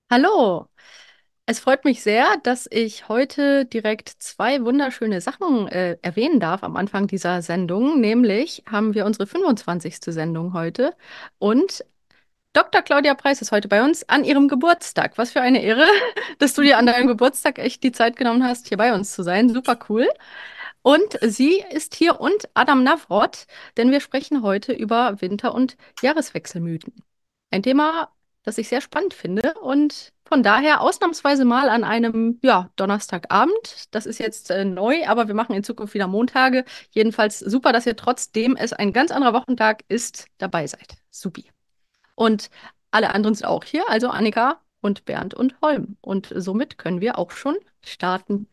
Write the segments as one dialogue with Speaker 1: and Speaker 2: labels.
Speaker 1: Hallo, es freut mich sehr, dass ich heute direkt zwei wunderschöne Sachen erwähnen darf am Anfang dieser Sendung. Nämlich haben wir unsere 25. Sendung heute und Dr. Claudia Preiss ist heute bei uns an ihrem Geburtstag. Was für eine Ehre, dass du dir an deinem Geburtstag echt die Zeit genommen hast, hier bei uns zu sein. Super cool. Und sie ist hier und Adam Navroth, denn wir sprechen heute über Winter- und Jahreswechselmythen. Ein Thema, das ich sehr spannend finde und von daher ausnahmsweise mal an einem, ja, Donnerstagabend. Das ist jetzt neu, aber wir machen in Zukunft wieder Montage. Jedenfalls super, dass ihr trotzdem es ein ganz anderer Wochentag ist, dabei seid. Supi. Und alle anderen sind auch hier, also Annika und Bernd und Holm. Und somit können wir auch schon starten.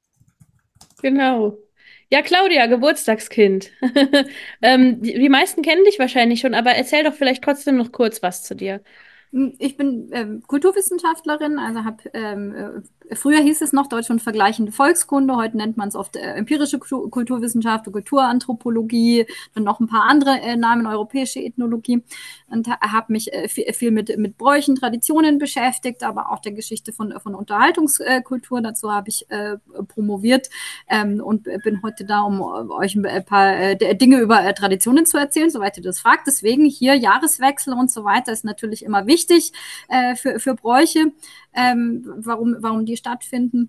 Speaker 2: Genau. Ja, Claudia, Geburtstagskind. Die meisten kennen dich wahrscheinlich schon, aber erzähl doch vielleicht trotzdem noch kurz was zu dir.
Speaker 3: Ich bin Kulturwissenschaftlerin, also habe früher hieß es noch Deutsch und vergleichende Volkskunde, heute nennt man es oft empirische Kulturwissenschaft, Kulturanthropologie, dann noch ein paar andere Namen, europäische Ethnologie und habe mich viel mit Bräuchen, Traditionen beschäftigt, aber auch der Geschichte von Unterhaltungskultur. Dazu habe ich promoviert und bin heute da, um euch ein paar Dinge über Traditionen zu erzählen, soweit ihr das fragt. Deswegen hier Jahreswechsel und so weiter ist natürlich immer wichtig für Bräuche, warum die stattfinden.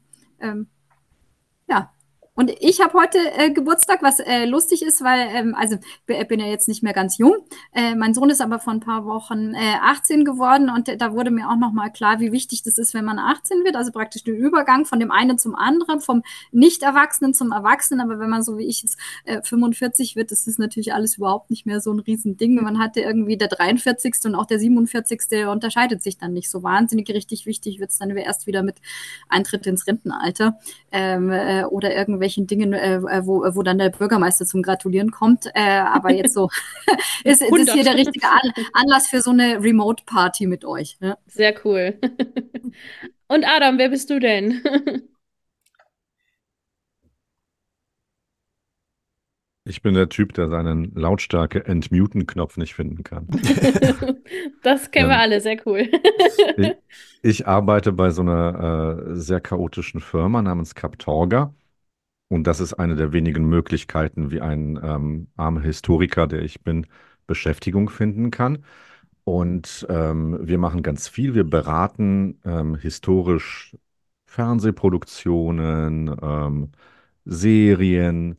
Speaker 3: Ja, und ich habe heute Geburtstag, was lustig ist, weil, also bin ja jetzt nicht mehr ganz jung. Mein Sohn ist aber vor ein paar Wochen 18 geworden und da wurde mir auch nochmal klar, wie wichtig das ist, wenn man 18 wird. Also praktisch den Übergang von dem einen zum anderen, vom Nicht-Erwachsenen zum Erwachsenen. Aber wenn man so wie ich jetzt 45 wird, das ist natürlich alles überhaupt nicht mehr so ein Riesending. Man hatte irgendwie der 43. und auch der 47. unterscheidet sich dann nicht so wahnsinnig. Richtig wichtig wird es dann erst wieder mit Eintritt ins Rentenalter oder irgendwelchen Dingen, wo dann der Bürgermeister zum Gratulieren kommt. Aber jetzt so ist es hier
Speaker 2: 100.
Speaker 3: der richtige Anlass für so eine Remote-Party mit euch. Ne?
Speaker 2: Sehr cool. Und Adam, wer bist du denn?
Speaker 4: Ich bin der Typ, der seinen Lautstärke-Entmuten-Knopf nicht finden kann.
Speaker 2: Das kennen wir
Speaker 4: Ähm,
Speaker 2: alle, sehr cool.
Speaker 4: ich, ich arbeite bei so einer sehr chaotischen Firma namens Captorga. Und das ist eine der wenigen Möglichkeiten, wie ein armer Historiker, der ich bin, Beschäftigung finden kann. Und wir machen ganz viel. Wir beraten historisch Fernsehproduktionen, Serien,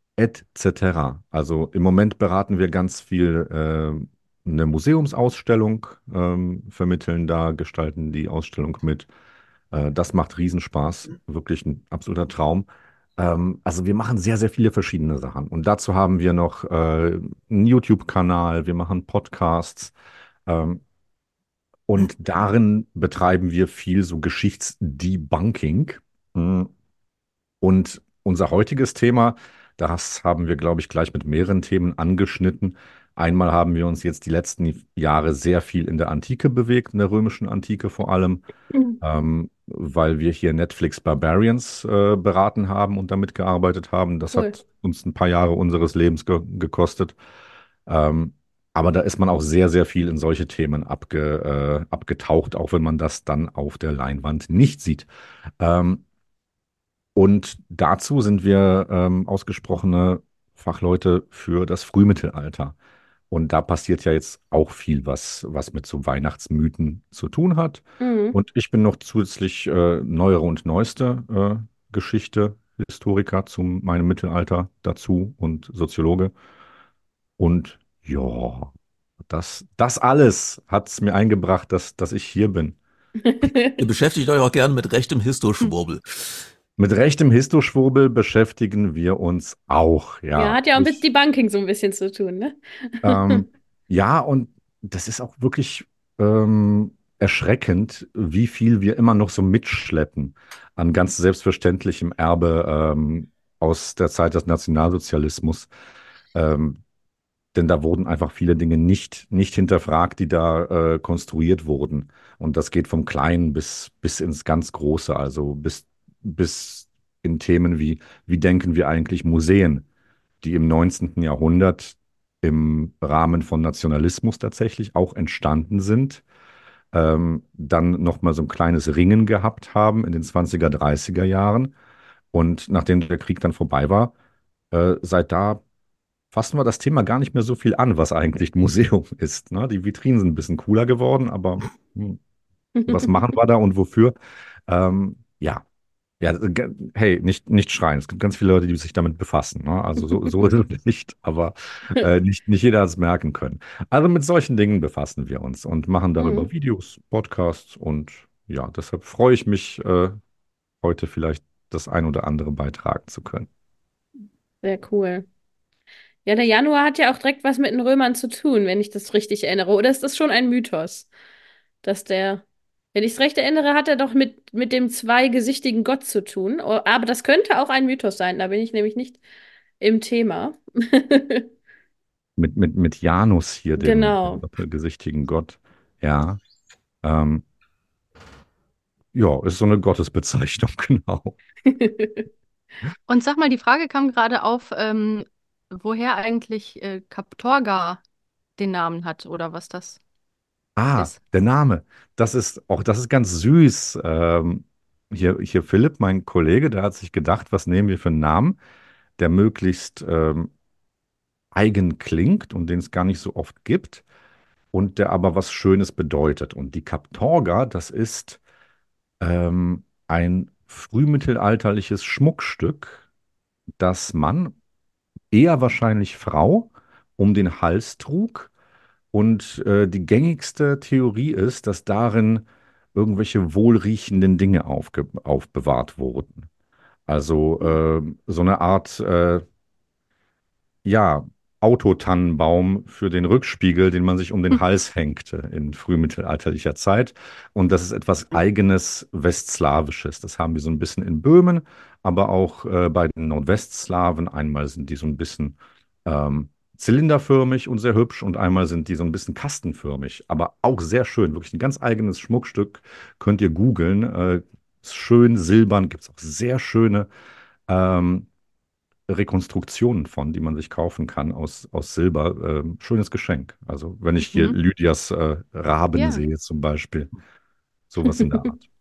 Speaker 4: etc. Also im Moment beraten wir ganz viel eine Museumsausstellung, vermitteln da, gestalten die Ausstellung mit. Das macht Riesenspaß, wirklich ein absoluter Traum. Also wir machen sehr, sehr viele verschiedene Sachen. Und dazu haben wir noch einen YouTube-Kanal, wir machen Podcasts. Ähm, und darin betreiben wir viel so Geschichtsdebunking. Mm. Und unser heutiges Thema, das haben wir, glaube ich, gleich mit mehreren Themen angeschnitten. Einmal haben wir uns jetzt die letzten Jahre sehr viel in der Antike bewegt, in der römischen Antike vor allem, weil wir hier Netflix Barbarians beraten haben und damit gearbeitet haben. Das
Speaker 2: Cool.
Speaker 4: hat uns ein paar Jahre unseres Lebens gekostet. Ähm, aber da ist man auch sehr, sehr viel in solche Themen abgetaucht, auch wenn man das dann auf der Leinwand nicht sieht. Ähm, und dazu sind wir ausgesprochene Fachleute für das Frühmittelalter. Und da passiert ja jetzt auch viel, was mit so Weihnachtsmythen zu tun hat.
Speaker 2: Mhm.
Speaker 4: Und ich bin noch zusätzlich neuere und neueste Geschichte, Historiker zu meinem Mittelalter dazu und Soziologe. Und ja, das alles hat es mir eingebracht, dass ich hier bin.
Speaker 5: Ihr beschäftigt euch auch gern mit rechtem Histoschwurbel.
Speaker 4: Mit rechtem Histoschwurbel beschäftigen wir uns auch,
Speaker 2: Ja,
Speaker 4: ja.
Speaker 2: hat ja auch mit Debunking so ein bisschen zu tun, ne?
Speaker 4: Ähm, ja, und das ist auch wirklich erschreckend, wie viel wir immer noch so mitschleppen an ganz selbstverständlichem Erbe aus der Zeit des Nationalsozialismus. Ähm, denn da wurden einfach viele Dinge nicht hinterfragt, die da konstruiert wurden. Und das geht vom Kleinen bis ins ganz Große, also bis in Themen wie denken wir eigentlich Museen, die im 19. Jahrhundert im Rahmen von Nationalismus tatsächlich auch entstanden sind. dann nochmal so ein kleines Ringen gehabt haben in den 20er, 30er Jahren. Und nachdem der Krieg dann vorbei war, seit da fassen wir das Thema gar nicht mehr so viel an, was eigentlich ein Museum ist. Ne? Die Vitrinen sind ein bisschen cooler geworden, aber was machen wir da und wofür? Ja. Ja, hey, nicht schreien. Es gibt ganz viele Leute, die sich damit befassen. Ne? Also so ist es nicht, aber nicht jeder hat es merken können. Also mit solchen Dingen befassen wir uns und machen darüber
Speaker 2: Mhm.
Speaker 4: Videos, Podcasts und ja, deshalb freue ich mich, heute vielleicht das ein oder andere beitragen zu können.
Speaker 2: Sehr cool. Ja, der Januar hat ja auch direkt was mit den Römern zu tun, wenn ich das richtig erinnere. Oder ist das schon ein Mythos, dass der, wenn ich es recht erinnere, hat er doch mit dem zweigesichtigen Gott zu tun. Aber das könnte auch ein Mythos sein, da bin ich nämlich nicht im Thema.
Speaker 4: Mit Janus hier, dem
Speaker 2: Genau.
Speaker 4: doppelgesichtigen Gott. Ja, ähm, ja, ist so eine Gottesbezeichnung, genau.
Speaker 1: Und sag mal, die Frage kam gerade auf, woher eigentlich Kaptorga den Namen hat oder was das
Speaker 4: Ah,
Speaker 1: ist.
Speaker 4: der Name. Das ist ganz süß. Hier Philipp, mein Kollege, der hat sich gedacht, was nehmen wir für einen Namen, der möglichst eigen klingt und den es gar nicht so oft gibt und der aber was Schönes bedeutet. Und die Kaptorga, das ist ein frühmittelalterliches Schmuckstück, das man, eher wahrscheinlich Frau, um den Hals trug. Und die gängigste Theorie ist, dass darin irgendwelche wohlriechenden Dinge aufbewahrt wurden. Also so eine Art ja, Autotannenbaum für den Rückspiegel, den man sich um den
Speaker 1: Hm.
Speaker 4: Hals hängte in frühmittelalterlicher Zeit. Und das ist etwas eigenes Westslawisches. Das haben wir so ein bisschen in Böhmen, aber auch bei den Nordwestslawen. Einmal sind die so ein bisschen zylinderförmig und sehr hübsch und einmal sind die so ein bisschen kastenförmig, aber auch sehr schön. Wirklich ein ganz eigenes Schmuckstück. Könnt ihr googeln. Ist schön silbern, gibt es auch sehr schöne ähm, Rekonstruktionen von, die man sich kaufen kann aus Silber. Schönes Geschenk. Also wenn ich hier
Speaker 1: Mhm.
Speaker 4: Lydias Raben
Speaker 1: Ja.
Speaker 4: sehe zum Beispiel, sowas in der Art.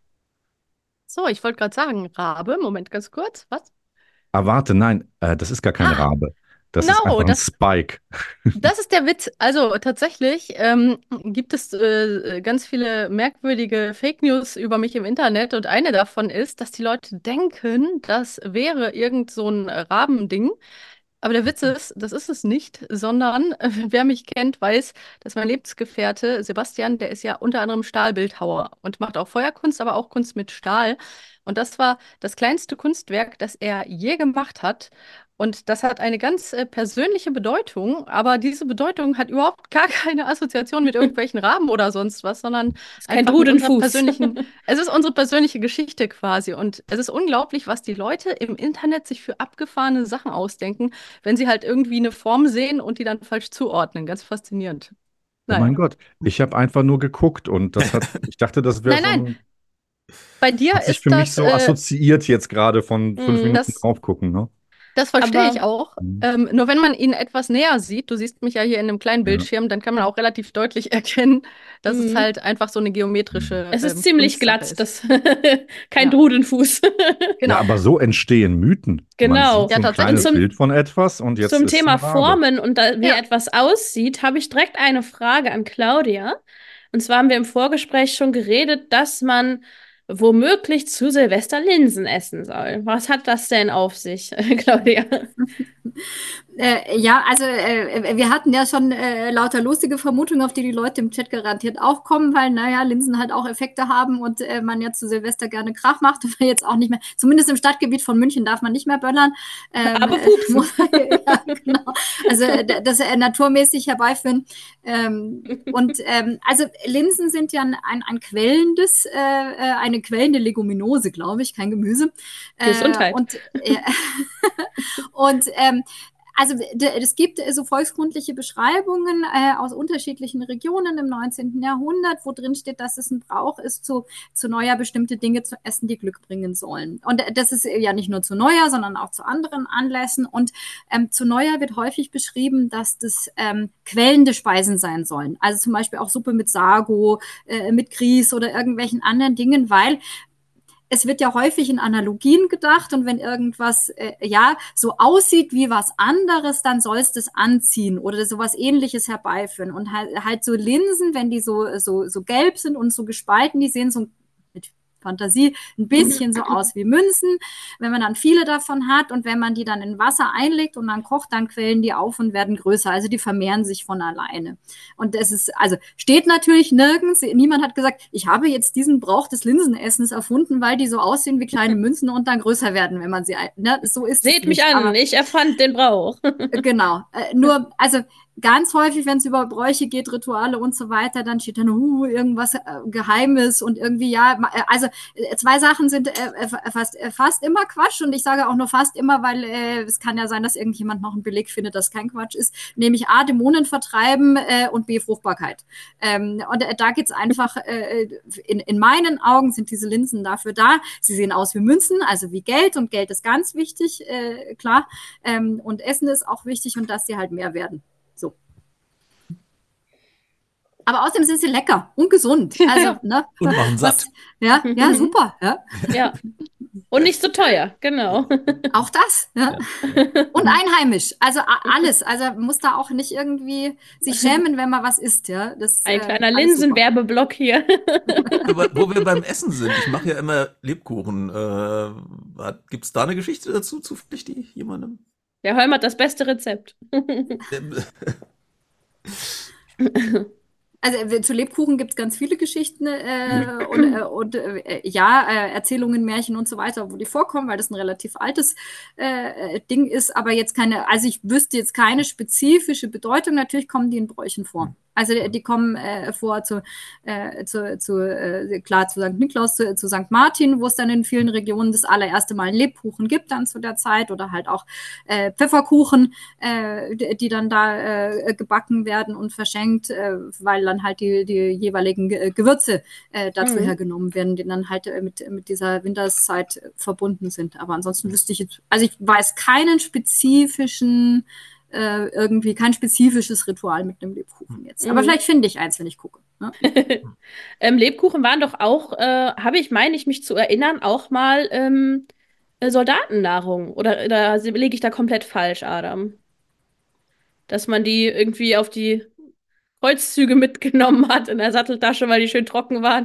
Speaker 1: So, ich wollte gerade sagen, Rabe, Moment ganz kurz. Was?
Speaker 4: Ah, warte, nein, das ist gar kein
Speaker 1: Ah,
Speaker 4: Rabe. Das ist
Speaker 1: genau,
Speaker 4: einfach ein Spike.
Speaker 1: das ist der Witz. Also tatsächlich gibt es ganz viele merkwürdige Fake News über mich im Internet und eine davon ist, dass die Leute denken, das wäre irgend so ein Rabending. Aber der Witz ist, das ist es nicht, sondern wer mich kennt, weiß, dass mein Lebensgefährte Sebastian, der ist ja unter anderem Stahlbildhauer und macht auch Feuerkunst, aber auch Kunst mit Stahl. Und das war das kleinste Kunstwerk, das er je gemacht hat. Und das hat eine ganz persönliche Bedeutung, aber diese Bedeutung hat überhaupt gar keine Assoziation mit irgendwelchen Raben oder sonst was, sondern
Speaker 2: Ist kein
Speaker 1: einfach mit unserer
Speaker 2: Drudenfuß.
Speaker 1: persönlichen, es ist unsere persönliche Geschichte quasi. Und es ist unglaublich, was die Leute im Internet sich für abgefahrene Sachen ausdenken, wenn sie halt irgendwie eine Form sehen und die dann falsch zuordnen. Ganz faszinierend.
Speaker 4: Oh mein
Speaker 1: Naja.
Speaker 4: Gott, ich habe einfach nur geguckt und ich dachte, das wäre
Speaker 1: Nein,
Speaker 4: so
Speaker 1: nein,
Speaker 4: ein,
Speaker 1: bei dir
Speaker 4: hat sich für
Speaker 1: ist
Speaker 4: mich
Speaker 1: das,
Speaker 4: so assoziiert jetzt gerade von fünf
Speaker 2: Mm,
Speaker 4: Minuten
Speaker 1: das
Speaker 4: drauf gucken, ne?
Speaker 1: Das verstehe ich
Speaker 2: aber
Speaker 1: auch.
Speaker 4: Mhm.
Speaker 1: Nur wenn man ihn etwas näher sieht, du siehst mich ja hier in einem kleinen
Speaker 4: Ja.
Speaker 1: Bildschirm, dann kann man auch relativ deutlich erkennen, dass es
Speaker 2: mm,
Speaker 1: halt einfach so eine
Speaker 4: Mhm.
Speaker 1: geometrische
Speaker 2: es ist ziemlich
Speaker 1: Kunstsache
Speaker 2: glatt,
Speaker 1: ist.
Speaker 2: das kein
Speaker 1: Ja,
Speaker 2: Drudenfuß.
Speaker 4: Ja,
Speaker 1: genau.
Speaker 4: aber so entstehen Mythen. Man sieht
Speaker 2: Genau.
Speaker 1: Ja,
Speaker 4: so ein
Speaker 2: Und
Speaker 1: tatsächlich.
Speaker 4: kleines Bild von etwas und jetzt
Speaker 2: zum
Speaker 4: ist es ein
Speaker 2: Thema
Speaker 4: Rabe.
Speaker 2: Formen und wie
Speaker 1: Ja.
Speaker 2: etwas aussieht, habe ich direkt eine Frage an Claudia. Und zwar haben wir im Vorgespräch schon geredet, dass man womöglich zu Silvester Linsen essen soll. Was hat das denn auf sich, Claudia?
Speaker 3: Ja, also wir hatten ja schon lauter lustige Vermutungen, auf die die Leute im Chat garantiert auch kommen, weil, naja, Linsen halt auch Effekte haben und man ja zu Silvester gerne Krach macht, aber jetzt auch nicht mehr, zumindest im Stadtgebiet von München darf man nicht mehr böllern.
Speaker 2: Aber pupsen.
Speaker 3: Ja, genau. Also das naturmäßig herbeiführen. Also Linsen sind ja ein quellendes, eine quellende Leguminose, glaube ich, kein Gemüse.
Speaker 2: Gesundheit.
Speaker 3: Und und also es gibt so volkskundliche Beschreibungen aus unterschiedlichen Regionen im 19. Jahrhundert, wo drin steht, dass es ein Brauch ist, zu Neujahr bestimmte Dinge zu essen, die Glück bringen sollen. Und das ist ja nicht nur zu Neujahr, sondern auch zu anderen Anlässen. Und zu Neujahr wird häufig beschrieben, dass das quellende Speisen sein sollen. Also zum Beispiel auch Suppe mit Sago, mit Grieß oder irgendwelchen anderen Dingen, weil es wird ja häufig in Analogien gedacht und wenn irgendwas ja so aussieht wie was anderes, dann soll es das anziehen oder sowas Ähnliches herbeiführen. Und halt so Linsen, wenn die so gelb sind und so gespalten, die sehen so mit Fantasie ein bisschen so aus wie Münzen. Wenn man dann viele davon hat und wenn man die dann in Wasser einlegt und dann kocht, dann quellen die auf und werden größer. Also die vermehren sich von alleine. Und das ist, also steht natürlich nirgends. Niemand hat gesagt, ich habe jetzt diesen Brauch des Linsenessens erfunden, weil die so aussehen wie kleine Münzen und dann größer werden, wenn man sie, ne? So ist es
Speaker 2: Seht mich
Speaker 3: nicht.
Speaker 2: an,
Speaker 3: Aber
Speaker 2: ich erfand den Brauch.
Speaker 3: genau. Nur, also ganz häufig, wenn es über Bräuche geht, Rituale und so weiter, dann steht dann irgendwas Geheimes und irgendwie, ja, also zwei Sachen sind fast immer Quatsch und ich sage auch nur fast immer, weil es kann ja sein, dass irgendjemand noch einen Beleg findet, dass kein Quatsch ist, nämlich A, Dämonen vertreiben und B, Fruchtbarkeit. Und da geht's einfach, in meinen Augen sind diese Linsen dafür da. Sie sehen aus wie Münzen, also wie Geld und Geld ist ganz wichtig, klar. Und Essen ist auch wichtig und dass sie halt mehr werden. So. Aber außerdem sind sie lecker und gesund. Also, ne?
Speaker 5: Und machen satt.
Speaker 3: Ja, ja, super. Ja.
Speaker 2: Ja. Und nicht so teuer, genau.
Speaker 3: Auch das. Ja. Und einheimisch. Also alles. Also muss da auch nicht irgendwie sich schämen, wenn man was isst. Ja. Das,
Speaker 2: Ein kleiner
Speaker 3: alles
Speaker 2: Linsenwerbeblock hier.
Speaker 5: Wo wir beim Essen sind, ich mache ja immer Lebkuchen. Gibt's da eine Geschichte dazu, zufällig die jemandem?
Speaker 2: Der Holm hat das beste Rezept.
Speaker 3: Also zu Lebkuchen gibt es ganz viele Geschichten und ja, Erzählungen, Märchen und so weiter, wo die vorkommen, weil das ein relativ altes Ding ist, aber jetzt keine, also ich wüsste jetzt keine spezifische Bedeutung. Natürlich kommen die in Bräuchen vor. Also die kommen vor klar zu St. Niklaus, zu St. Martin, wo es dann in vielen Regionen das allererste Mal einen Lebkuchen gibt dann zu der Zeit oder halt auch Pfefferkuchen, die dann da gebacken werden und verschenkt, weil dann halt die jeweiligen Gewürze dazu hergenommen werden, die dann halt mit dieser Winterszeit verbunden sind. Aber ansonsten wüsste ich jetzt, also ich weiß keinen spezifischen irgendwie kein spezifisches Ritual mit einem Lebkuchen jetzt. Aber vielleicht finde ich eins, wenn ich gucke. Ne?
Speaker 2: Lebkuchen waren doch auch, meine ich mich zu erinnern, auch mal Soldatennahrung. Oder lege ich da komplett falsch, Adam? Dass man die irgendwie auf die Kreuzzüge mitgenommen hat in der Satteltasche, weil die schön trocken waren.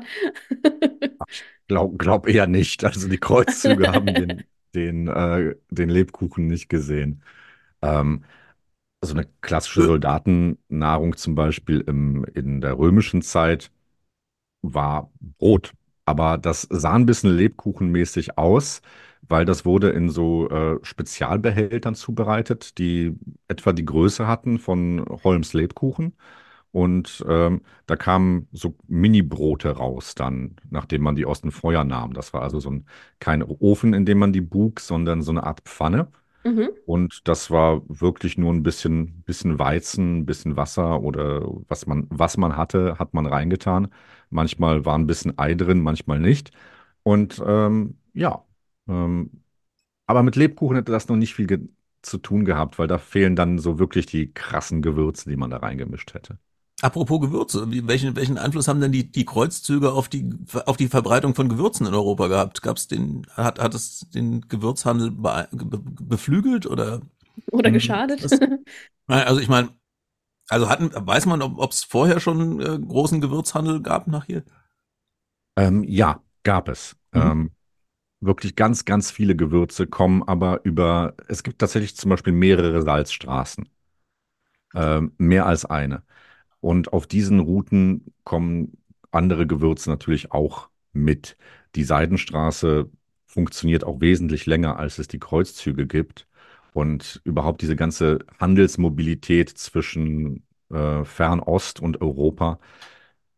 Speaker 4: Glaub eher nicht. Also die Kreuzzüge haben den Lebkuchen nicht gesehen. Also eine klassische Soldatennahrung zum Beispiel in der römischen Zeit war Brot. Aber das sah ein bisschen lebkuchenmäßig aus, weil das wurde in so Spezialbehältern zubereitet, die etwa die Größe hatten von Holmes Lebkuchen. Und da kamen so Mini-Brote raus dann, nachdem man die aus dem Feuer nahm. Das war also kein Ofen, in dem man die buk, sondern so eine Art Pfanne.
Speaker 2: Mhm.
Speaker 4: Und das war wirklich nur ein bisschen Weizen, ein bisschen Wasser oder was man hatte, hat man reingetan. Manchmal war ein bisschen Ei drin, manchmal nicht. Und ja, aber mit Lebkuchen hätte das noch nicht viel zu tun gehabt, weil da fehlen dann so wirklich die krassen Gewürze, die man da reingemischt hätte.
Speaker 5: Apropos Gewürze, welchen Einfluss haben denn die Kreuzzüge auf die Verbreitung von Gewürzen in Europa gehabt? Hat es den Gewürzhandel beflügelt oder?
Speaker 2: Oder geschadet?
Speaker 5: Also ich meine, weiß man, ob es vorher schon großen Gewürzhandel gab nach hier?
Speaker 4: Ja, gab es. Wirklich ganz, ganz viele Gewürze kommen aber es gibt tatsächlich zum Beispiel mehrere Salzstraßen. Mehr als eine. Und auf diesen Routen kommen andere Gewürze natürlich auch mit. Die Seidenstraße funktioniert auch wesentlich länger, als es die Kreuzzüge gibt. Und überhaupt diese ganze Handelsmobilität zwischen Fernost und Europa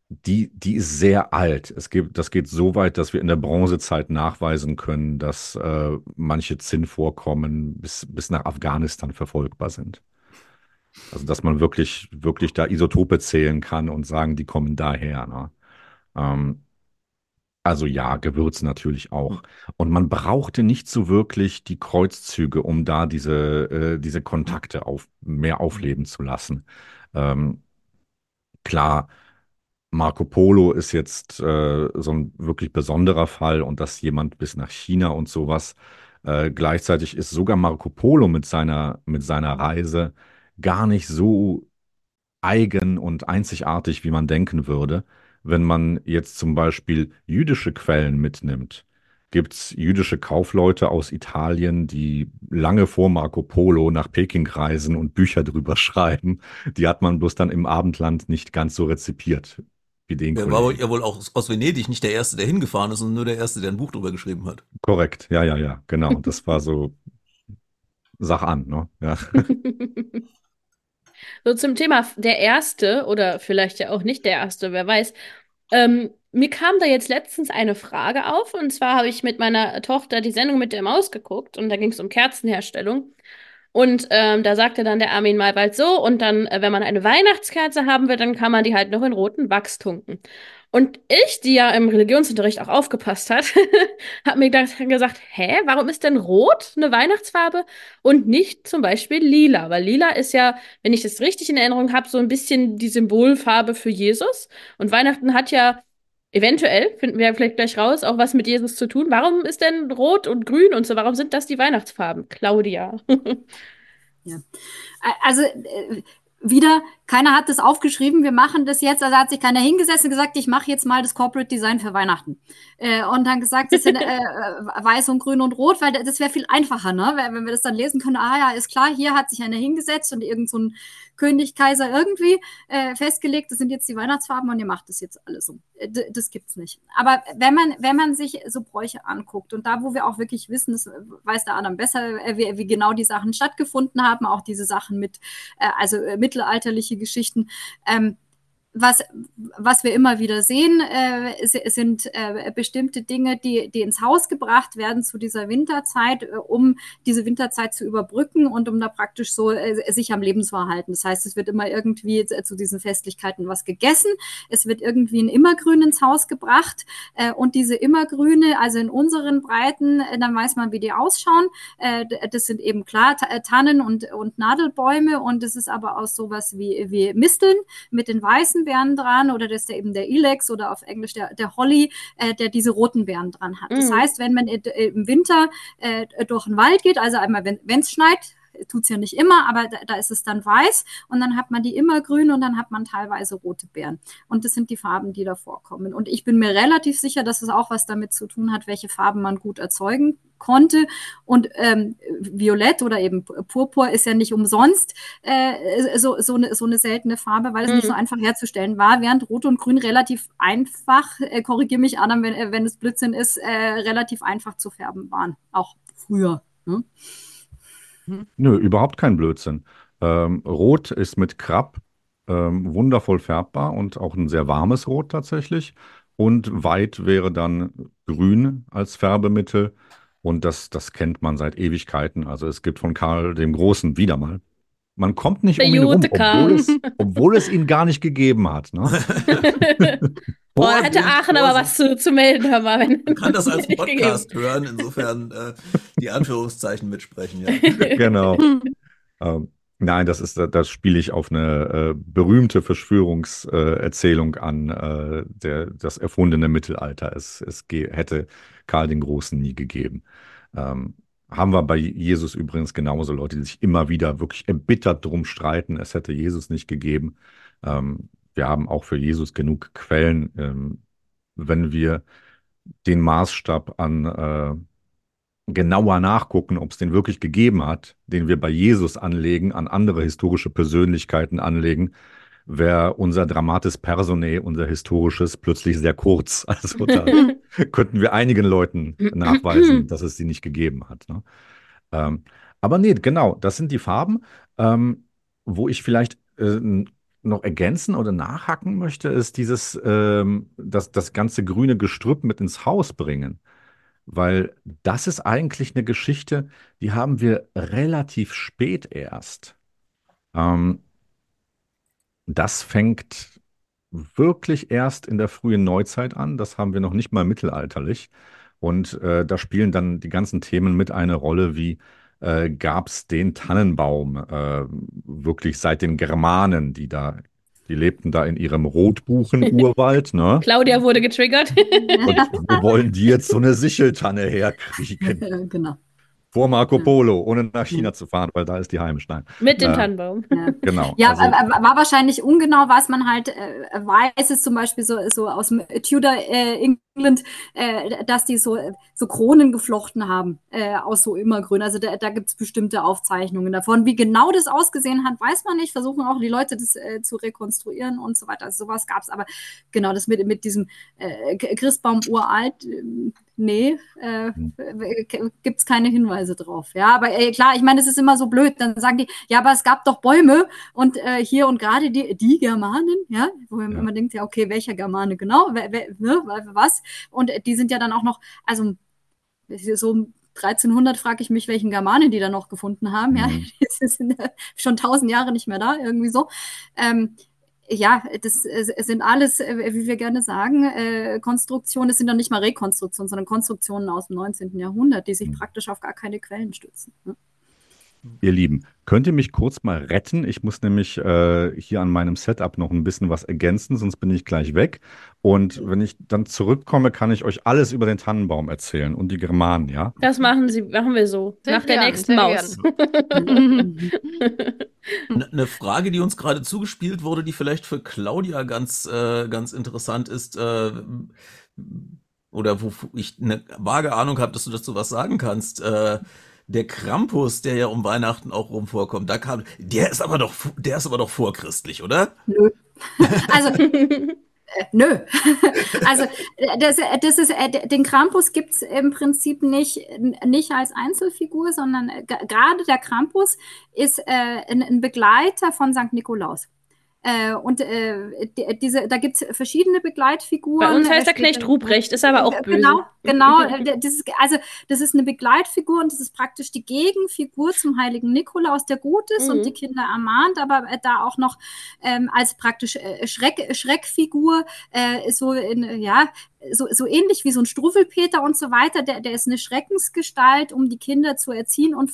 Speaker 4: Die ist sehr alt. Das geht so weit, dass wir in der Bronzezeit nachweisen können, dass manche Zinnvorkommen bis nach Afghanistan verfolgbar sind. Also dass man wirklich da Isotope zählen kann und sagen, die kommen daher. Ne? Ähm, also ja, Gewürz natürlich auch. Und man brauchte nicht so wirklich die Kreuzzüge, um da diese Kontakte mehr aufleben zu lassen. Ähm, klar, Marco Polo ist jetzt so ein wirklich besonderer Fall und dass jemand bis nach China und sowas. Gleichzeitig ist sogar Marco Polo mit seiner Reise gar nicht so eigen und einzigartig, wie man denken würde. Wenn man jetzt zum Beispiel jüdische Quellen mitnimmt, gibt es jüdische Kaufleute aus Italien, die lange vor Marco Polo nach Peking reisen und Bücher drüber schreiben. Die hat man bloß dann im Abendland nicht ganz so rezipiert wie den
Speaker 5: Der war
Speaker 4: Kollegen.
Speaker 5: ja wohl auch aus Venedig nicht der Erste, der hingefahren ist, sondern nur der Erste, der ein Buch drüber geschrieben hat.
Speaker 4: Korrekt, ja, ja, ja, genau. Das war so, sag an, ne? Ja.
Speaker 2: So zum Thema der Erste oder vielleicht ja auch nicht der Erste, wer weiß. Mir kam da jetzt letztens eine Frage auf und zwar habe ich mit meiner Tochter die Sendung mit der Maus geguckt und da ging es um Kerzenherstellung. Und da sagte dann der Armin Malbald so, und dann, wenn man eine Weihnachtskerze haben will, dann kann man die halt noch in roten Wachs tunken. Und ich, die ja im Religionsunterricht auch aufgepasst hat, habe mir gesagt, hä, warum ist denn rot eine Weihnachtsfarbe und nicht zum Beispiel lila? Weil lila ist ja, wenn ich das richtig in Erinnerung habe, so ein bisschen die Symbolfarbe für Jesus. Und Weihnachten hat ja eventuell, finden wir ja vielleicht gleich raus, auch was mit Jesus zu tun. Warum ist denn rot und grün und so, warum sind das die Weihnachtsfarben? Claudia.
Speaker 3: Ja. Also wieder, keiner hat das aufgeschrieben, wir machen das jetzt, also hat sich keiner hingesetzt und gesagt, ich mache jetzt mal das Corporate Design für Weihnachten. Und dann gesagt, das sind weiß und grün und rot, weil das wäre viel einfacher, ne? Wenn wir das dann lesen können, ah ja, ist klar, hier hat sich einer hingesetzt und irgend so ein König, Kaiser irgendwie festgelegt, das sind jetzt die Weihnachtsfarben und ihr macht das jetzt alles so. Das gibt's nicht. Aber wenn man sich so Bräuche anguckt und da, wo wir auch wirklich wissen, das weiß der Adam besser, wie genau die Sachen stattgefunden haben, auch diese Sachen mit, mittelalterliche Geschichten, was wir immer wieder sehen, sind bestimmte Dinge, die ins Haus gebracht werden zu dieser Winterzeit, um diese Winterzeit zu überbrücken und um da praktisch so sich am Leben zu erhalten. Das heißt, es wird immer irgendwie zu diesen Festlichkeiten was gegessen. Es wird irgendwie ein Immergrün ins Haus gebracht und diese Immergrüne, also in unseren Breiten, dann weiß man, wie die ausschauen. Das sind eben klar Tannen und Nadelbäume und es ist aber auch sowas wie Misteln mit den weißen Beeren dran oder das ist eben der Ilex oder auf Englisch der Holly, der diese roten Beeren dran hat. Das heißt, wenn man im Winter durch den Wald geht, also einmal, wenn es schneit, tut es ja nicht immer, aber da ist es dann weiß und dann hat man die immer grün und dann hat man teilweise rote Beeren. Und das sind die Farben, die da vorkommen. Und ich bin mir relativ sicher, dass es auch was damit zu tun hat, welche Farben man gut erzeugen konnte. Und Violett oder eben Purpur ist ja nicht umsonst so eine seltene Farbe, weil es nicht so einfach herzustellen war, während Rot und Grün relativ einfach, korrigiere mich Adam, wenn es Blödsinn ist, relativ einfach zu färben waren, auch früher. Ne?
Speaker 4: Nö, überhaupt kein Blödsinn. Rot ist mit Krabb wundervoll färbbar und auch ein sehr warmes Rot tatsächlich. Und Weiß wäre dann Grün als Färbemittel. Und das kennt man seit Ewigkeiten. Also es gibt von Karl dem Großen wieder mal. Man kommt nicht
Speaker 2: Der
Speaker 4: um ihn rum,
Speaker 2: Jute kam.
Speaker 4: obwohl es ihn gar nicht gegeben hat. Ne?
Speaker 2: Oh, da hätte Aachen aber was zu melden, hör mal.
Speaker 5: Man kann das als
Speaker 2: Nicht
Speaker 5: Podcast hören, insofern die Anführungszeichen mitsprechen, ja.
Speaker 4: Genau. Nein, das spiele ich auf eine berühmte Verschwörungserzählung an, das erfundene Mittelalter. Es hätte Karl den Großen nie gegeben. Haben wir bei Jesus übrigens genauso Leute, die sich immer wieder wirklich erbittert drum streiten, es hätte Jesus nicht gegeben. Wir haben auch für Jesus genug Quellen, wenn wir den Maßstab an genauer nachgucken, ob es den wirklich gegeben hat, den wir bei Jesus anlegen, an andere historische Persönlichkeiten anlegen, wäre unser Dramatis Personae, unser historisches, plötzlich sehr kurz. Also da könnten wir einigen Leuten nachweisen, dass es sie nicht gegeben hat. Ne? Aber nee, genau, das sind die Farben, wo ich vielleicht noch ergänzen oder nachhaken möchte, ist das ganze grüne Gestrüpp mit ins Haus bringen. Weil das ist eigentlich eine Geschichte, die haben wir relativ spät erst. Ähm, Das fängt wirklich erst in der frühen Neuzeit an. Das haben wir noch nicht mal mittelalterlich. Und da spielen dann die ganzen Themen mit eine Rolle, wie gab es den Tannenbaum wirklich seit den Germanen, die lebten da in ihrem Rotbuchen-Urwald, ne?
Speaker 2: Claudia wurde getriggert.
Speaker 4: Und wo wollen die jetzt so eine Sicheltanne herkriegen?
Speaker 3: Genau.
Speaker 4: Vor Marco
Speaker 3: Ja.
Speaker 4: Polo, ohne nach
Speaker 3: Ja.
Speaker 4: China zu fahren, weil da ist die heimisch. Nein.
Speaker 2: Mit dem
Speaker 4: Äh,
Speaker 2: Tannenbaum.
Speaker 3: Ja,
Speaker 4: genau.
Speaker 3: ja,
Speaker 4: Also,
Speaker 3: war wahrscheinlich ungenau, was man halt weiß, es zum Beispiel so aus dem Tudor England, dass die so Kronen geflochten haben aus so Immergrün. Also da gibt's bestimmte Aufzeichnungen davon. Wie genau das ausgesehen hat, weiß man nicht. Versuchen auch die Leute das zu rekonstruieren und so weiter. Also sowas gab's, aber genau das mit diesem Christbaum uralt, nee, gibt's keine Hinweise drauf. Ja, aber klar, ich meine, es ist immer so blöd. Dann sagen die, ja, aber es gab doch Bäume und hier und gerade die Germanen, ja, wo man immer denkt, ja, okay, welcher Germane genau, ne, was? Und die sind ja dann auch noch, also so 1300 frage ich mich, welchen Germanen die da noch gefunden haben. Ja, das sind schon 1000 Jahre nicht mehr da, irgendwie so. Ja, das sind alles, wie wir gerne sagen, Konstruktionen. Es sind dann nicht mal Rekonstruktionen, sondern Konstruktionen aus dem 19. Jahrhundert, die sich praktisch auf gar keine Quellen stützen. Ne?
Speaker 4: ihr Lieben, könnt ihr mich kurz mal retten? Ich muss nämlich hier an meinem Setup noch ein bisschen was ergänzen, sonst bin ich gleich weg. Und wenn ich dann zurückkomme, kann ich euch alles über den Tannenbaum erzählen und die Germanen, ja?
Speaker 2: Das machen wir so.
Speaker 1: Sehr
Speaker 2: Nach der
Speaker 1: gern,
Speaker 2: nächsten
Speaker 1: sehr
Speaker 2: Maus.
Speaker 5: Eine Frage, die uns gerade zugespielt wurde, die vielleicht für Claudia ganz interessant ist, oder wo ich eine vage Ahnung habe, dass du dazu was sagen kannst. Der Krampus, der ja um Weihnachten auch rum vorkommt, der ist aber doch vorchristlich, oder?
Speaker 3: Nö. Also, nö. Also den Krampus gibt's im Prinzip nicht als Einzelfigur, sondern gerade der Krampus ist ein Begleiter von Sankt Nikolaus. Und da gibt's verschiedene Begleitfiguren.
Speaker 2: Bei uns heißt der Knecht Ruprecht, ist aber auch böse.
Speaker 3: Genau. Das ist eine Begleitfigur und das ist praktisch die Gegenfigur zum heiligen Nikolaus, der gut ist und die Kinder ermahnt, aber da auch noch als praktisch Schreckfigur, so ähnlich wie so ein Struffelpeter und so weiter. Der ist eine Schreckensgestalt, um die Kinder zu erziehen und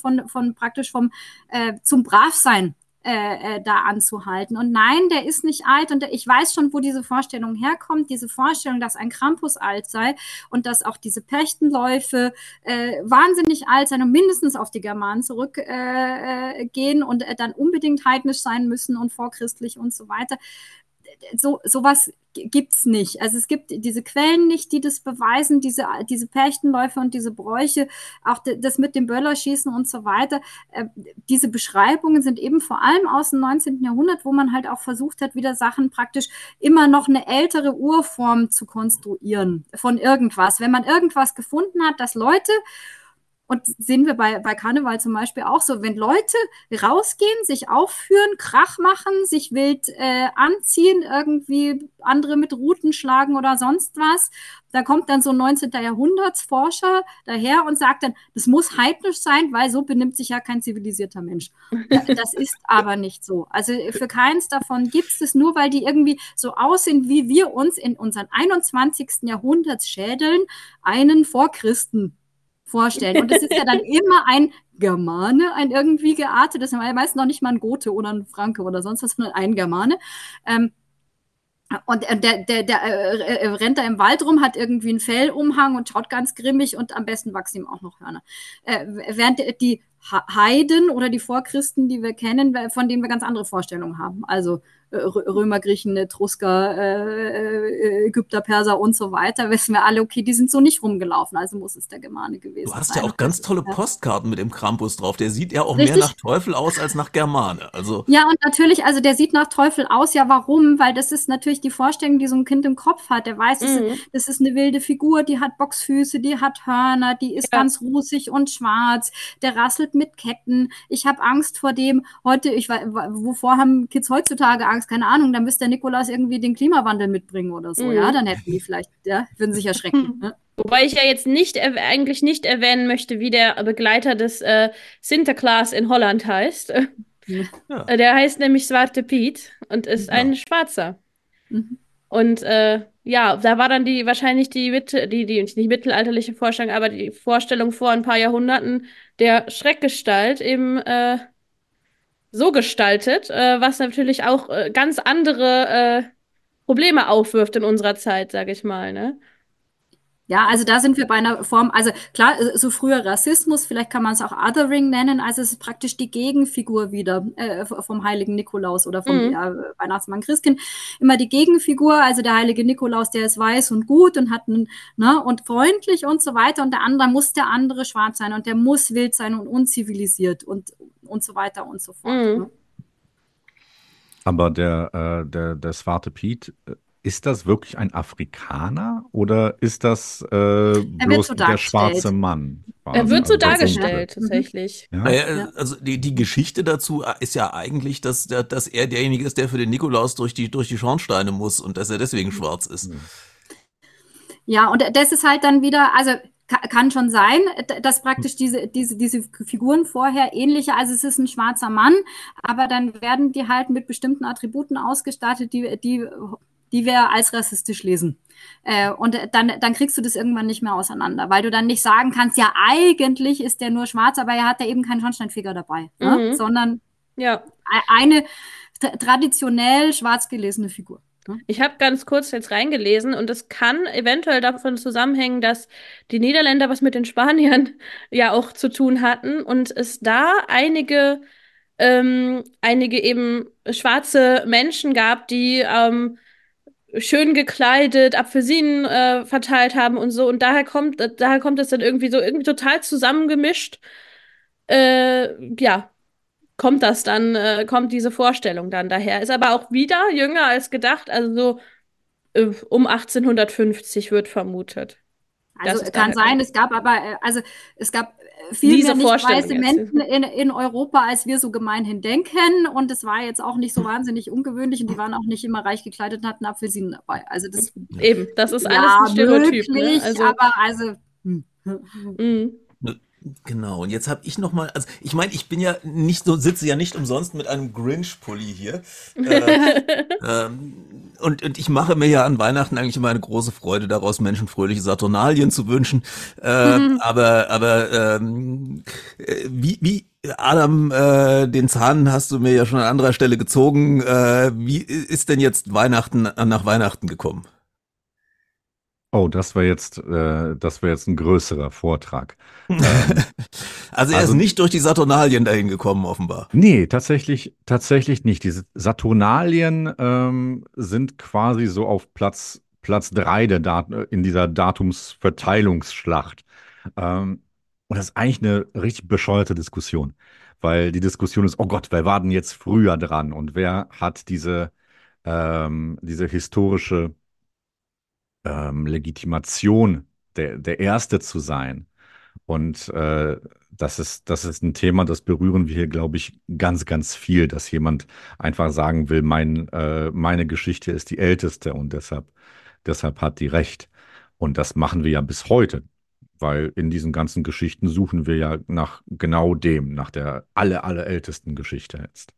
Speaker 3: zum Bravsein da anzuhalten. Und nein, der ist nicht alt und ich weiß schon, wo diese Vorstellung herkommt, diese Vorstellung, dass ein Krampus alt sei und dass auch diese Pechtenläufe wahnsinnig alt sein und mindestens auf die Germanen zurückgehen und dann unbedingt heidnisch sein müssen und vorchristlich und so weiter. Sowas gibt's nicht. Also es gibt diese Quellen nicht, die das beweisen, diese Pechtenläufe und diese Bräuche, auch das mit dem Böllerschießen und so weiter. Diese Beschreibungen sind eben vor allem aus dem 19. Jahrhundert, wo man halt auch versucht hat, wieder Sachen praktisch immer noch eine ältere Urform zu konstruieren von irgendwas. Wenn man irgendwas gefunden hat, dass Leute, und sehen wir bei Karneval zum Beispiel auch so, wenn Leute rausgehen, sich aufführen, Krach machen, sich wild anziehen, irgendwie andere mit Ruten schlagen oder sonst was, da kommt dann so ein 19. Jahrhundertsforscher daher und sagt dann, das muss heidnisch sein, weil so benimmt sich ja kein zivilisierter Mensch. Das ist aber nicht so. Also für keins davon gibt es das, nur weil die irgendwie so aussehen, wie wir uns in unseren 21. Jahrhundertsschädeln einen Vorchristen vorstellen. Und das ist ja dann immer ein Germane, ein irgendwie geartetes, meistens noch nicht mal ein Gote oder ein Franke oder sonst was, sondern ein Germane. Und der rennt da im Wald rum, hat irgendwie einen Fellumhang und schaut ganz grimmig und am besten wachsen ihm auch noch Hörner. Während die Heiden oder die Vorchristen, die wir kennen, von denen wir ganz andere Vorstellungen haben. Also Römer, Griechen, Etrusker, Ägypter, Perser und so weiter, wissen wir alle, okay, die sind so nicht rumgelaufen, also muss es der Germane gewesen sein.
Speaker 5: Du hast ja auch ganz tolle Postkarten mit dem Krampus drauf. Der sieht ja auch
Speaker 3: Richtig.
Speaker 5: mehr nach Teufel aus als nach Germane. Also
Speaker 3: ja, und natürlich, also der sieht nach Teufel aus. Ja, warum? Weil das ist natürlich die Vorstellung, die so ein Kind im Kopf hat. Der weiß, das ist eine wilde Figur, die hat Boxfüße, die hat Hörner, die ist ganz rusig und schwarz, der rasselt mit Ketten. Ich habe Angst vor dem. Wovor haben Kids heutzutage Angst? sagst, keine Ahnung, dann müsste der Nikolaus irgendwie den Klimawandel mitbringen oder so, ja, dann hätten die vielleicht, ja, würden sich erschrecken. Ne?
Speaker 2: Wobei ich ja jetzt eigentlich nicht erwähnen möchte, wie der Begleiter des Sinterklaas in Holland heißt.
Speaker 5: Ja.
Speaker 2: Der heißt nämlich Zwarte Piet und ist ein Schwarzer.
Speaker 3: Mhm.
Speaker 2: Und ja, da war dann wahrscheinlich nicht mittelalterliche Vorstellung, aber die Vorstellung vor ein paar Jahrhunderten der Schreckgestalt eben so gestaltet, was natürlich auch ganz andere Probleme aufwirft in unserer Zeit, sage ich mal, ne?
Speaker 3: Ja, also da sind wir bei einer Form, also klar, so früher Rassismus, vielleicht kann man es auch Othering nennen, also es ist praktisch die Gegenfigur wieder vom heiligen Nikolaus oder vom Weihnachtsmann Christkind. Immer die Gegenfigur, also der heilige Nikolaus, der ist weiß und gut und hat einen, ne, und freundlich und so weiter und der andere schwarz sein und der muss wild sein und unzivilisiert und so weiter und so fort. Ne?
Speaker 4: Aber der Swarte Piet, ist das wirklich ein Afrikaner oder ist das bloß
Speaker 3: so
Speaker 4: der schwarze
Speaker 3: dargestellt.
Speaker 4: Mann?
Speaker 2: Er wird
Speaker 4: Also
Speaker 2: so
Speaker 4: der
Speaker 2: dargestellt,
Speaker 4: Dunkle?
Speaker 2: tatsächlich.
Speaker 4: Ja?
Speaker 5: Naja, also die Geschichte dazu ist ja eigentlich, dass er derjenige ist, der für den Nikolaus durch die Schornsteine muss und dass er deswegen schwarz ist.
Speaker 3: Ja, und das ist halt dann wieder, also kann schon sein, dass praktisch diese Figuren vorher ähnliche, also es ist ein schwarzer Mann, aber dann werden die halt mit bestimmten Attributen ausgestattet, die wir als rassistisch lesen. Und dann kriegst du das irgendwann nicht mehr auseinander, weil du dann nicht sagen kannst, ja, eigentlich ist der nur schwarz, aber er hat da eben keinen Schornsteinfeger dabei, ne? Sondern
Speaker 2: Ja.
Speaker 3: eine traditionell schwarz gelesene Figur.
Speaker 2: Ich habe ganz kurz jetzt reingelesen und es kann eventuell davon zusammenhängen, dass die Niederländer was mit den Spaniern ja auch zu tun hatten und es da einige eben schwarze Menschen gab, die schön gekleidet Apfelsinen verteilt haben und so und daher kommt es dann irgendwie total zusammengemischt. Ja, kommt diese Vorstellung dann daher. Ist aber auch wieder jünger als gedacht, also so um 1850 wird vermutet.
Speaker 3: Also kann sein, es gab viel
Speaker 2: diese
Speaker 3: mehr nicht
Speaker 2: Vorstellung
Speaker 3: weiße
Speaker 2: jetzt.
Speaker 3: Menschen in Europa, als wir so gemeinhin denken. Und es war jetzt auch nicht so wahnsinnig ungewöhnlich und die waren auch nicht immer reich gekleidet und hatten Apfelsinen dabei. Also das
Speaker 2: Eben, das ist alles
Speaker 3: ja
Speaker 2: ein Stereotyp.
Speaker 3: möglich,
Speaker 2: Ne? Also,
Speaker 3: aber also
Speaker 5: Genau, und jetzt habe ich noch mal, also ich meine, ich bin ja nicht so, sitze ja nicht umsonst mit einem Grinch-Pulli hier. Und ich mache mir ja an Weihnachten eigentlich immer eine große Freude daraus, Menschen fröhliche Saturnalien zu wünschen. Aber wie Adam, den Zahn hast du mir ja schon an anderer Stelle gezogen. Wie ist denn jetzt Weihnachten nach Weihnachten gekommen?
Speaker 4: Oh, das war jetzt ein größerer Vortrag.
Speaker 5: Also er ist nicht durch die Saturnalien dahin gekommen, offenbar.
Speaker 4: Nee, tatsächlich nicht. Diese Saturnalien sind quasi so auf Platz 3 in dieser Datumsverteilungsschlacht. Und das ist eigentlich eine richtig bescheuerte Diskussion, weil die Diskussion ist, oh Gott, wer war denn jetzt früher dran und wer hat diese historische Legitimation, der Erste zu sein. Und das ist ein Thema, das berühren wir hier, glaube ich, ganz, ganz viel, dass jemand einfach sagen will, meine Geschichte ist die älteste und deshalb hat die Recht. Und das machen wir ja bis heute, weil in diesen ganzen Geschichten suchen wir ja nach genau dem, nach der allerältesten Geschichte jetzt.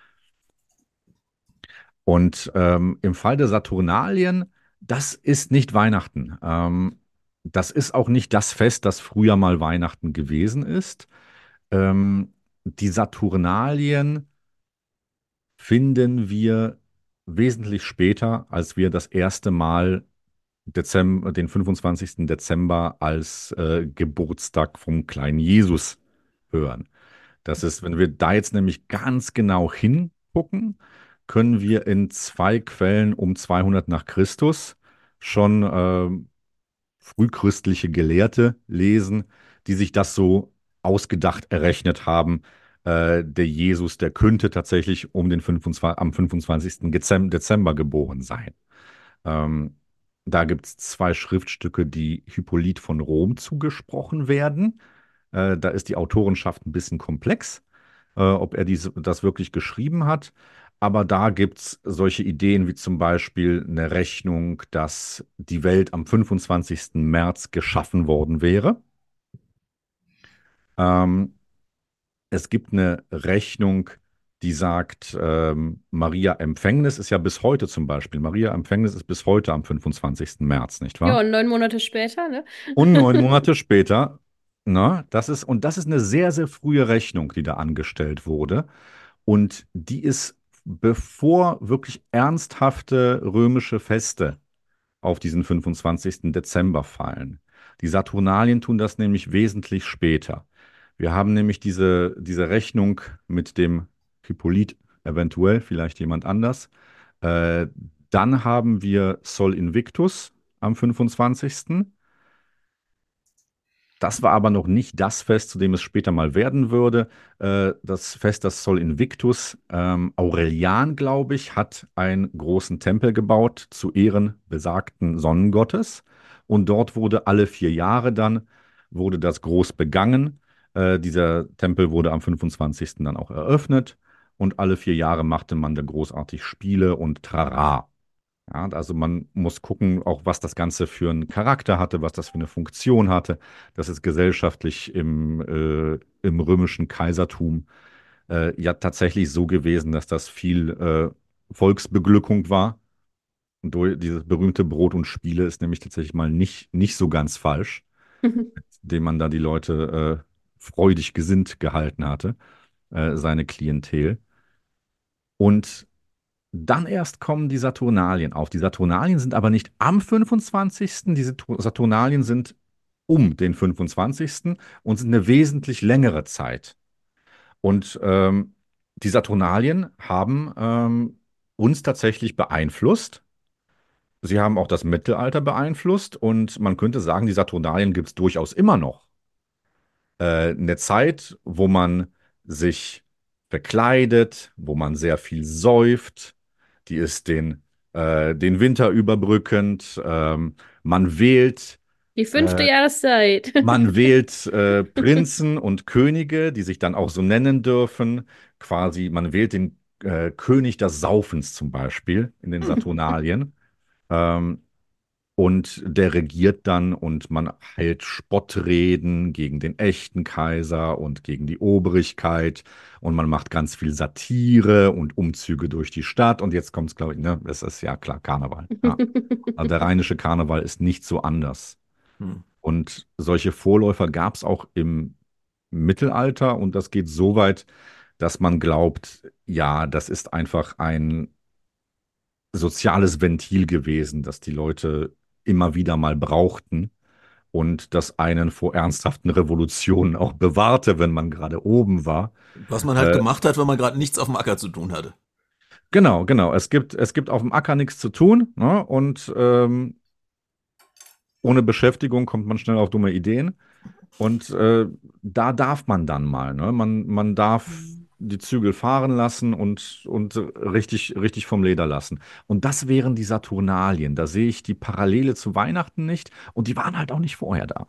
Speaker 4: Und im Fall der Saturnalien, das ist nicht Weihnachten. Das ist auch nicht das Fest, das früher mal Weihnachten gewesen ist. Die Saturnalien finden wir wesentlich später, als wir das erste Mal den 25. Dezember als Geburtstag vom kleinen Jesus hören. Das ist, wenn wir da jetzt nämlich ganz genau hingucken, können wir in 2 Quellen um 200 nach Christus schon frühchristliche Gelehrte lesen, die sich das so ausgedacht errechnet haben. Der Jesus, der könnte tatsächlich am 25. Dezember geboren sein. Ähm, Da gibt es 2 Schriftstücke, die Hippolyt von Rom zugesprochen werden. Da ist die Autorenschaft ein bisschen komplex, ob er das wirklich geschrieben hat. Aber da gibt es solche Ideen wie zum Beispiel eine Rechnung, dass die Welt am 25. März geschaffen worden wäre. Ähm, Es gibt eine Rechnung, die sagt, Maria Empfängnis ist ja bis heute zum Beispiel. Maria Empfängnis ist bis heute am 25. März, nicht
Speaker 2: Ja,
Speaker 4: wahr?
Speaker 2: und 9 Monate später, ne?
Speaker 4: Und 9 Monate später, na, das ist eine sehr, sehr frühe Rechnung, die da angestellt wurde. Und die ist, bevor wirklich ernsthafte römische Feste auf diesen 25. Dezember fallen. Die Saturnalien tun das nämlich wesentlich später. Wir haben nämlich diese Rechnung mit dem Hippolyt, eventuell, vielleicht jemand anders. Äh, Dann haben wir Sol Invictus am 25. Das war aber noch nicht das Fest, zu dem es später mal werden würde. Das Fest, das Sol Invictus. Aurelian, glaube ich, hat einen großen Tempel gebaut zu Ehren besagten Sonnengottes. Und dort wurde alle 4 Jahre dann, wurde das groß begangen. Dieser Tempel wurde am 25. dann auch eröffnet. Und alle 4 Jahre machte man da großartig Spiele und Trara. Ja, also man muss gucken, auch was das Ganze für einen Charakter hatte, was das für eine Funktion hatte. Das ist gesellschaftlich im römischen Kaisertum ja tatsächlich so gewesen, dass das viel Volksbeglückung war. Und dieses berühmte Brot und Spiele ist nämlich tatsächlich mal nicht so ganz falsch, indem man da die Leute freudig gesinnt gehalten hatte, seine Klientel. Und dann erst kommen die Saturnalien auf. Die Saturnalien sind aber nicht am 25. Die Saturnalien sind um den 25. und sind eine wesentlich längere Zeit. Und die Saturnalien haben uns tatsächlich beeinflusst. Sie haben auch das Mittelalter beeinflusst und man könnte sagen, die Saturnalien gibt es durchaus immer noch. Eine Zeit, wo man sich verkleidet, wo man sehr viel säuft. Die ist den Winter überbrückend. Man wählt,
Speaker 2: Die 5.
Speaker 4: äh,
Speaker 2: Jahreszeit.
Speaker 4: man wählt Prinzen und Könige, die sich dann auch so nennen dürfen. Quasi, man wählt den König des Saufens zum Beispiel in den Saturnalien. Ähm, und der regiert dann und man hält Spottreden gegen den echten Kaiser und gegen die Obrigkeit und man macht ganz viel Satire und Umzüge durch die Stadt. Und jetzt kommt es, glaube ich, ne, das ist ja klar, Karneval. Ja. Also der rheinische Karneval ist nicht so anders.
Speaker 5: Hm.
Speaker 4: Und solche Vorläufer gab es auch im Mittelalter und das geht so weit, dass man glaubt, ja, das ist einfach ein soziales Ventil gewesen, das die Leute immer wieder mal brauchten und das einen vor ernsthaften Revolutionen auch bewahrte, wenn man gerade oben war.
Speaker 5: Was man halt
Speaker 4: Äh,
Speaker 5: gemacht hat, wenn man gerade nichts auf dem Acker zu tun hatte.
Speaker 4: genau, genau. Es gibt auf dem Acker nichts zu tun, ne? Und ohne Beschäftigung kommt man schnell auf dumme Ideen. Und da darf man dann mal, ne? Man darf die Zügel fahren lassen und richtig, richtig vom Leder lassen. Und das wären die Saturnalien. Da sehe ich die Parallele zu Weihnachten nicht. Und die waren halt auch nicht vorher da.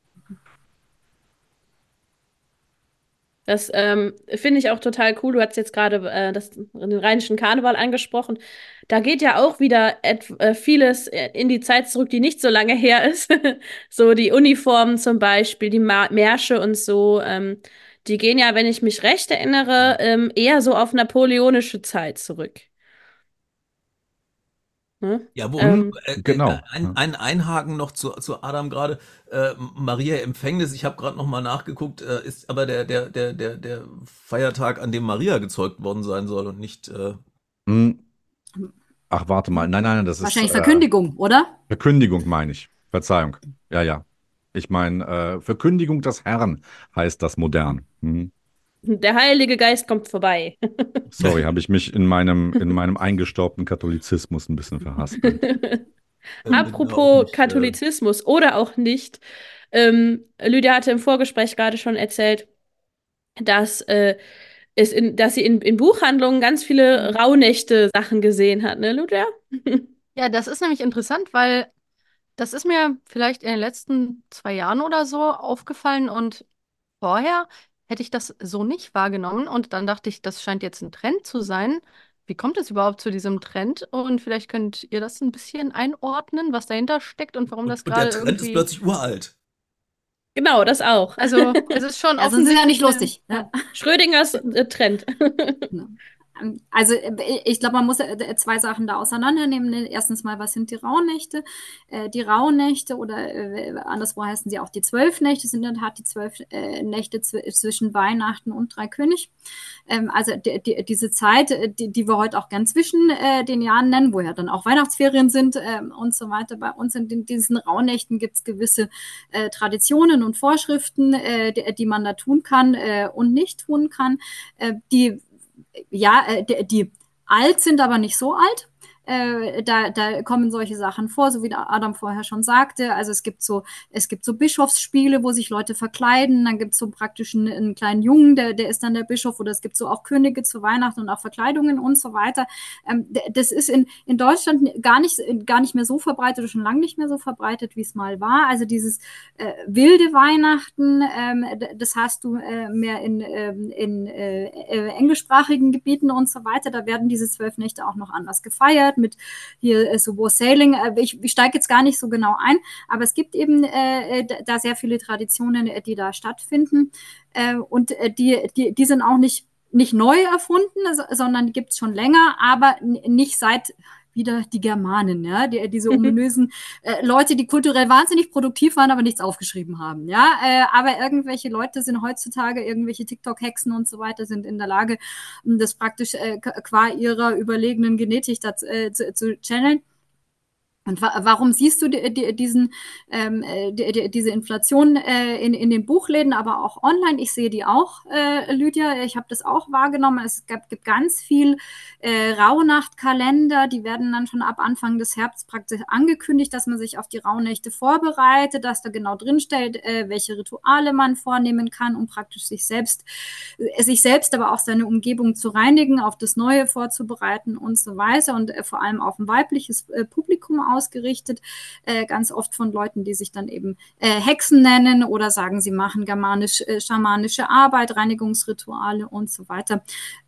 Speaker 2: Das finde ich auch total cool. Du hast jetzt gerade den rheinischen Karneval angesprochen. Da geht ja auch wieder vieles in die Zeit zurück, die nicht so lange her ist. So die Uniformen zum Beispiel, die Märsche und so. Die gehen ja, wenn ich mich recht erinnere, eher so auf napoleonische Zeit zurück. Ne?
Speaker 5: Ja,
Speaker 4: Mhm,
Speaker 2: Ähm,
Speaker 4: genau.
Speaker 5: ein Einhaken noch zu Adam gerade. Maria Empfängnis, ich habe gerade noch mal nachgeguckt, ist aber der Feiertag, an dem Maria gezeugt worden sein soll und nicht.
Speaker 4: Hm, ach, warte mal. Nein, nein, das ist
Speaker 3: Wahrscheinlich Verkündigung, oder?
Speaker 4: Verkündigung, meine ich. Verzeihung. Ja, ja. Ich meine, Verkündigung des Herrn heißt das modern. Mhm.
Speaker 2: Der Heilige Geist kommt vorbei.
Speaker 4: Sorry, habe ich mich in meinem eingestaubten Katholizismus ein bisschen verhaspelt.
Speaker 5: Bin da auch
Speaker 2: Apropos
Speaker 5: nicht.
Speaker 2: Katholizismus oder auch nicht. Lydia hatte im Vorgespräch gerade schon erzählt, dass, dass sie in Buchhandlungen ganz viele Rauhnächte-Sachen gesehen hat, ne, Lydia?
Speaker 1: Ja, das ist nämlich interessant, weil das ist mir vielleicht in den letzten 2 Jahren oder so aufgefallen und vorher hätte ich das so nicht wahrgenommen und dann dachte ich, das scheint jetzt ein Trend zu sein, Wie kommt es überhaupt zu diesem Trend? Und vielleicht könnt ihr das ein bisschen einordnen, was dahinter steckt und warum das
Speaker 5: Und der
Speaker 1: gerade
Speaker 5: Trend ist
Speaker 1: irgendwie.
Speaker 5: plötzlich uralt.
Speaker 2: Genau, das auch.
Speaker 1: Also, es ist schon
Speaker 3: Ja, sonst ist ja nicht
Speaker 1: offensichtlich.
Speaker 3: lustig. Ja.
Speaker 2: Schrödingers Trend.
Speaker 3: Genau. Also ich glaube, man muss zwei Sachen da auseinandernehmen. Erstens mal, was sind die Rauhnächte? Die Rauhnächte oder anderswo heißen sie auch die 12 Nächte, sind in der Tat die 12 Nächte zwischen Weihnachten und Dreikönig. Also diese Zeit, die wir heute auch gern zwischen den Jahren nennen, wo ja dann auch Weihnachtsferien sind und so weiter. Bei uns in diesen Rauhnächten gibt es gewisse Traditionen und Vorschriften, die man da tun kann und nicht tun kann. Die die alt sind, aber nicht so alt. Da kommen solche Sachen vor, so wie Adam vorher schon sagte. Also es gibt so Bischofsspiele, wo sich Leute verkleiden. Dann gibt es so praktisch einen kleinen Jungen, der ist dann der Bischof. Oder es gibt so auch Könige zu Weihnachten und auch Verkleidungen und so weiter. Das ist in Deutschland gar nicht mehr so verbreitet oder schon lange nicht mehr so verbreitet, wie es mal war. Also dieses wilde Weihnachten, das hast du mehr in englischsprachigen Gebieten und so weiter. Da werden diese 12 Nächte auch noch anders gefeiert mit hier so War Sailing. Ich steige jetzt gar nicht so genau ein, aber es gibt eben da sehr viele Traditionen, die da stattfinden. Und die sind auch nicht neu erfunden, sondern die gibt es schon länger, aber nicht seit wieder die Germanen, ja, diese ominösen Leute, die kulturell wahnsinnig produktiv waren, aber nichts aufgeschrieben haben, ja, aber irgendwelche Leute sind heutzutage, irgendwelche TikTok-Hexen und so weiter, sind in der Lage, das praktisch qua ihrer überlegenen Genetik zu channeln. Und warum siehst du diese Inflation in den Buchläden, aber auch online? Ich sehe die auch, Lydia. Ich habe das auch wahrgenommen. Es gibt ganz viel Rauhnachtkalender. Die werden dann schon ab Anfang des Herbst praktisch angekündigt, dass man sich auf die Rauhnächte vorbereitet, dass da genau drin steht, welche Rituale man vornehmen kann, um praktisch sich selbst, aber auch seine Umgebung zu reinigen, auf das Neue vorzubereiten und so weiter und vor allem auf ein weibliches Publikum ausgerichtet, ganz oft von Leuten, die sich dann eben Hexen nennen oder sagen, sie machen schamanische Arbeit, Reinigungsrituale und so weiter.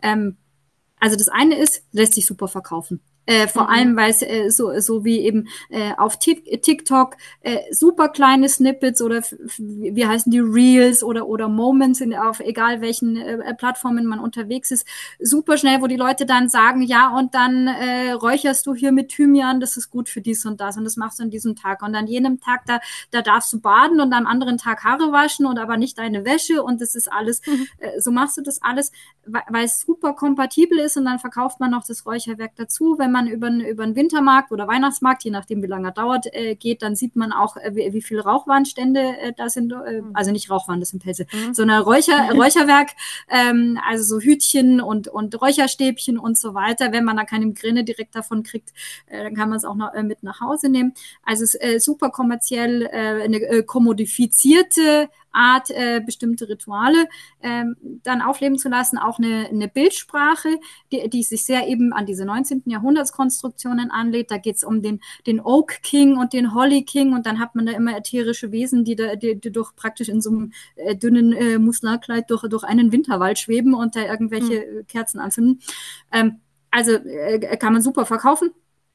Speaker 3: Also das eine ist, lässt sich super verkaufen. Vor allem, weil es so wie eben auf TikTok super kleine Snippets oder wie heißen die Reels oder Moments auf egal welchen Plattformen man unterwegs ist, super schnell, wo die Leute dann sagen, ja, und dann räucherst du hier mit Thymian, das ist gut für dies und das und das machst du an diesem Tag. Und an jenem Tag, da darfst du baden und am anderen Tag Haare waschen und aber nicht deine Wäsche und das ist alles, so machst du das alles, weil es super kompatibel ist und dann verkauft man noch das Räucherwerk dazu. Wenn man über einen Wintermarkt oder Weihnachtsmarkt, je nachdem wie lange er dauert, geht, dann sieht man auch, wie viele Rauchwarnstände da sind. Also nicht Rauchwarn, das sind Pelze, sondern Räucherwerk, also so Hütchen und Räucherstäbchen und so weiter. Wenn man da keine Migräne direkt davon kriegt, dann kann man es auch noch mit nach Hause nehmen. Also es ist super kommerziell, eine kommodifizierte Art, bestimmte Rituale dann aufleben zu lassen, auch eine Bildsprache, die sich sehr eben an diese 19. Jahrhundertskonstruktionen anlehnt. Da geht es um den Oak King und den Holly King und dann hat man da immer ätherische Wesen, die durch praktisch in so einem dünnen Musselkleid durch einen Winterwald schweben und da irgendwelche Kerzen anzünden. Also kann man super verkaufen.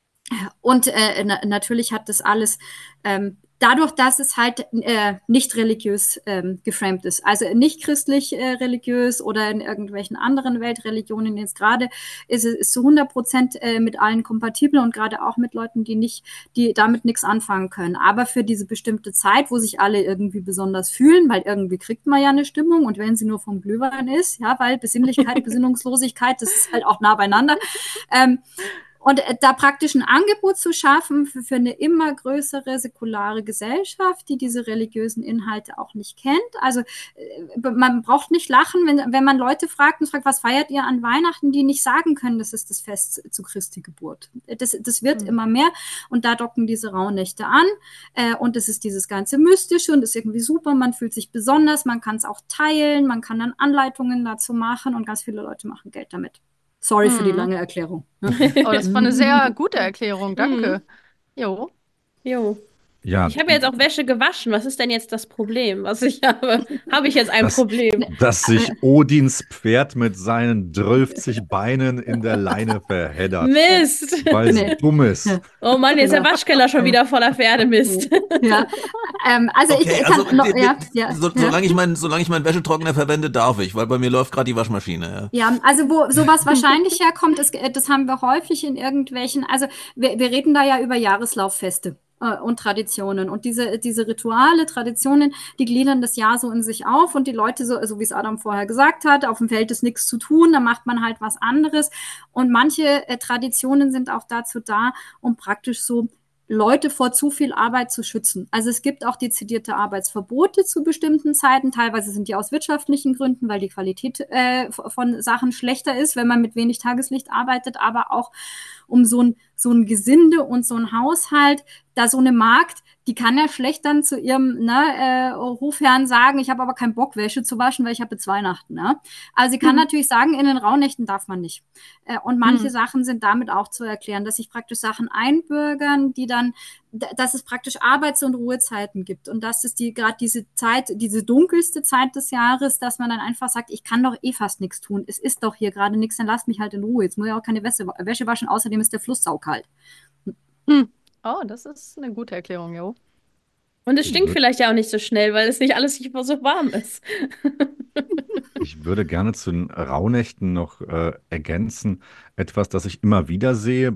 Speaker 3: Und natürlich hat das alles dadurch, dass es halt nicht religiös geframed ist, also nicht christlich religiös oder in irgendwelchen anderen Weltreligionen jetzt gerade, ist es zu 100% mit allen kompatibel und gerade auch mit Leuten, die damit nichts anfangen können. Aber für diese bestimmte Zeit, wo sich alle irgendwie besonders fühlen, weil irgendwie kriegt man ja eine Stimmung und wenn sie nur vom Glühwein ist, ja, weil Besinnlichkeit, Besinnungslosigkeit, das ist halt auch nah beieinander. Und da praktisch ein Angebot zu schaffen für eine immer größere säkulare Gesellschaft, die diese religiösen Inhalte auch nicht kennt. Also man braucht nicht lachen, wenn man Leute fragt und fragt, was feiert ihr an Weihnachten, die nicht sagen können, das ist das Fest zu Christi Geburt. Das wird immer mehr und da docken diese Rauhnächte an und es ist dieses ganze Mystische und ist irgendwie super, man fühlt sich besonders, man kann es auch teilen, man kann dann Anleitungen dazu machen und ganz viele Leute machen Geld damit. Sorry für die lange Erklärung.
Speaker 1: Oh, das war eine sehr gute Erklärung, danke. Jo.
Speaker 2: Jo.
Speaker 4: Ja,
Speaker 2: Ich habe jetzt auch Wäsche gewaschen. Was ist denn jetzt das Problem? Was ich habe? Habe ich jetzt ein
Speaker 4: dass,
Speaker 2: Problem?
Speaker 4: dass sich Odins Pferd mit seinen 12 Beinen in der Leine verheddert,
Speaker 2: Mist!
Speaker 4: weil es
Speaker 3: Nee.
Speaker 4: dumm ist.
Speaker 2: Oh Mann, jetzt ist der
Speaker 3: Genau.
Speaker 2: Waschkeller schon wieder voller Pferdemist.
Speaker 3: Ja, also ich
Speaker 5: Okay,
Speaker 3: kann
Speaker 5: also
Speaker 3: noch, ja, ja, ja.
Speaker 5: solange ich meinen Wäschetrockner verwende, darf ich, weil bei mir läuft gerade die Waschmaschine. Ja.
Speaker 3: Ja, also wo sowas wahrscheinlich herkommt, das haben wir häufig in irgendwelchen, also wir reden da ja über Jahreslauffeste und Traditionen. Und diese Rituale, Traditionen, die gliedern das Jahr so in sich auf und die Leute, so wie es Adam vorher gesagt hat, auf dem Feld ist nichts zu tun, da macht man halt was anderes. Und manche Traditionen sind auch dazu da, um praktisch so Leute vor zu viel Arbeit zu schützen. Also es gibt auch dezidierte Arbeitsverbote zu bestimmten Zeiten. Teilweise sind die aus wirtschaftlichen Gründen, weil die Qualität von Sachen schlechter ist, wenn man mit wenig Tageslicht arbeitet, aber auch um so ein Gesinde und so ein Haushalt, da so eine Magd, die kann ja schlecht dann zu ihrem Hofherrn sagen, ich habe aber keinen Bock, Wäsche zu waschen, weil ich habe jetzt Weihnachten. Ne? Also sie kann natürlich sagen, in den Rauhnächten darf man nicht. Und manche Sachen sind damit auch zu erklären, dass sich praktisch Sachen einbürgern, die dann, dass es praktisch Arbeits- und Ruhezeiten gibt und dass es gerade diese Zeit, diese dunkelste Zeit des Jahres, dass man dann einfach sagt, ich kann doch eh fast nichts tun. Es ist doch hier gerade nichts, dann lasst mich halt in Ruhe. Jetzt muss ich auch keine Wäsche waschen, außerdem ist der Fluss saukalt.
Speaker 1: Hm. Oh, das ist eine gute Erklärung, jo.
Speaker 2: Und es
Speaker 4: Ich
Speaker 2: stinkt
Speaker 4: würde
Speaker 2: vielleicht ja auch nicht so schnell, weil es nicht alles immer so warm ist.
Speaker 4: ich würde gerne zu den Rauhnächten noch ergänzen, etwas, das ich immer wieder sehe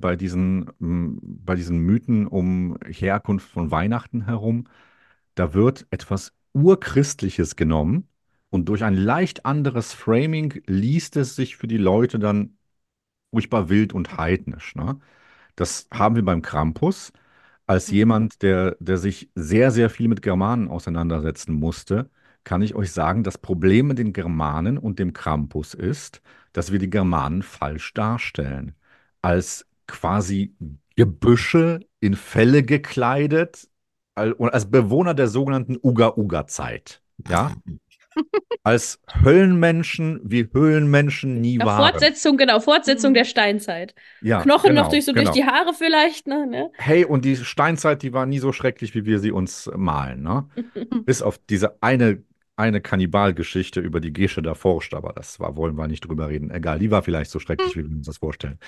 Speaker 4: bei diesen Mythen um Herkunft von Weihnachten herum. Da wird etwas Urchristliches genommen und durch ein leicht anderes Framing liest es sich für die Leute dann furchtbar wild und heidnisch, ne? Das haben wir beim Krampus. Als jemand, der sich sehr, sehr viel mit Germanen auseinandersetzen musste, kann ich euch sagen, das Problem mit den Germanen und dem Krampus ist, dass wir die Germanen falsch darstellen. Als quasi Gebüsche in Felle gekleidet, und als Bewohner der sogenannten Uga-Uga-Zeit. Ja? Als Höllenmenschen, wie Höhlenmenschen nie
Speaker 2: Ja,
Speaker 4: waren.
Speaker 2: Fortsetzung der Steinzeit.
Speaker 4: Ja,
Speaker 2: Knochen noch
Speaker 4: genau,
Speaker 2: durch
Speaker 4: genau.
Speaker 2: die Haare vielleicht, ne?
Speaker 4: Hey, und die Steinzeit, die war nie so schrecklich, wie wir sie uns malen, ne?
Speaker 1: Hm.
Speaker 4: Bis auf diese eine Kannibalgeschichte, über die Gesche da forscht, aber wollen wir nicht drüber reden. Egal, die war vielleicht so schrecklich, wie wir uns das vorstellen.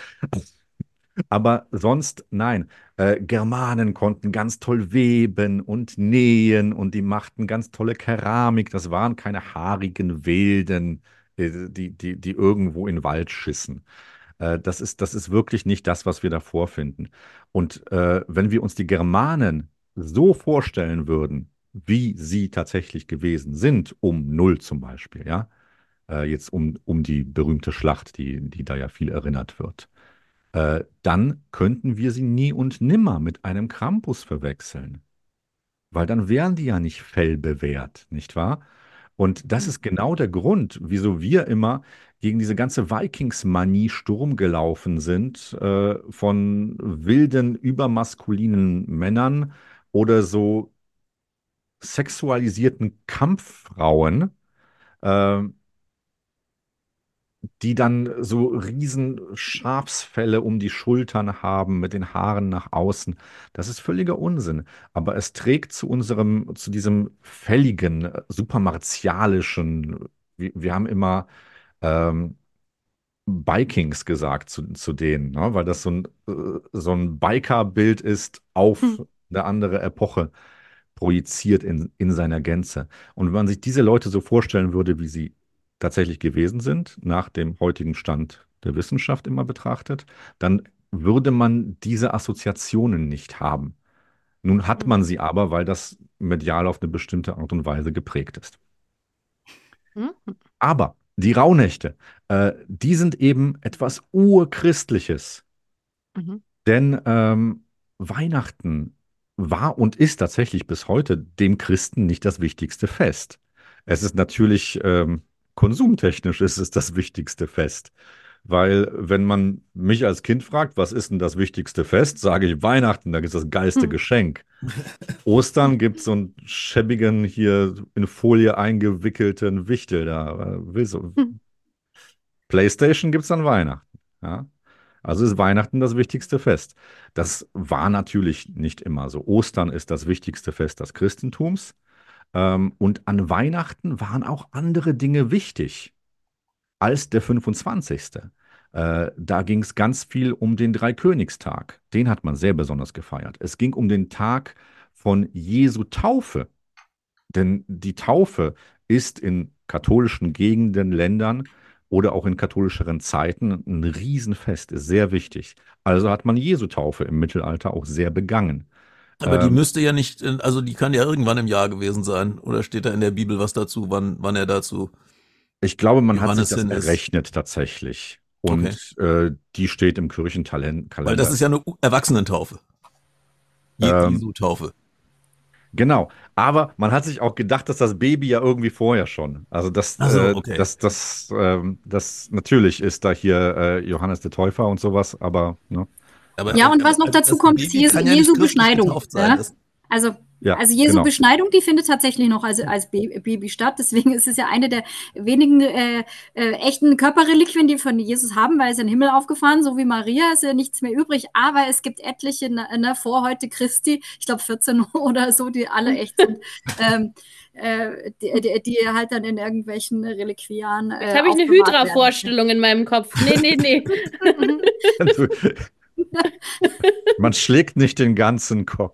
Speaker 4: Aber sonst, nein. Germanen konnten ganz toll weben und nähen und die machten ganz tolle Keramik. Das waren keine haarigen Wilden, die irgendwo in den Wald schissen. Das ist wirklich nicht das, was wir da vorfinden. Und wenn wir uns die Germanen so vorstellen würden, wie sie tatsächlich gewesen sind, um Null zum Beispiel, ja, jetzt um die berühmte Schlacht, die da ja viel erinnert wird, dann könnten wir sie nie und nimmer mit einem Krampus verwechseln, weil dann wären die ja nicht fellbewehrt, nicht wahr? Und das ist genau der Grund, wieso wir immer gegen diese ganze Vikings-Manie Sturm gelaufen sind, von wilden, übermaskulinen Männern oder so sexualisierten Kampffrauen, äh, die dann so riesen Schafsfelle um die Schultern haben mit den Haaren nach außen. Das ist völliger Unsinn. Aber es trägt zu diesem fälligen, supermartialischen, wir haben immer ähm, Vikings gesagt zu denen, ne? Weil das so ein Biker-Bild ist
Speaker 1: Hm.
Speaker 4: auf eine andere Epoche projiziert in seiner Gänze. Und wenn man sich diese Leute so vorstellen würde, wie sie tatsächlich gewesen sind, nach dem heutigen Stand der Wissenschaft immer betrachtet, dann würde man diese Assoziationen nicht haben. Nun hat man sie aber, weil das medial auf eine bestimmte Art und Weise geprägt ist.
Speaker 1: Hm.
Speaker 4: Aber die Rauhnächte, die sind eben etwas Urchristliches.
Speaker 1: Mhm.
Speaker 4: Denn Weihnachten war und ist tatsächlich bis heute dem Christen nicht das wichtigste Fest. Es ist natürlich konsumtechnisch ist es das wichtigste Fest. Weil wenn man mich als Kind fragt, was ist denn das wichtigste Fest, sage ich Weihnachten, da gibt es das geilste
Speaker 1: Hm.
Speaker 4: Geschenk. Ostern gibt es so einen schäbigen, hier in Folie eingewickelten Wichtel da.
Speaker 1: Hm.
Speaker 4: PlayStation gibt es an Weihnachten. Ja? Also ist Weihnachten das wichtigste Fest. Das war natürlich nicht immer so. Ostern ist das wichtigste Fest des Christentums. Und an Weihnachten waren auch andere Dinge wichtig als der 25. Da ging es ganz viel um den Dreikönigstag. Den hat man sehr besonders gefeiert. Es ging um den Tag von Jesu Taufe. Denn die Taufe ist in katholischen Gegenden, Ländern oder auch in katholischeren Zeiten ein Riesenfest, ist sehr wichtig. Also hat man Jesu Taufe im Mittelalter auch sehr begangen.
Speaker 5: Aber die
Speaker 4: Ähm,
Speaker 5: müsste ja nicht, also die kann ja irgendwann im Jahr gewesen sein. Oder steht da in der Bibel was dazu, wann er dazu
Speaker 4: Ich glaube, man hat sich
Speaker 5: Johannes
Speaker 4: das
Speaker 5: hin ist?
Speaker 4: errechnet tatsächlich.
Speaker 5: Okay.
Speaker 4: Und die steht im
Speaker 5: Weil das
Speaker 4: Kirchenkalender.
Speaker 5: ist ja eine Erwachsenentaufe.
Speaker 4: Ähm,
Speaker 5: Jesu-Taufe.
Speaker 4: genau. Aber man hat sich auch gedacht, dass das Baby ja irgendwie vorher schon. Also
Speaker 5: Ach so, okay.
Speaker 4: das natürlich ist da hier Johannes der Täufer und sowas, aber ne?
Speaker 5: Aber
Speaker 3: Ja, und was noch dazu
Speaker 5: das
Speaker 3: kommt, ist
Speaker 5: Baby kann ja nicht
Speaker 3: Jesu
Speaker 5: christlich
Speaker 3: Beschneidung.
Speaker 5: getauft sein.
Speaker 3: Ja?
Speaker 5: Das,
Speaker 3: Also,
Speaker 4: Ja,
Speaker 3: also Jesu
Speaker 4: genau.
Speaker 3: Beschneidung, die findet tatsächlich noch als Baby statt. Deswegen ist es ja eine der wenigen echten Körperreliquien, die wir von Jesus haben, weil er ist in den Himmel aufgefahren, so wie Maria, ist ja nichts mehr übrig. Aber es gibt etliche vor heute Christi, ich glaube 14 oder so, die alle echt sind. Die halt dann in irgendwelchen Reliquien
Speaker 2: Jetzt habe ich eine
Speaker 3: aufbewahrt werden.
Speaker 2: Hydra-Vorstellung in meinem Kopf. Nee, nee, nee.
Speaker 4: Man schlägt nicht den ganzen Kopf.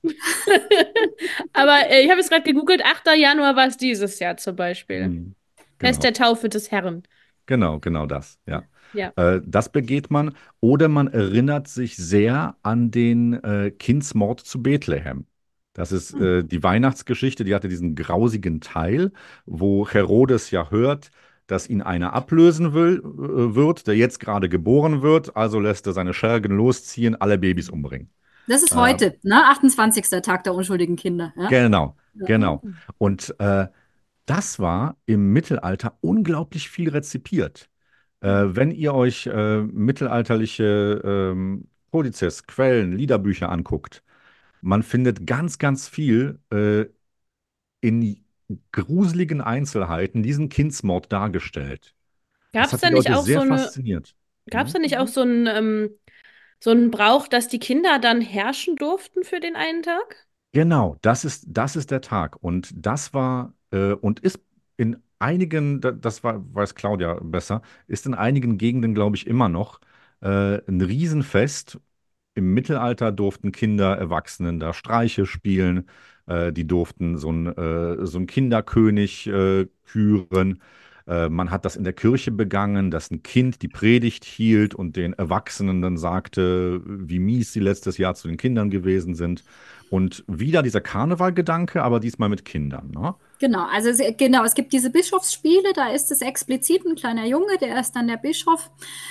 Speaker 2: Aber ich habe es gerade gegoogelt. 8. Januar war es dieses Jahr zum Beispiel.
Speaker 4: Hm,
Speaker 2: Fest
Speaker 4: genau.
Speaker 2: der Taufe des Herrn.
Speaker 4: Genau das, ja.
Speaker 2: Ja.
Speaker 4: Das begeht man. Oder man erinnert sich sehr an den Kindsmord zu Bethlehem. Das ist die Weihnachtsgeschichte, die hatte diesen grausigen Teil, wo Herodes ja hört, dass ihn einer ablösen wird, der jetzt gerade geboren wird, also lässt er seine Schergen losziehen, alle Babys umbringen.
Speaker 3: Das ist
Speaker 4: Äh,
Speaker 3: heute, ne? 28. Tag der unschuldigen Kinder. Ja?
Speaker 4: genau,
Speaker 3: Ja.
Speaker 4: genau. Und das war im Mittelalter unglaublich viel rezipiert. Wenn ihr euch mittelalterliche Kodizes, Quellen, Liederbücher anguckt, man findet ganz, ganz viel in gruseligen Einzelheiten diesen Kindsmord dargestellt.
Speaker 2: Gab
Speaker 4: Das
Speaker 2: es
Speaker 4: hat die
Speaker 2: da nicht
Speaker 4: Leute
Speaker 2: auch
Speaker 4: sehr fasziniert.
Speaker 2: gab es
Speaker 4: Mhm.
Speaker 2: da nicht auch so einen Brauch, dass die Kinder dann herrschen durften für den einen Tag?
Speaker 4: Genau, das ist der Tag. Und das war und ist in einigen, das weiß Claudia besser, ist in einigen Gegenden, glaube ich, immer noch ein Riesenfest. Im Mittelalter durften Kinder, Erwachsenen da Streiche spielen. Die durften so ein Kinderkönig küren. Man hat das in der Kirche begangen, dass ein Kind die Predigt hielt und den Erwachsenen dann sagte, wie mies sie letztes Jahr zu den Kindern gewesen sind. Und wieder dieser Karnevalgedanke, aber diesmal mit Kindern, ne?
Speaker 3: Genau, also genau, es gibt diese Bischofsspiele, da ist es explizit ein kleiner Junge, der ist dann der Bischof.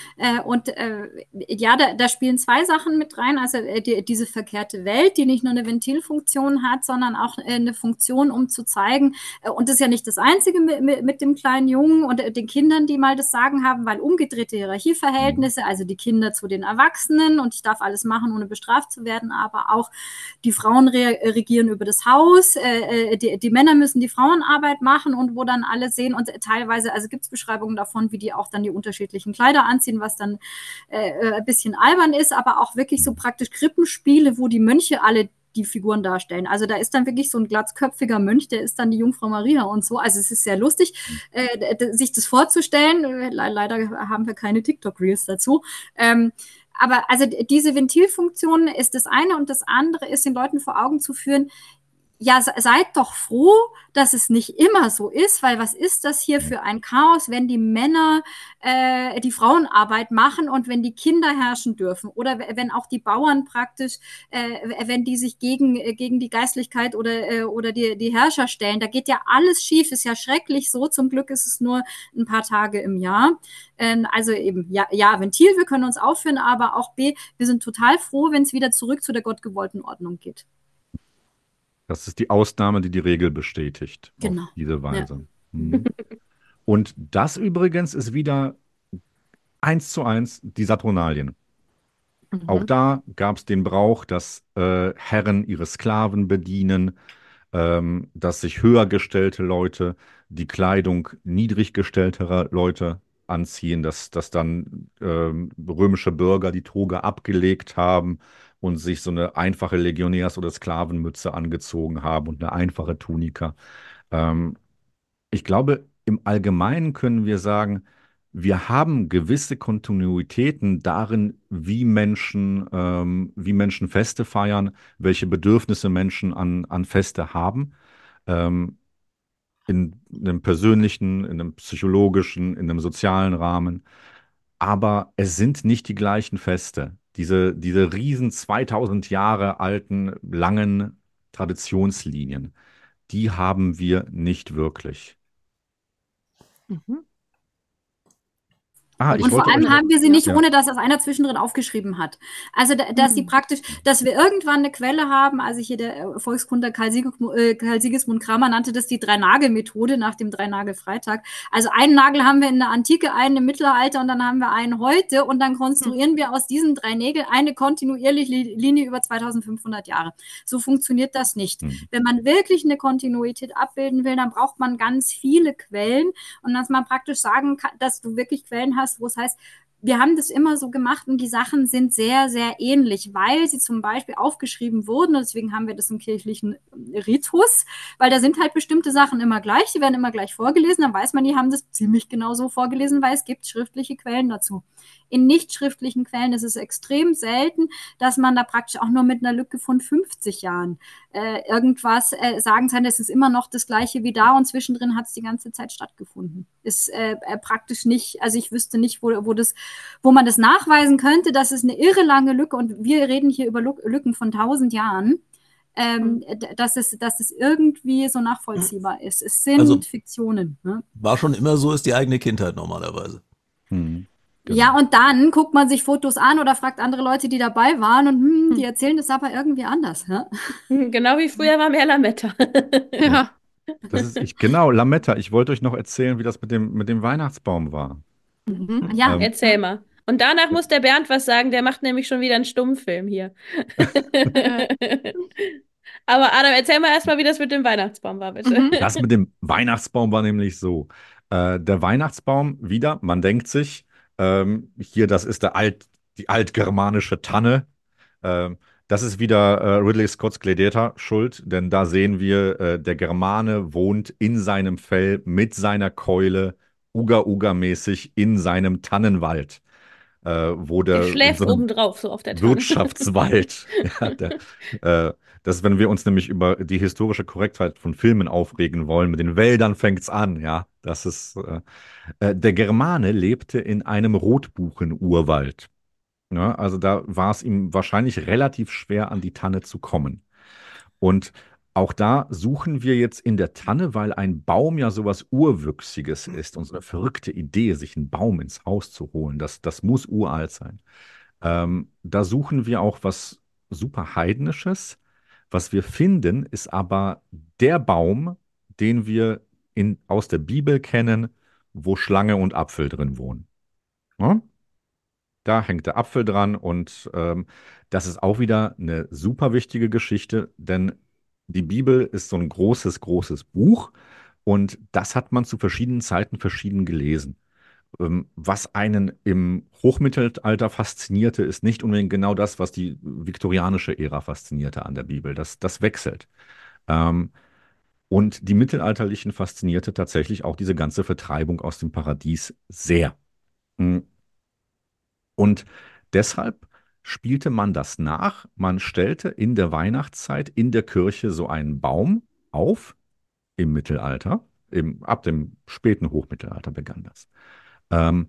Speaker 3: Ja, da spielen zwei Sachen mit rein. Also diese verkehrte Welt, die nicht nur eine Ventilfunktion hat, sondern auch eine Funktion, um zu zeigen, und das ist ja nicht das Einzige mit dem kleinen Jungen und den Kindern, die mal das Sagen haben, weil umgedrehte
Speaker 4: Mhm.
Speaker 3: Hierarchieverhältnisse, also die Kinder zu den Erwachsenen und ich darf alles machen, ohne bestraft zu werden, aber auch die Frauen regieren über das Haus, die Männer müssen die Frauenarbeit machen und wo dann alle sehen und teilweise, also gibt es Beschreibungen davon, wie die auch dann die unterschiedlichen Kleider anziehen, was dann ein bisschen albern ist, aber auch wirklich so praktisch Krippenspiele, wo die Mönche alle die Figuren darstellen. Also da ist dann wirklich so ein glatzköpfiger Mönch, der ist dann die Jungfrau Maria und so. Also es ist sehr lustig, sich das vorzustellen. Leider haben wir keine TikTok-Reels dazu. Aber also diese Ventilfunktion ist das eine und das andere ist den Leuten vor Augen zu führen, ja, seid doch froh, dass es nicht immer so ist, weil was ist das hier für ein Chaos, wenn die Männer die Frauenarbeit machen und wenn die Kinder herrschen dürfen oder wenn auch die Bauern praktisch, wenn die sich gegen die Geistlichkeit oder die Herrscher stellen, da geht ja alles schief, ist ja schrecklich so, zum Glück ist es nur ein paar Tage im Jahr. Also eben, ja, Ventil, wir können uns aufführen, aber auch B, wir sind total froh, wenn es wieder zurück zu der gottgewollten Ordnung geht.
Speaker 4: Das ist die Ausnahme, die die Regel bestätigt, auf
Speaker 3: Genau.
Speaker 4: diese
Speaker 3: Ja.
Speaker 4: Weise. Mhm. Und das übrigens ist wieder 1:1 die Saturnalien. Auch
Speaker 1: Mhm.
Speaker 4: da gab es den Brauch, dass Herren ihre Sklaven bedienen, dass sich höher gestellte Leute die Kleidung niedrig gestellterer Leute anziehen, dass dann römische Bürger die Toga abgelegt haben und sich so eine einfache Legionärs- oder Sklavenmütze angezogen haben und eine einfache Tunika. Ähm, Ich glaube, im Allgemeinen können wir sagen, wir haben gewisse Kontinuitäten darin, wie Menschen Feste feiern, welche Bedürfnisse Menschen an Feste haben. Ähm, in einem persönlichen, in einem psychologischen, in einem sozialen Rahmen. Aber es sind nicht die gleichen Feste. Diese riesen 2000 Jahre alten, langen Traditionslinien, die haben wir nicht wirklich.
Speaker 1: Mhm.
Speaker 4: Ah, ich
Speaker 3: Und vor
Speaker 4: wollte euch
Speaker 3: allem
Speaker 4: noch,
Speaker 3: haben wir sie
Speaker 1: Ja.
Speaker 3: nicht,
Speaker 4: ja,
Speaker 3: ohne dass das einer zwischendrin aufgeschrieben hat. Also, dass sie
Speaker 1: Mhm.
Speaker 3: praktisch, dass wir irgendwann eine Quelle haben, also hier der Volkskundler Karl Siegesmund Kramer nannte das die Drei-Nagel-Methode nach dem Drei-Nagel-Freitag. Also einen Nagel haben wir in der Antike, einen im Mittelalter und dann haben wir einen heute und dann konstruieren wir aus diesen drei Nägeln eine kontinuierliche Linie über 2500 Jahre. So funktioniert das nicht.
Speaker 4: hm,
Speaker 3: Wenn man wirklich eine Kontinuität abbilden will, dann braucht man ganz viele Quellen und dass man praktisch sagen kann, dass du wirklich Quellen hast, wo es heißt, wir haben das immer so gemacht und die Sachen sind sehr, sehr ähnlich, weil sie zum Beispiel aufgeschrieben wurden und deswegen haben wir das im kirchlichen Ritus, weil da sind halt bestimmte Sachen immer gleich, die werden immer gleich vorgelesen, dann weiß man, die haben das ziemlich genau so vorgelesen, weil es gibt schriftliche Quellen dazu. In nicht schriftlichen Quellen ist es extrem selten, dass man da praktisch auch nur mit einer Lücke von 50 Jahren irgendwas sagen kann, es ist immer noch das gleiche wie da und zwischendrin hat es die ganze Zeit stattgefunden. Ist praktisch nicht, also ich wüsste nicht, wo man das nachweisen könnte, das ist eine irre lange Lücke und wir reden hier über Lücken von 1000 Jahren, dass es irgendwie so nachvollziehbar ist. Es sind
Speaker 5: Also
Speaker 3: Fiktionen. Ne?
Speaker 5: war schon immer so, ist die eigene Kindheit normalerweise.
Speaker 4: hm,
Speaker 3: Ja,
Speaker 4: genau.
Speaker 3: und dann guckt man sich Fotos an oder fragt andere Leute, die dabei waren und die erzählen das aber irgendwie anders. Ne?
Speaker 2: Genau wie früher war mehr Lametta.
Speaker 4: Ja.
Speaker 1: Ja.
Speaker 4: Genau, Lametta. Ich wollte euch noch erzählen, wie das mit dem Weihnachtsbaum war.
Speaker 1: Mhm.
Speaker 3: Ja,
Speaker 2: Erzähl mal. Und danach muss der Bernd was sagen, der macht nämlich schon wieder einen Stummfilm hier. Aber Adam, erzähl mal erstmal, wie das mit dem Weihnachtsbaum war, bitte.
Speaker 1: Mhm.
Speaker 4: Das mit dem Weihnachtsbaum war nämlich so. Der Weihnachtsbaum wieder, man denkt sich, hier, das ist die altgermanische Tanne. Ähm, Das ist wieder Ridley Scotts Gladiator schuld, denn da sehen wir, der Germane wohnt in seinem Fell mit seiner Keule, Uga-Uga-mäßig in seinem Tannenwald,
Speaker 2: Der
Speaker 4: in so
Speaker 2: schläft
Speaker 4: einem
Speaker 2: obendrauf, so auf der Tanne.
Speaker 4: Wirtschaftswald. Ja, das ist, wenn wir uns nämlich über die historische Korrektheit von Filmen aufregen wollen, mit den Wäldern fängt's an, ja. Der Germane lebte in einem Rotbuchen-Urwald. Ja, also da war es ihm wahrscheinlich relativ schwer, an die Tanne zu kommen. Und auch da suchen wir jetzt in der Tanne, weil ein Baum ja sowas Urwüchsiges ist und so eine verrückte Idee, sich einen Baum ins Haus zu holen. Das muss uralt sein. Da suchen wir auch was super Heidnisches. Was wir finden, ist aber der Baum, den wir aus der Bibel kennen, wo Schlange und Apfel drin wohnen. Ja? Da hängt der Apfel dran und das ist auch wieder eine super wichtige Geschichte, denn die Bibel ist so ein großes, großes Buch und das hat man zu verschiedenen Zeiten verschieden gelesen. Was einen im Hochmittelalter faszinierte, ist nicht unbedingt genau das, was die viktorianische Ära faszinierte an der Bibel. Das wechselt. Ähm, und die Mittelalterlichen faszinierte tatsächlich auch diese ganze Vertreibung aus dem Paradies sehr. Mm, Und deshalb spielte man das nach. Man stellte in der Weihnachtszeit in der Kirche so einen Baum auf im Mittelalter. Ab dem späten Hochmittelalter begann das. Ähm,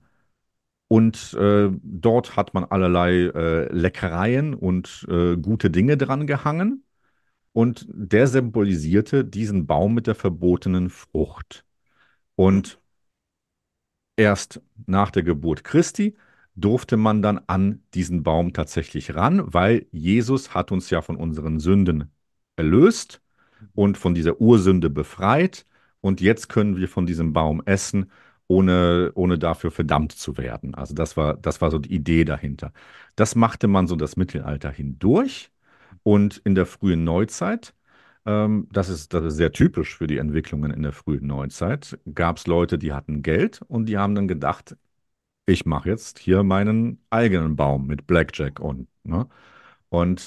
Speaker 4: dort hat man allerlei Leckereien und gute Dinge dran gehangen. Und der symbolisierte diesen Baum mit der verbotenen Frucht. Und erst nach der Geburt Christi durfte man dann an diesen Baum tatsächlich ran, weil Jesus hat uns ja von unseren Sünden erlöst und von dieser Ursünde befreit. Und jetzt können wir von diesem Baum essen, ohne dafür verdammt zu werden. Also das war so die Idee dahinter. Das machte man so das Mittelalter hindurch. Und in der frühen Neuzeit, das ist sehr typisch für die Entwicklungen in der frühen Neuzeit, gab es Leute, die hatten Geld und die haben dann gedacht, ich mache jetzt hier meinen eigenen Baum mit Blackjack und, ne? Und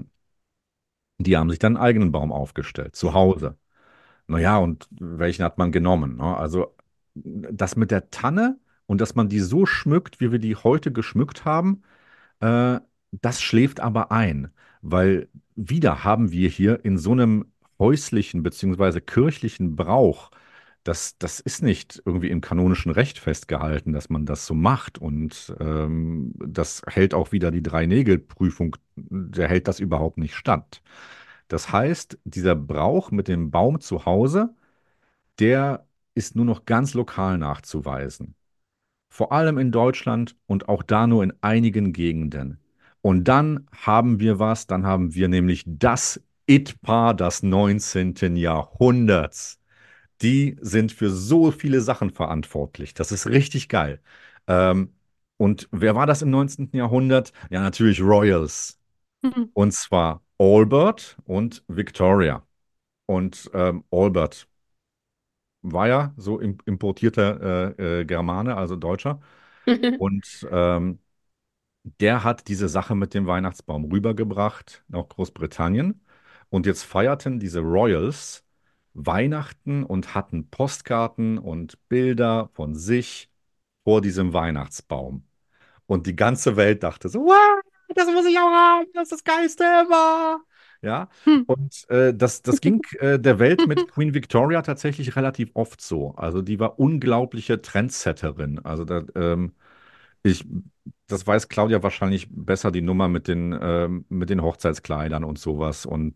Speaker 4: die haben sich dann einen eigenen Baum aufgestellt, zu Hause. Naja, und welchen hat man genommen? Ne? Also das mit der Tanne und dass man die so schmückt, wie wir die heute geschmückt haben, äh, das schläft aber ein, weil wieder haben wir hier in so einem häuslichen beziehungsweise kirchlichen Brauch, das ist nicht irgendwie im kanonischen Recht festgehalten, dass man das so macht. Und das hält auch wieder die Drei-Nägel-Prüfung, der hält das überhaupt nicht stand. Das heißt, dieser Brauch mit dem Baum zu Hause, der ist nur noch ganz lokal nachzuweisen. Vor allem in Deutschland und auch da nur in einigen Gegenden. Und dann haben wir nämlich das It-Paar des 19. Jahrhunderts. Die sind für so viele Sachen verantwortlich. Das ist richtig geil. Ähm, und wer war das im 19. Jahrhundert? Ja, natürlich Royals. Und zwar Albert und Victoria. Und Albert war ja so importierter Germane, also Deutscher. Und der hat diese Sache mit dem Weihnachtsbaum rübergebracht nach Großbritannien. Und jetzt feierten diese Royals Weihnachten und hatten Postkarten und Bilder von sich vor diesem Weihnachtsbaum. Und die ganze Welt dachte so, wow, das muss ich auch haben, das ist das Geilste ever. Ja,
Speaker 1: Hm.
Speaker 4: und das ging der Welt mit Queen Victoria tatsächlich relativ oft so. Also die war unglaubliche Trendsetterin. Also ich, das weiß Claudia wahrscheinlich besser, die Nummer mit den Hochzeitskleidern und sowas. Und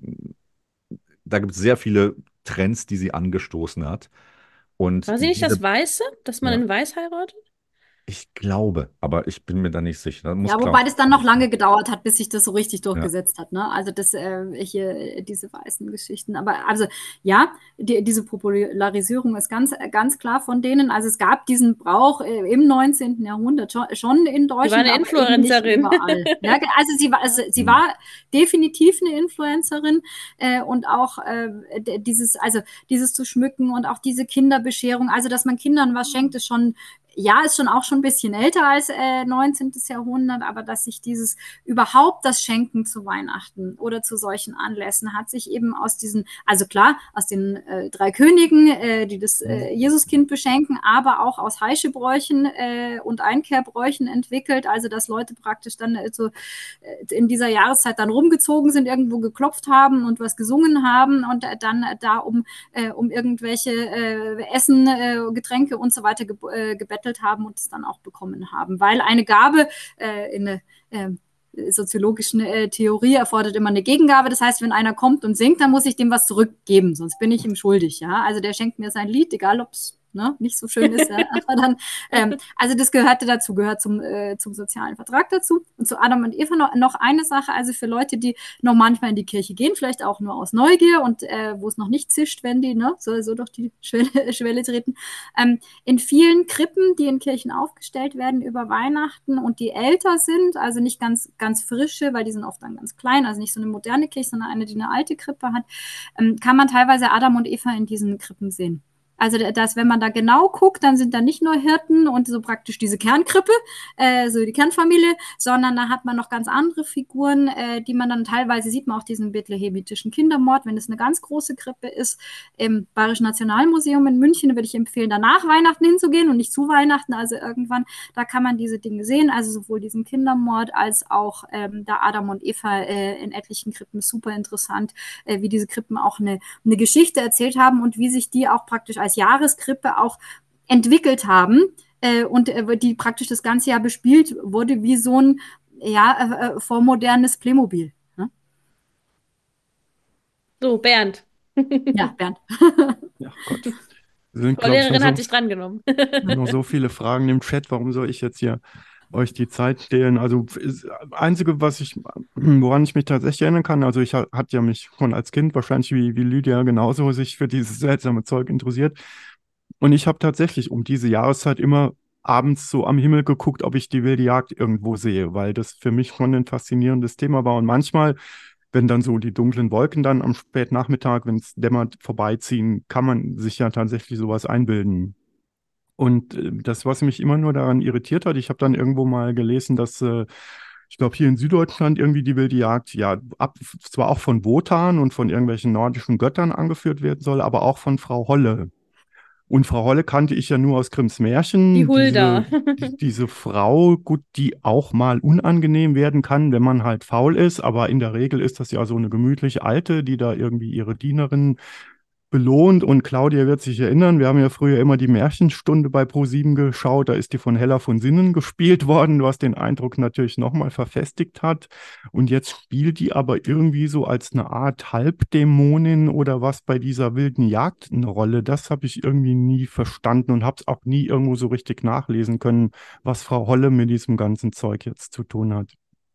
Speaker 4: da gibt es sehr viele Trends, die sie angestoßen hat. Und
Speaker 2: War sie nicht das Weiße, dass man
Speaker 4: ja,
Speaker 2: in Weiß heiratet?
Speaker 4: ich glaube, aber ich bin mir da nicht sicher. Da muss
Speaker 3: Ja, wobei
Speaker 4: Claudia.
Speaker 3: das dann noch lange gedauert hat, bis sich das so richtig
Speaker 4: Ja.
Speaker 3: durchgesetzt hat, ne? Also das hier diese weißen Geschichten. Aber also ja, diese Popularisierung ist ganz klar von denen. Also es gab diesen Brauch im 19. Jahrhundert schon in
Speaker 2: Sie war
Speaker 3: Deutschland,
Speaker 2: eine
Speaker 3: aber eben nicht
Speaker 2: Influencerin.
Speaker 3: überall. Ja, also sie
Speaker 4: Hm.
Speaker 3: war definitiv eine Influencerin und auch dieses zu schmücken und auch diese Kinderbescherung, also dass man Kindern was schenkt, ist schon ja, ist schon auch schon ein bisschen älter als 19. Jahrhundert, aber dass sich dieses überhaupt das Schenken zu Weihnachten oder zu solchen Anlässen hat sich eben aus diesen, also klar, aus den drei Königen, die das Jesuskind beschenken, aber auch aus Heischebräuchen und Einkehrbräuchen entwickelt, also dass Leute praktisch dann in dieser Jahreszeit dann rumgezogen sind, irgendwo geklopft haben und was gesungen haben und dann da um irgendwelche Essen, Getränke und so weiter gebettelt haben und es dann auch bekommen haben. Weil eine Gabe in eine soziologischen Theorie erfordert immer eine Gegengabe. Das heißt, wenn einer kommt und singt, dann muss ich dem was zurückgeben, sonst bin ich ihm schuldig. Ja? Also der schenkt mir sein Lied, egal ob es nicht so schön ist. Ja? Aber dann, also das gehörte dazu, gehört zum sozialen Vertrag dazu. Und zu Adam und Eva noch eine Sache, also für Leute, die noch manchmal in die Kirche gehen, vielleicht auch nur aus Neugier und wo es noch nicht zischt, wenn die so durch die Schwelle treten. In vielen Krippen, die in Kirchen aufgestellt werden über Weihnachten und die älter sind, also nicht ganz frische, weil die sind oft dann ganz klein, also nicht so eine moderne Kirche, sondern eine, die eine alte Krippe hat, kann man teilweise Adam und Eva in diesen Krippen sehen. Also dass, wenn man da genau guckt, dann sind da nicht nur Hirten und so praktisch diese Kernkrippe, so die Kernfamilie, sondern da hat man noch ganz andere Figuren, die man dann teilweise sieht, man auch diesen bethlehemitischen Kindermord, wenn es eine ganz große Krippe ist. Im Bayerischen Nationalmuseum in München würde ich empfehlen, danach Weihnachten hinzugehen und nicht zu Weihnachten, also irgendwann, da kann man diese Dinge sehen, also sowohl diesen Kindermord als auch da Adam und Eva in etlichen Krippen, super interessant, wie diese Krippen auch eine Geschichte erzählt haben und wie sich die auch praktisch als Jahreskrippe auch entwickelt haben und die praktisch das ganze Jahr bespielt wurde wie so ein vormodernes Playmobil. Ne?
Speaker 2: So, Bernd.
Speaker 3: Ja, Bernd.
Speaker 6: Ja, Gott. Es sind,
Speaker 2: Frau
Speaker 6: glaube ich,
Speaker 2: Lehrerin hat dich drangenommen.
Speaker 6: noch so viele Fragen im Chat. Warum soll ich jetzt hier euch die Zeit stehlen? Also, das Einzige, woran ich mich tatsächlich erinnern kann, also ich hatte ja mich schon als Kind, wahrscheinlich wie Lydia genauso, sich für dieses seltsame Zeug interessiert. Und ich habe tatsächlich um diese Jahreszeit immer abends so am Himmel geguckt, ob ich die wilde Jagd irgendwo sehe, weil das für mich schon ein faszinierendes Thema war. Und manchmal, wenn dann so die dunklen Wolken dann am Spätnachmittag, wenn es dämmert, vorbeiziehen, kann man sich ja tatsächlich sowas einbilden. Und das, was mich immer nur daran irritiert hat, ich habe dann irgendwo mal gelesen, dass ich glaube, hier in Süddeutschland irgendwie die wilde Jagd ja zwar auch von Wotan und von irgendwelchen nordischen Göttern angeführt werden soll, aber auch von Frau Holle. Und Frau Holle kannte ich ja nur aus Grimms
Speaker 2: Die
Speaker 6: Märchen.
Speaker 2: Hulda.
Speaker 6: Diese Frau, gut, die auch mal unangenehm werden kann, wenn man halt faul ist, aber in der Regel ist das ja so eine gemütliche Alte, die da irgendwie ihre Dienerin belohnt. Und Claudia wird sich erinnern, wir haben ja früher immer die Märchenstunde bei ProSieben geschaut, da ist die von Hella von Sinnen gespielt worden, was den Eindruck natürlich nochmal verfestigt hat. Und jetzt spielt die aber irgendwie so als eine Art Halbdämonin oder was bei dieser wilden Jagd eine Rolle. Das habe ich irgendwie nie verstanden und habe es auch nie irgendwo so richtig nachlesen können, was Frau Holle mit diesem ganzen Zeug jetzt zu tun hat.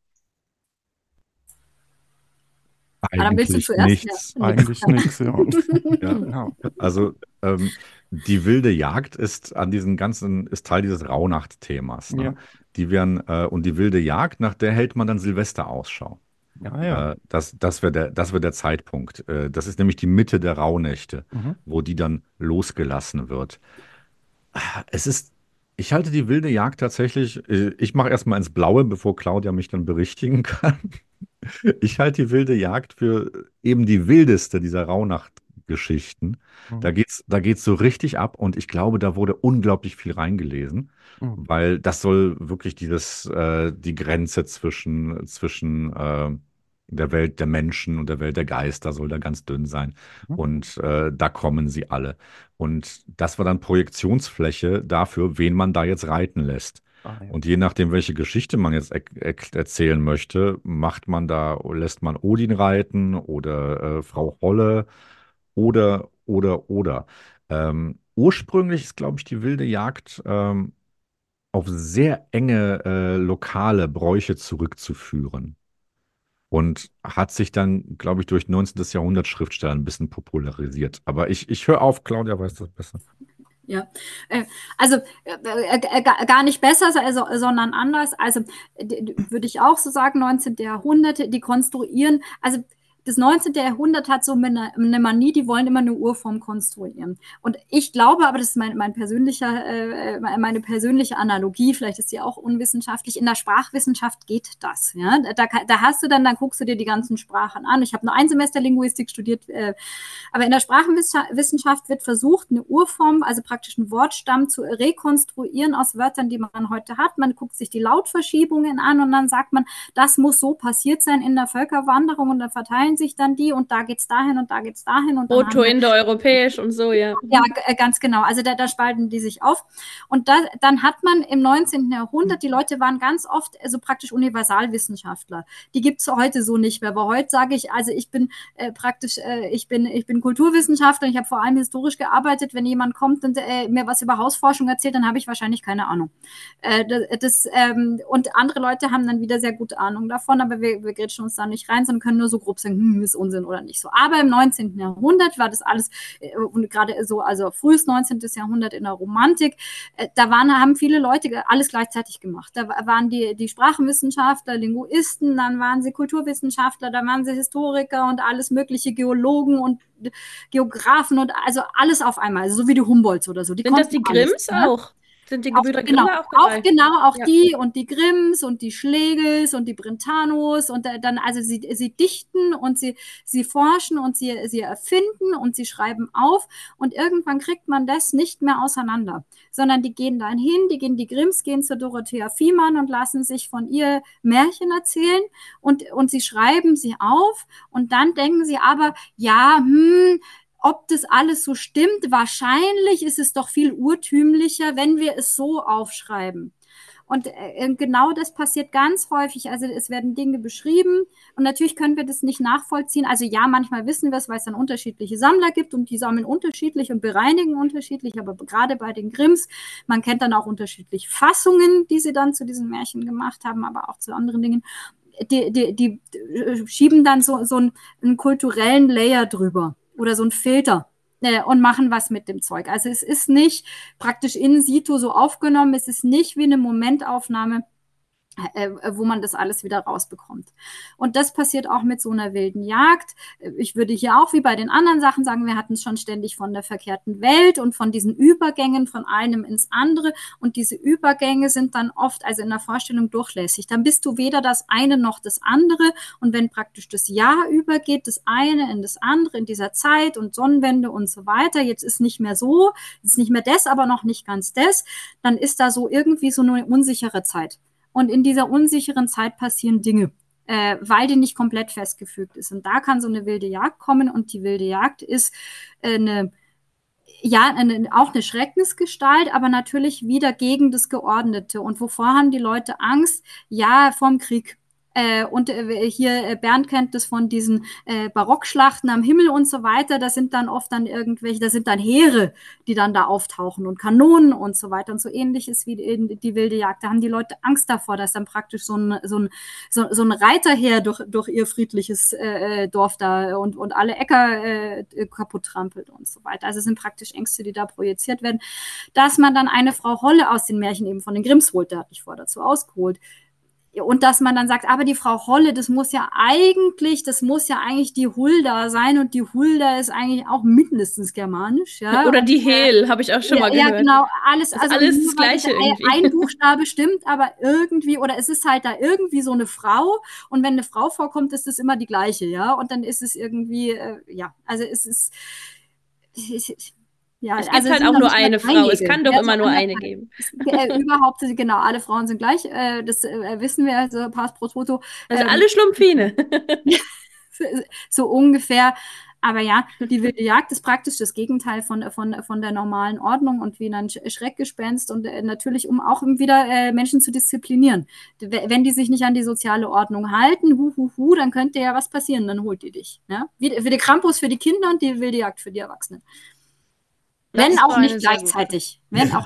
Speaker 3: Dann willst du
Speaker 4: Eigentlich
Speaker 3: zuerst? Ja,
Speaker 4: nichts.
Speaker 6: Eigentlich nichts, ja.
Speaker 4: Ja.
Speaker 6: Genau.
Speaker 4: Also die wilde Jagd ist ist Teil dieses Rauhnacht-Themas. Ne?
Speaker 6: Ja.
Speaker 4: Und die wilde Jagd, nach der hält man dann Silvester Ausschau.
Speaker 6: Ja, ja.
Speaker 4: Das wär der Zeitpunkt. Das ist nämlich die Mitte der Rauhnächte,
Speaker 6: Mhm.
Speaker 4: wo die dann losgelassen wird. Es ist, ich halte die wilde Jagd tatsächlich, ich mache erstmal ins Blaue, bevor Claudia mich dann berichtigen kann. Ich halte die wilde Jagd für eben die wildeste dieser Rauhnacht-Geschichten.
Speaker 6: Mhm.
Speaker 4: Da geht's so richtig ab und ich glaube, da wurde unglaublich viel reingelesen,
Speaker 6: Mhm.
Speaker 4: weil das soll wirklich die Grenze zwischen der Welt der Menschen und der Welt der Geister soll da ganz dünn sein.
Speaker 6: Mhm.
Speaker 4: Und da kommen sie alle. Und das war dann Projektionsfläche dafür, wen man da jetzt reiten lässt.
Speaker 6: Ah, ja.
Speaker 4: Und je nachdem, welche Geschichte man jetzt erzählen möchte, lässt man Odin reiten oder Frau Holle oder. Ursprünglich ist, glaube ich, die wilde Jagd auf sehr enge lokale Bräuche zurückzuführen und hat sich dann, glaube ich, durch 19. Jahrhundert Schriftsteller ein bisschen popularisiert. Aber ich höre auf, Claudia weiß das besser.
Speaker 3: Ja, also gar nicht besser, sondern anders. Also würde ich auch so sagen, 19. Jahrhundert, die konstruieren, also das 19. Jahrhundert hat so eine Manie, die wollen immer eine Urform konstruieren. Und ich glaube, aber das ist meine persönliche Analogie, vielleicht ist sie auch unwissenschaftlich, in der Sprachwissenschaft geht das. Ja? Da hast du dann guckst du dir die ganzen Sprachen an. Ich habe nur ein Semester Linguistik studiert, aber in der Sprachenwissenschaft wird versucht, eine Urform, also praktisch einen Wortstamm zu rekonstruieren aus Wörtern, die man heute hat. Man guckt sich die Lautverschiebungen an und dann sagt man, das muss so passiert sein in der Völkerwanderung und dann verteilen sich dann die und da geht's dahin und da geht's dahin. Und dann
Speaker 2: Proto-Indoeuropäisch und so, ja.
Speaker 3: Ja, ganz genau. Also da spalten die sich auf. Und dann hat man im 19. Jahrhundert, die Leute waren ganz oft so praktisch Universalwissenschaftler. Die gibt's heute so nicht mehr. Aber heute sage ich, also ich bin ich bin Kulturwissenschaftler, ich habe vor allem historisch gearbeitet. Wenn jemand kommt und mir was über Hausforschung erzählt, dann habe ich wahrscheinlich keine Ahnung. Und andere Leute haben dann wieder sehr gute Ahnung davon, aber wir grätschen uns da nicht rein, sondern können nur so grob sagen, ist Unsinn oder nicht so. Aber im 19. Jahrhundert war das alles, und gerade so, also frühes 19. Jahrhundert in der Romantik, haben viele Leute alles gleichzeitig gemacht. Da waren die Sprachenwissenschaftler, Linguisten, dann waren sie Kulturwissenschaftler, dann waren sie Historiker und alles mögliche, Geologen und Geografen und also alles auf einmal, also so wie die Humboldts oder so.
Speaker 2: Sind das die Grimms auch? Sind die Gebrüder Grimm auch dabei?
Speaker 3: Auch die und die Grimms und die Schlegels und die Brentanos und dann, also sie dichten und sie forschen und sie erfinden und sie schreiben auf und irgendwann kriegt man das nicht mehr auseinander, sondern die gehen dann hin, die Grimms gehen zur Dorothea Viehmann und lassen sich von ihr Märchen erzählen und sie schreiben sie auf und dann denken sie aber, ja, ob das alles so stimmt, wahrscheinlich ist es doch viel urtümlicher, wenn wir es so aufschreiben. Und genau das passiert ganz häufig. Also es werden Dinge beschrieben und natürlich können wir das nicht nachvollziehen. Also ja, manchmal wissen wir es, weil es dann unterschiedliche Sammler gibt und die sammeln unterschiedlich und bereinigen unterschiedlich. Aber gerade bei den Grimms, man kennt dann auch unterschiedliche Fassungen, die sie dann zu diesen Märchen gemacht haben, aber auch zu anderen Dingen. Die schieben dann so einen kulturellen Layer drüber oder so einen Filter und machen was mit dem Zeug. Also es ist nicht praktisch in situ so aufgenommen, es ist nicht wie eine Momentaufnahme, wo man das alles wieder rausbekommt. Und das passiert auch mit so einer wilden Jagd. Ich würde hier auch wie bei den anderen Sachen sagen, wir hatten es schon ständig von der verkehrten Welt und von diesen Übergängen von einem ins andere. Und diese Übergänge sind dann oft, also in der Vorstellung, durchlässig. Dann bist du weder das eine noch das andere. Und wenn praktisch das Jahr übergeht, das eine in das andere, in dieser Zeit und Sonnenwende und so weiter, jetzt ist nicht mehr so, ist nicht mehr das, aber noch nicht ganz das, dann ist da so irgendwie so eine unsichere Zeit. Und in dieser unsicheren Zeit passieren Dinge, weil die nicht komplett festgefügt ist. Und da kann so eine wilde Jagd kommen. Und die wilde Jagd ist auch eine Schreckensgestalt, aber natürlich wieder gegen das Geordnete. Und wovor haben die Leute Angst? Ja, vorm Krieg. Hier, Bernd kennt das von diesen Barockschlachten am Himmel und so weiter. Da sind dann oft dann irgendwelche, da sind dann Heere, die dann da auftauchen und Kanonen und so weiter. Und so ähnlich ist wie die wilde Jagd. Da haben die Leute Angst davor, dass dann praktisch so ein Reiterheer durch ihr friedliches Dorf da und alle Äcker kaputt trampelt und so weiter. Also es sind praktisch Ängste, die da projiziert werden. Dass man dann eine Frau Holle aus den Märchen eben von den Grimms holt, da hatte ich vorher dazu ausgeholt. Und dass man dann sagt, aber die Frau Holle, das muss ja eigentlich die Hulda sein und die Hulda ist eigentlich auch mindestens germanisch, ja.
Speaker 2: Oder die Hel, habe ich auch schon mal gehört.
Speaker 3: Ja, genau, alles,
Speaker 2: ist also alles das Gleiche irgendwie.
Speaker 3: Ein Buchstabe stimmt, aber irgendwie, oder es ist halt da irgendwie so eine Frau und wenn eine Frau vorkommt, ist es immer die gleiche, ja. Und dann ist es irgendwie, also es ist, ja,
Speaker 2: es gibt halt auch nur eine Frau. Es kann doch immer nur eine geben.
Speaker 3: Überhaupt, genau, alle Frauen sind gleich. Das wissen wir, also Pass pro Toto.
Speaker 2: Also alle Schlumpfine.
Speaker 3: So ungefähr. Aber ja, die wilde Jagd ist praktisch das Gegenteil von der normalen Ordnung und wie ein Schreckgespenst und natürlich, um auch wieder Menschen zu disziplinieren. Wenn die sich nicht an die soziale Ordnung halten, dann könnte ja was passieren, dann holt die dich. Ja? Wie der Krampus für die Kinder und die wilde Jagd für die Erwachsenen. Wenn auch nicht gleichzeitig.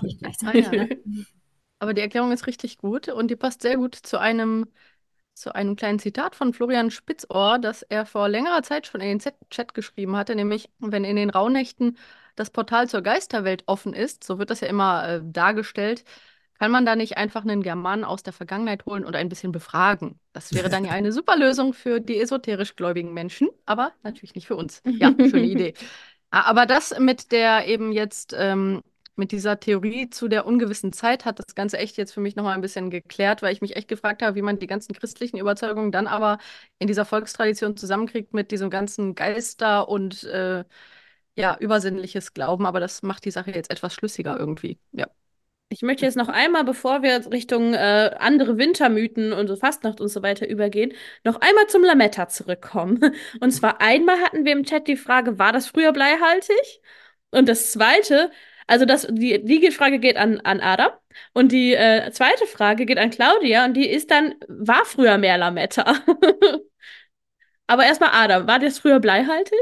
Speaker 1: Aber die Erklärung ist richtig gut und die passt sehr gut zu einem kleinen Zitat von Florian Spitzohr, das er vor längerer Zeit schon in den Chat geschrieben hatte, nämlich, wenn in den Rauhnächten das Portal zur Geisterwelt offen ist, so wird das ja immer dargestellt, kann man da nicht einfach einen Germanen aus der Vergangenheit holen und ein bisschen befragen? Das wäre dann ja eine super Lösung für die esoterisch gläubigen Menschen, aber natürlich nicht für uns. Ja, schöne Idee. Aber das mit der eben jetzt, mit dieser Theorie zu der ungewissen Zeit hat das Ganze echt jetzt für mich nochmal ein bisschen geklärt, weil ich mich echt gefragt habe, wie man die ganzen christlichen Überzeugungen dann aber in dieser Volkstradition zusammenkriegt mit diesem ganzen Geister und ja, übersinnliches Glauben. Aber das macht die Sache jetzt etwas schlüssiger irgendwie. Ja.
Speaker 2: Ich möchte jetzt noch einmal, bevor wir Richtung andere Wintermythen und so Fastnacht und so weiter übergehen, noch einmal zum Lametta zurückkommen. Und zwar einmal hatten wir im Chat die Frage, war das früher bleihaltig? Und das zweite, also die Frage geht an Adam. Und die zweite Frage geht an Claudia und die ist dann, war früher mehr Lametta? Aber erstmal Adam, war das früher bleihaltig?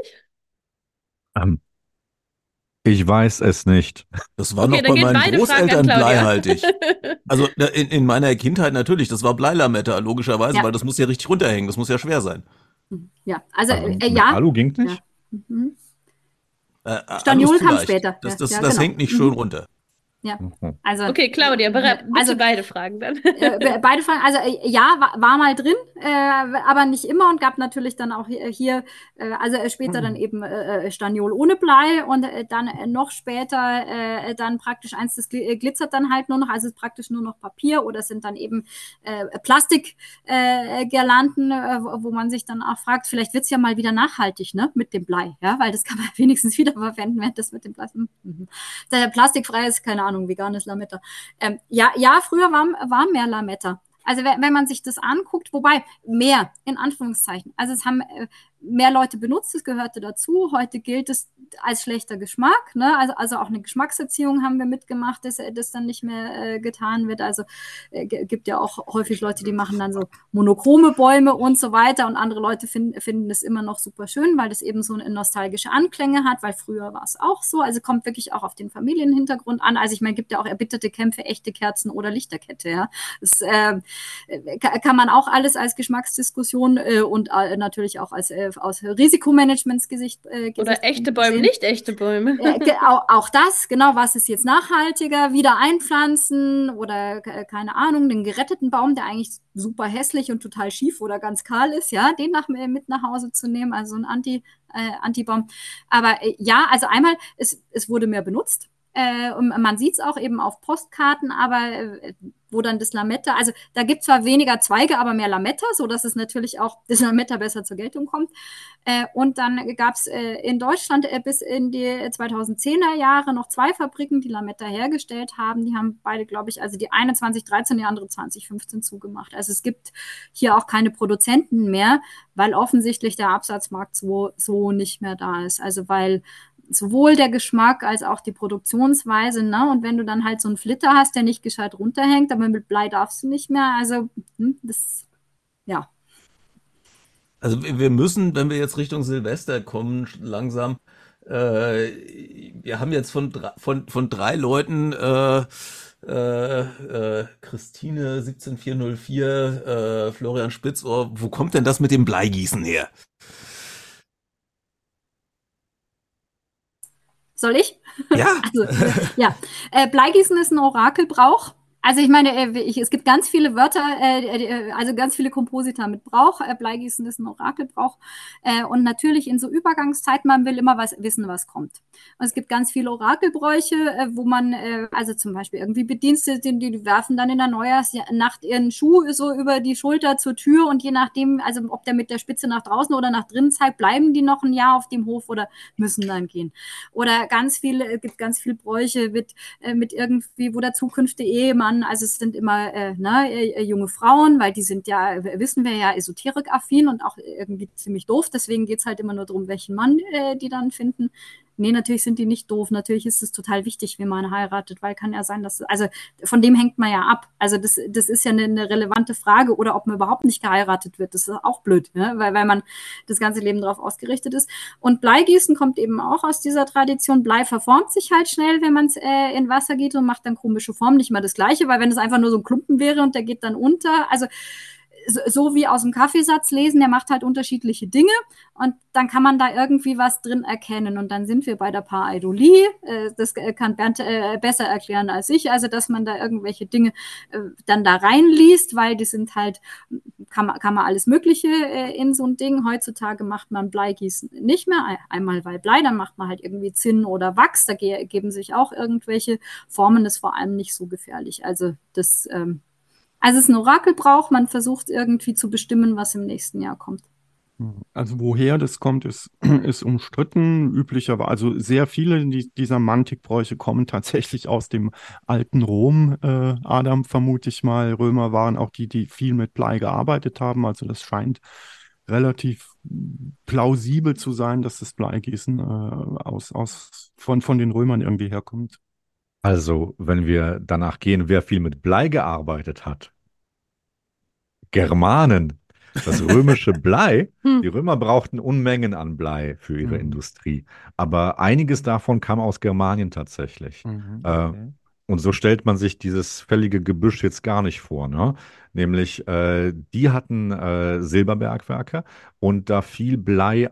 Speaker 4: Ich weiß es nicht.
Speaker 5: Das war noch bei meinen Großeltern bleihaltig. Also in meiner Kindheit natürlich, das war Bleilametta, logischerweise, weil das muss ja richtig runterhängen, das muss ja schwer sein.
Speaker 3: Ja, also
Speaker 4: Alu ging nicht?
Speaker 3: Ja. Staniol kam später.
Speaker 5: Das hängt nicht schön runter.
Speaker 3: Ja, also.
Speaker 2: Okay, Claudia, bitte beide Fragen dann.
Speaker 3: Beide Fragen, also ja, war mal drin, aber nicht immer und gab natürlich dann auch hier, also später dann eben Staniol ohne Blei und dann noch später dann praktisch eins, das glitzert dann halt nur noch, also ist praktisch nur noch Papier oder es sind dann eben Plastikgirlanden, wo man sich dann auch fragt, vielleicht wird es ja mal wieder nachhaltig, ne, mit dem Blei, ja, weil das kann man wenigstens wieder verwenden, während das mit dem Plastik, der plastikfrei ist, keine Ahnung, veganes Lametta. Ja, früher war mehr Lametta. Also wenn man sich das anguckt, wobei mehr, in Anführungszeichen. Also es haben mehr Leute benutzt, es gehörte dazu. Heute gilt es als schlechter Geschmack. Ne? Also auch eine Geschmackserziehung haben wir mitgemacht, dass dann nicht mehr getan wird. Also gibt ja auch häufig Leute, die machen dann so monochrome Bäume und so weiter und andere Leute finden das immer noch super schön, weil das eben so eine nostalgische Anklänge hat, weil früher war es auch so. Also kommt wirklich auch auf den Familienhintergrund an. Also ich meine, gibt ja auch erbitterte Kämpfe, echte Kerzen oder Lichterkette. Ja? Das kann man auch alles als Geschmacksdiskussion und natürlich auch als aus Risikomanagementsgesicht
Speaker 2: Oder echte Bäume, nicht echte Bäume.
Speaker 3: Auch das, genau, was ist jetzt nachhaltiger, wieder einpflanzen oder keine Ahnung, den geretteten Baum, der eigentlich super hässlich und total schief oder ganz kahl ist, ja, den mit nach Hause zu nehmen, also ein Antibaum. Aber ja, also einmal, es wurde mehr benutzt. Und man sieht es auch eben auf Postkarten, aber wo dann das Lametta, also da gibt es zwar weniger Zweige, aber mehr Lametta, sodass es natürlich auch das Lametta besser zur Geltung kommt. Und dann gab es in Deutschland bis in die 2010er Jahre noch 2 Fabriken, die Lametta hergestellt haben. Die haben beide, glaube ich, also die eine 2013, die andere 2015 zugemacht. Also es gibt hier auch keine Produzenten mehr, weil offensichtlich der Absatzmarkt so nicht mehr da ist. Also weil sowohl der Geschmack als auch die Produktionsweise, ne? Und wenn du dann halt so einen Flitter hast, der nicht gescheit runterhängt, aber mit Blei darfst du nicht mehr. Also das, ja.
Speaker 5: Also wir müssen, wenn wir jetzt Richtung Silvester kommen, langsam, wir haben jetzt von 3 Leuten Christine 17404, Florian Spitzohr, wo kommt denn das mit dem Bleigießen her?
Speaker 3: Soll ich?
Speaker 5: Ja.
Speaker 3: Also, ja. Bleigießen ist ein Orakelbrauch. Also ich meine, es gibt ganz viele Wörter, also ganz viele Komposita mit Brauch. Bleigießen ist ein Orakelbrauch. Und natürlich in so Übergangszeiten, man will immer wissen, was kommt. Und es gibt ganz viele Orakelbräuche, wo man, also zum Beispiel irgendwie Bedienstete, die werfen dann in der Neujahrsnacht ihren Schuh so über die Schulter zur Tür und je nachdem, also ob der mit der Spitze nach draußen oder nach drinnen zeigt, bleiben die noch ein Jahr auf dem Hof oder müssen dann gehen. Oder gibt ganz viele Bräuche mit irgendwie, wo der zukünftige Ehemann, also es sind immer junge Frauen, weil die sind ja, wissen wir ja, esoterikaffin und auch irgendwie ziemlich doof. Deswegen geht es halt immer nur darum, welchen Mann die dann finden. Nee, natürlich sind die nicht doof. Natürlich ist es total wichtig, wie man heiratet, weil kann ja sein, dass, also von dem hängt man ja ab. Also das ist ja eine relevante Frage oder ob man überhaupt nicht geheiratet wird. Das ist auch blöd, ne? weil man das ganze Leben darauf ausgerichtet ist. Und Bleigießen kommt eben auch aus dieser Tradition. Blei verformt sich halt schnell, wenn man es in Wasser geht und macht dann komische Formen. Nicht mal das Gleiche, weil wenn es einfach nur so ein Klumpen wäre und der geht dann unter, also so wie aus dem Kaffeesatz lesen, der macht halt unterschiedliche Dinge und dann kann man da irgendwie was drin erkennen und dann sind wir bei der Pareidolie, das kann Bernd besser erklären als ich, also dass man da irgendwelche Dinge dann da reinliest, weil die sind halt, kann man alles Mögliche in so ein Ding, heutzutage macht man Bleigießen nicht mehr, einmal weil Blei, dann macht man halt irgendwie Zinn oder Wachs, da geben sich auch irgendwelche Formen, das ist vor allem nicht so gefährlich, also das also es ist ein Orakelbrauch, man versucht irgendwie zu bestimmen, was im nächsten Jahr kommt.
Speaker 6: Also woher das kommt, ist umstritten. Üblicherweise, also sehr viele dieser Mantikbräuche kommen tatsächlich aus dem alten Rom. Adam, vermute ich mal, Römer waren auch die viel mit Blei gearbeitet haben. Also das scheint relativ plausibel zu sein, dass das Bleigießen von den Römern irgendwie herkommt.
Speaker 4: Also, wenn wir danach gehen, wer viel mit Blei gearbeitet hat, Germanen, das römische Blei, die Römer brauchten Unmengen an Blei für ihre Industrie, aber einiges davon kam aus Germanien tatsächlich.
Speaker 6: Okay.
Speaker 4: Und so stellt man sich dieses fällige Gebüsch jetzt gar nicht vor, ne? Nämlich, die hatten Silberbergwerke und da fiel Blei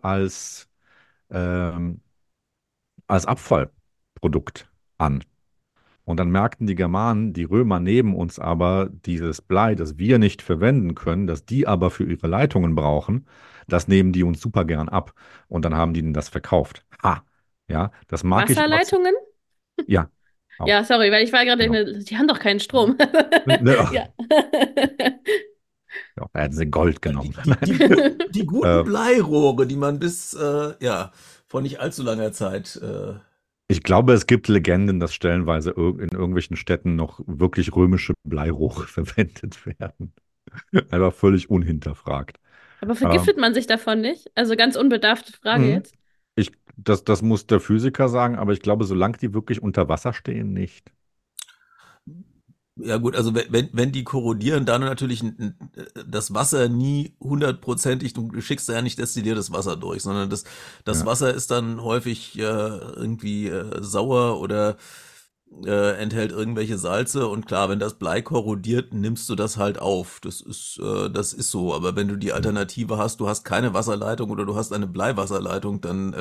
Speaker 4: ähm, als Abfallprodukt an. Und dann merkten die Germanen, die Römer neben uns aber dieses Blei, das wir nicht verwenden können, das die aber für ihre Leitungen brauchen, das nehmen die uns super gern ab. Und dann haben die ihnen das verkauft. Ha! Ja, das mag ich.
Speaker 2: Wasserleitungen?
Speaker 4: Ja,
Speaker 2: Ja,
Speaker 4: auch.
Speaker 2: sorry, weil ich war gerade,
Speaker 4: Genau.
Speaker 2: die haben doch keinen Strom.
Speaker 4: Ne, ach,
Speaker 2: Ja.
Speaker 4: ja, da hätten sie Gold genommen.
Speaker 5: Die guten Bleirohre, die man bis vor nicht allzu langer Zeit
Speaker 4: Ich glaube, es gibt Legenden, dass stellenweise in irgendwelchen Städten noch wirklich römische Bleirohre verwendet werden. Einfach völlig unhinterfragt.
Speaker 2: Aber vergiftet man sich davon nicht? Also ganz unbedarfte Frage
Speaker 4: Mhm.
Speaker 2: jetzt.
Speaker 4: Das muss der Physiker sagen, aber ich glaube, solange die wirklich unter Wasser stehen, nicht.
Speaker 5: Ja gut, also wenn die korrodieren, dann natürlich das Wasser nie hundertprozentig, du schickst ja nicht destilliertes Wasser durch, sondern das
Speaker 4: Ja.
Speaker 5: Wasser ist dann häufig irgendwie sauer oder enthält irgendwelche Salze und klar, wenn das Blei korrodiert, nimmst du das halt auf. Das ist so. Aber wenn du die Alternative hast, du hast keine Wasserleitung oder du hast eine Bleiwasserleitung, dann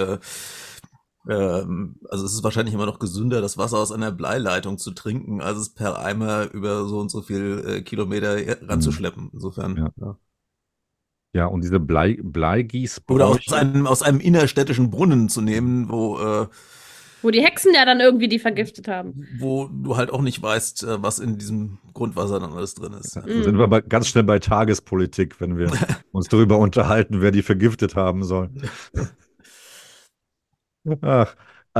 Speaker 5: also es ist wahrscheinlich immer noch gesünder, das Wasser aus einer Bleileitung zu trinken, als es per Eimer über so und so viel Kilometer ranzuschleppen. Insofern,
Speaker 4: Ja.
Speaker 5: ja.
Speaker 4: Ja, und diese
Speaker 5: Oder
Speaker 4: Bleigießbräuche,
Speaker 5: aus einem innerstädtischen Brunnen zu nehmen,
Speaker 2: Wo die Hexen ja dann irgendwie die vergiftet haben.
Speaker 5: wo du halt auch nicht weißt, was in diesem Grundwasser dann alles drin ist. Ja.
Speaker 4: sind wir ganz schnell bei Tagespolitik, wenn wir uns darüber unterhalten, wer die vergiftet haben soll. Ach,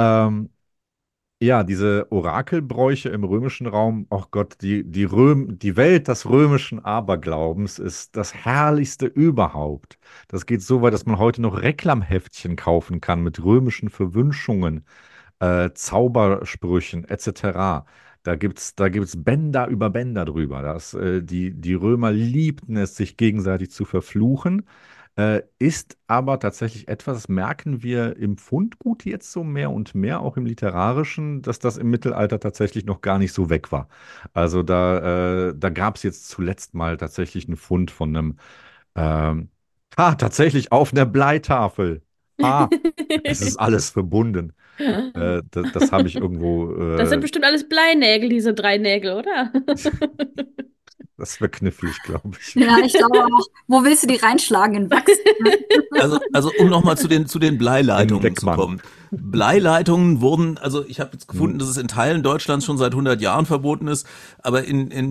Speaker 4: ja, diese Orakelbräuche im römischen Raum, oh Gott, die Welt des römischen Aberglaubens ist das Herrlichste überhaupt. Das geht so weit, dass man heute noch Reklamheftchen kaufen kann mit römischen Verwünschungen, Zaubersprüchen etc. Da gibt's Bänder über Bänder drüber. Die Römer liebten es, sich gegenseitig zu verfluchen. Ist aber tatsächlich etwas, das merken wir im Fundgut jetzt so mehr und mehr, auch im Literarischen, dass das im Mittelalter tatsächlich noch gar nicht so weg war. Also da gab es jetzt zuletzt mal tatsächlich einen Fund von einem, tatsächlich auf einer Bleitafel. Ah, es ist alles verbunden. Das habe ich irgendwo,
Speaker 2: Das sind bestimmt alles Bleinägel, diese 3 Nägel, oder?
Speaker 4: das wäre knifflig, glaube ich.
Speaker 3: Ja, ich glaube auch. Wo willst du die reinschlagen? In Wachs?
Speaker 5: Also um nochmal zu den Bleileitungen zu
Speaker 4: Deckmann.
Speaker 5: kommen. Bleileitungen wurden, also ich habe jetzt gefunden, dass es in Teilen Deutschlands schon seit 100 Jahren verboten ist, aber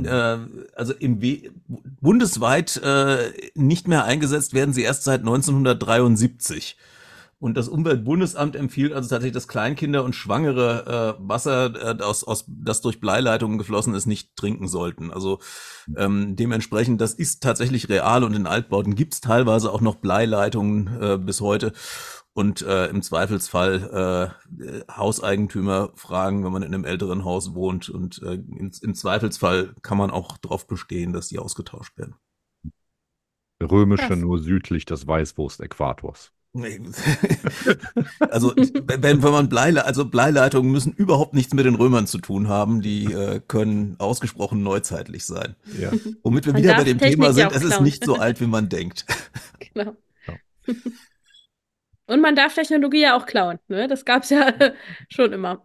Speaker 5: bundesweit nicht mehr eingesetzt werden sie erst seit 1973. Und das Umweltbundesamt empfiehlt also tatsächlich, dass Kleinkinder und Schwangere Wasser, das durch Bleileitungen geflossen ist, nicht trinken sollten. Also dementsprechend, das ist tatsächlich real und in Altbauten gibt es teilweise auch noch Bleileitungen bis heute. Und im Zweifelsfall Hauseigentümer fragen, wenn man in einem älteren Haus wohnt. Und im Zweifelsfall kann man auch darauf bestehen, dass die ausgetauscht werden.
Speaker 4: Römische
Speaker 2: Krass.
Speaker 4: nur südlich des Weißwurst-Äquators.
Speaker 5: Nee. Also wenn man Bleileitungen müssen überhaupt nichts mit den Römern zu tun haben, die können ausgesprochen neuzeitlich sein.
Speaker 4: Ja.
Speaker 5: Womit wir
Speaker 2: Man
Speaker 5: wieder
Speaker 2: darf
Speaker 5: bei dem
Speaker 2: Technik
Speaker 5: Thema
Speaker 2: ja
Speaker 5: sind,
Speaker 2: auch
Speaker 5: es ist
Speaker 2: klauen.
Speaker 5: nicht so alt, wie man denkt.
Speaker 2: Genau.
Speaker 4: Ja.
Speaker 2: Und man darf Technologie ja auch klauen, ne? Das gab es ja schon immer.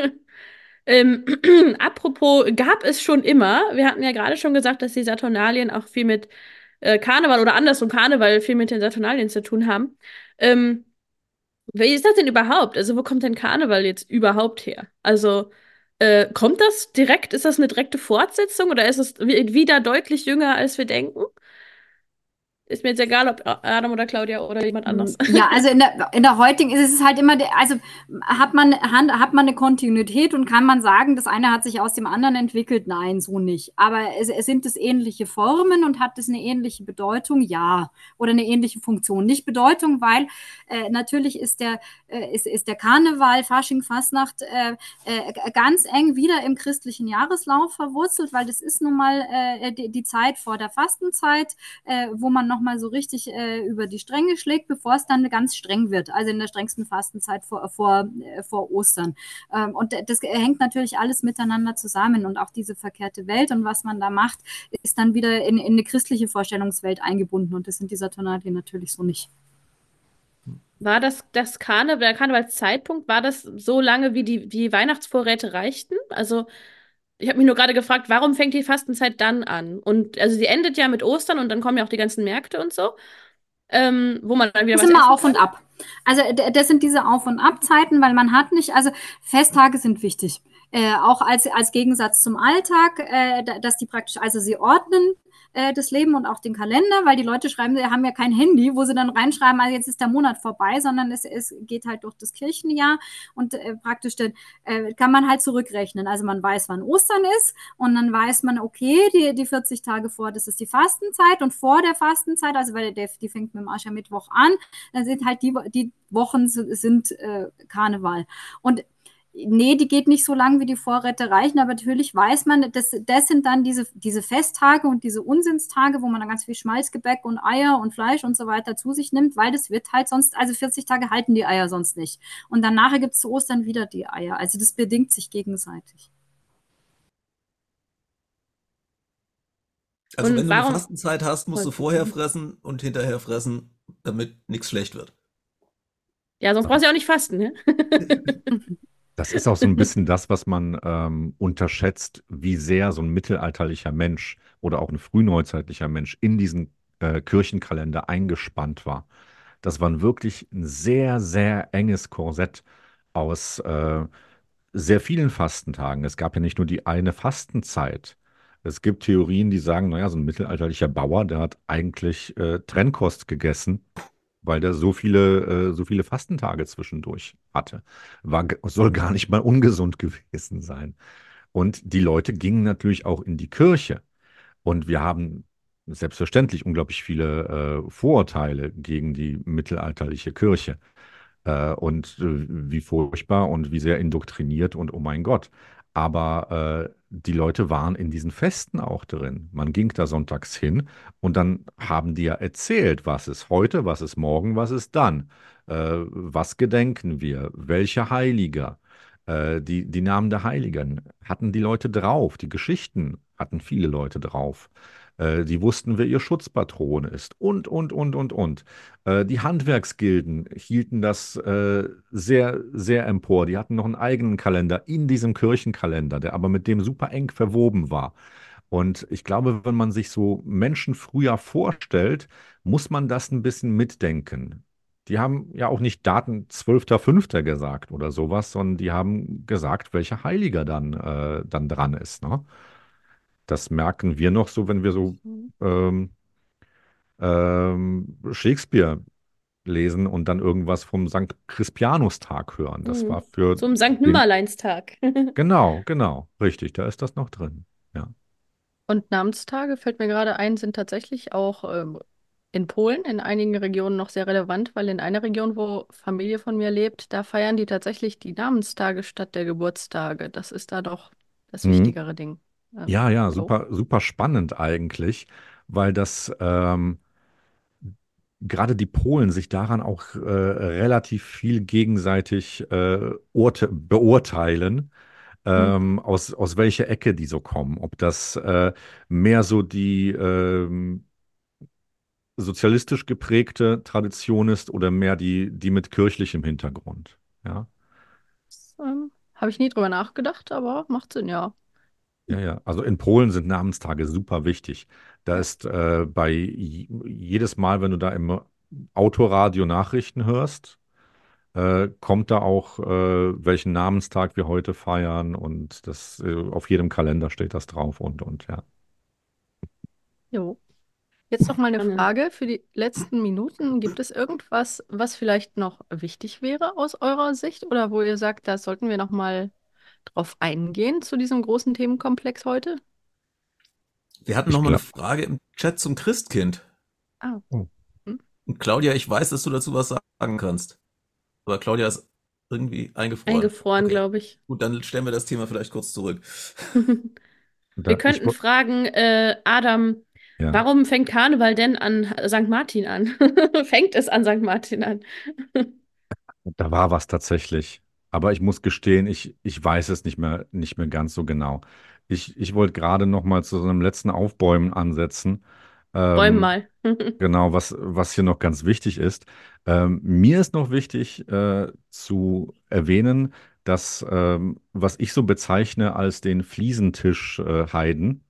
Speaker 2: Apropos, gab es schon immer. Wir hatten ja gerade schon gesagt, dass die Saturnalien auch viel mit Karneval oder andersrum Karneval viel mit den Saturnalien zu tun haben. Ähm, Wie ist das denn überhaupt? Also, wo kommt denn Karneval jetzt überhaupt her? Also, kommt das direkt, ist das eine direkte Fortsetzung oder ist es wieder deutlich jünger, als wir denken? Ist mir jetzt egal, ob Adam oder Claudia oder jemand anders.
Speaker 3: Ja, also in der heutigen ist es halt immer, also hat man eine Kontinuität und kann man sagen, das eine hat sich aus dem anderen entwickelt? Nein, so nicht. Aber sind es ähnliche Formen und hat es eine ähnliche Bedeutung? Ja. Oder eine ähnliche Funktion. Nicht Bedeutung, weil natürlich ist der Karneval, Fasching, Fastnacht ganz eng wieder im christlichen Jahreslauf verwurzelt, weil das ist nun mal die Zeit vor der Fastenzeit, wo man nochmal so richtig über die Stränge schlägt, bevor es dann ganz streng wird, also in der strengsten Fastenzeit vor Ostern. Und das hängt natürlich alles miteinander zusammen und auch diese verkehrte Welt und was man da macht, ist dann wieder in eine christliche Vorstellungswelt eingebunden und das sind die Saturnalien natürlich so nicht.
Speaker 2: War der Karnevalszeitpunkt, war das so lange, wie die Weihnachtsvorräte reichten? Also, ich habe mich nur gerade gefragt, warum fängt die Fastenzeit dann an? Und also sie endet ja mit Ostern und dann kommen ja auch die ganzen Märkte und so, wo man dann wieder
Speaker 3: Das
Speaker 2: was
Speaker 3: ist immer
Speaker 2: essen
Speaker 3: auf und
Speaker 2: kann.
Speaker 3: ab. Also das sind diese Auf- und Abzeiten, weil man hat nicht, also Festtage sind wichtig. Auch als Gegensatz zum Alltag, dass die praktisch, also sie ordnen das Leben und auch den Kalender, weil die Leute schreiben, sie haben ja kein Handy, wo sie dann reinschreiben, also jetzt ist der Monat vorbei, sondern es geht halt durch das Kirchenjahr und praktisch dann kann man halt zurückrechnen. Also man weiß, wann Ostern ist und dann weiß man, okay, die 40 Tage vor, das ist die Fastenzeit und vor der Fastenzeit, also weil die fängt mit dem Aschermittwoch an, dann sind halt die Wochen sind Karneval. Und nee, die geht nicht so lang, wie die Vorräte reichen, aber natürlich weiß man, das sind dann diese Festtage und diese Unsinnstage, wo man dann ganz viel Schmalzgebäck und Eier und Fleisch und so weiter zu sich nimmt, weil das wird halt sonst, also 40 Tage halten die Eier sonst nicht. Und dann nachher gibt es zu Ostern wieder die Eier. Also das bedingt sich gegenseitig.
Speaker 5: Also wenn
Speaker 2: Und
Speaker 5: du eine
Speaker 2: warum?
Speaker 5: Fastenzeit hast, musst du vorher fressen und hinterher fressen, damit nichts schlecht wird.
Speaker 2: Ja, sonst brauchst du ja auch nicht fasten, ne?
Speaker 4: Das ist auch so ein bisschen das, was man unterschätzt, wie sehr so ein mittelalterlicher Mensch oder auch ein frühneuzeitlicher Mensch in diesen Kirchenkalender eingespannt war. Das war wirklich ein sehr, sehr enges Korsett aus sehr vielen Fastentagen. Es gab ja nicht nur die eine Fastenzeit. Es gibt Theorien, die sagen, naja, so ein mittelalterlicher Bauer, der hat eigentlich Trennkost gegessen, weil der so viele Fastentage zwischendurch hatte. Soll gar nicht mal ungesund gewesen sein. Und die Leute gingen natürlich auch in die Kirche. Und wir haben selbstverständlich unglaublich viele Vorurteile gegen die mittelalterliche Kirche. Wie furchtbar und wie sehr indoktriniert und oh mein Gott. Aber die Leute waren in diesen Festen auch drin. Man ging da sonntags hin und dann haben die ja erzählt, was ist heute, was ist morgen, was ist dann. Was gedenken wir? Welche Heiliger? Die Namen der Heiligen hatten die Leute drauf. Die Geschichten hatten viele Leute drauf. Die wussten, wer ihr Schutzpatron ist und. Die Handwerksgilden hielten das sehr, sehr empor. Die hatten noch einen eigenen Kalender in diesem Kirchenkalender, der aber mit dem super eng verwoben war. Und ich glaube, wenn man sich so Menschen früher vorstellt, muss man das ein bisschen mitdenken. Die haben ja auch nicht Daten 12.05. gesagt oder sowas, sondern die haben gesagt, welcher Heiliger dann dran ist, ne? Das merken wir noch so, wenn wir so ähm, Shakespeare lesen und dann irgendwas vom Sankt Crispianustag hören. Das war
Speaker 2: Mhm.
Speaker 4: für
Speaker 2: Zum Sankt
Speaker 4: den,
Speaker 2: Nimmerleinstag.
Speaker 4: genau, richtig, da ist das noch drin. Ja.
Speaker 1: Und Namenstage, fällt mir gerade ein, sind tatsächlich auch in Polen in einigen Regionen noch sehr relevant, weil in einer Region, wo Familie von mir lebt, da feiern die tatsächlich die Namenstage statt der Geburtstage. Das ist da doch das
Speaker 4: Mhm.
Speaker 1: wichtigere Ding.
Speaker 4: Ja, ja,
Speaker 1: So.
Speaker 4: super, super spannend eigentlich, weil das gerade die Polen sich daran auch relativ viel gegenseitig beurteilen,
Speaker 2: Mhm.
Speaker 4: aus welcher Ecke die so kommen. Ob das mehr so die sozialistisch geprägte Tradition ist oder mehr die mit kirchlichem Hintergrund. Ja,
Speaker 1: Das, habe ich nie drüber nachgedacht, aber macht Sinn, ja.
Speaker 4: ja, ja. Also in Polen sind Namenstage super wichtig. Da
Speaker 1: Ja.
Speaker 4: ist jedes Mal, wenn du da im Autoradio Nachrichten hörst, kommt da auch, welchen Namenstag wir heute feiern und auf jedem Kalender steht das drauf und ja.
Speaker 1: Jo. Jetzt noch mal eine
Speaker 2: Spannend.
Speaker 1: Frage für die letzten Minuten. Gibt es irgendwas, was vielleicht noch wichtig wäre aus eurer Sicht oder wo ihr sagt, da sollten wir noch mal drauf eingehen zu diesem großen Themenkomplex heute?
Speaker 5: Wir hatten noch
Speaker 4: Ich
Speaker 5: mal eine
Speaker 4: glaube,
Speaker 5: Frage im Chat zum Christkind.
Speaker 1: Ah. Hm?
Speaker 5: Und Claudia, ich weiß, dass du dazu was sagen kannst. Aber Claudia ist irgendwie eingefroren.
Speaker 2: Eingefroren,
Speaker 5: Okay.
Speaker 2: glaube ich.
Speaker 5: Gut, dann stellen wir das Thema vielleicht kurz zurück.
Speaker 2: Wir
Speaker 4: ich,
Speaker 2: könnten fragen, Adam,
Speaker 4: ja.
Speaker 2: warum fängt Karneval denn an St. Martin an? Fängt es an St. Martin an?
Speaker 4: Da war was tatsächlich. Aber ich muss gestehen, ich weiß es nicht mehr ganz so genau. Ich wollte gerade noch mal zu so einem letzten Aufbäumen ansetzen.
Speaker 2: Räum
Speaker 4: Ähm,
Speaker 2: mal.
Speaker 4: genau, was hier noch ganz wichtig ist. Mir ist noch wichtig zu erwähnen, dass, was ich so bezeichne als den Fliesentisch Heiden,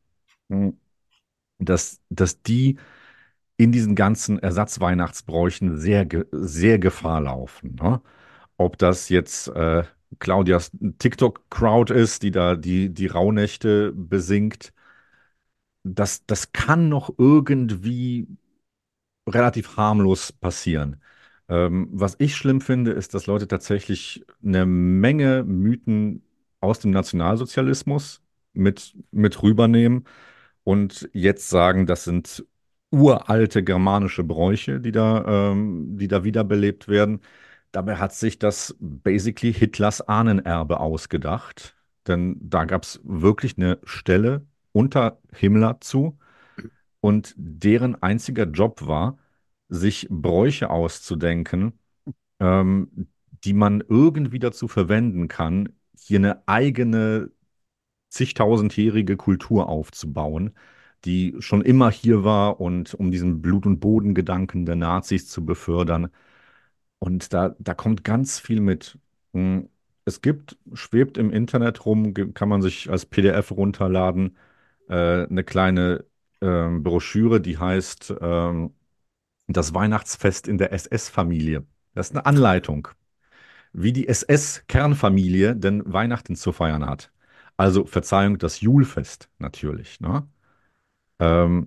Speaker 4: dass die in diesen ganzen Ersatzweihnachtsbräuchen sehr Gefahr laufen. Ne? Ob das jetzt Claudias TikTok-Crowd ist, die da die Rauhnächte besingt, das kann noch irgendwie relativ harmlos passieren. Was ich schlimm finde, ist, dass Leute tatsächlich eine Menge Mythen aus dem Nationalsozialismus mit rübernehmen und jetzt sagen, das sind uralte germanische Bräuche, die da wiederbelebt werden. Dabei hat sich das basically Hitlers Ahnenerbe ausgedacht, denn da gab es wirklich eine Stelle unter Himmler zu und deren einziger Job war, sich Bräuche auszudenken, die man irgendwie dazu verwenden kann, hier eine eigene zigtausendjährige Kultur aufzubauen, die schon immer hier war und um diesen Blut- und Bodengedanken der Nazis zu befördern. Und da kommt ganz viel mit. Hm, Es gibt, schwebt im Internet rum, kann man sich als PDF runterladen, eine kleine Broschüre, die heißt Das Weihnachtsfest in der SS-Familie. Das ist eine Anleitung, wie die SS-Kernfamilie denn Weihnachten zu feiern hat. Also Verzeihung, das Julfest natürlich. Ne? Ähm,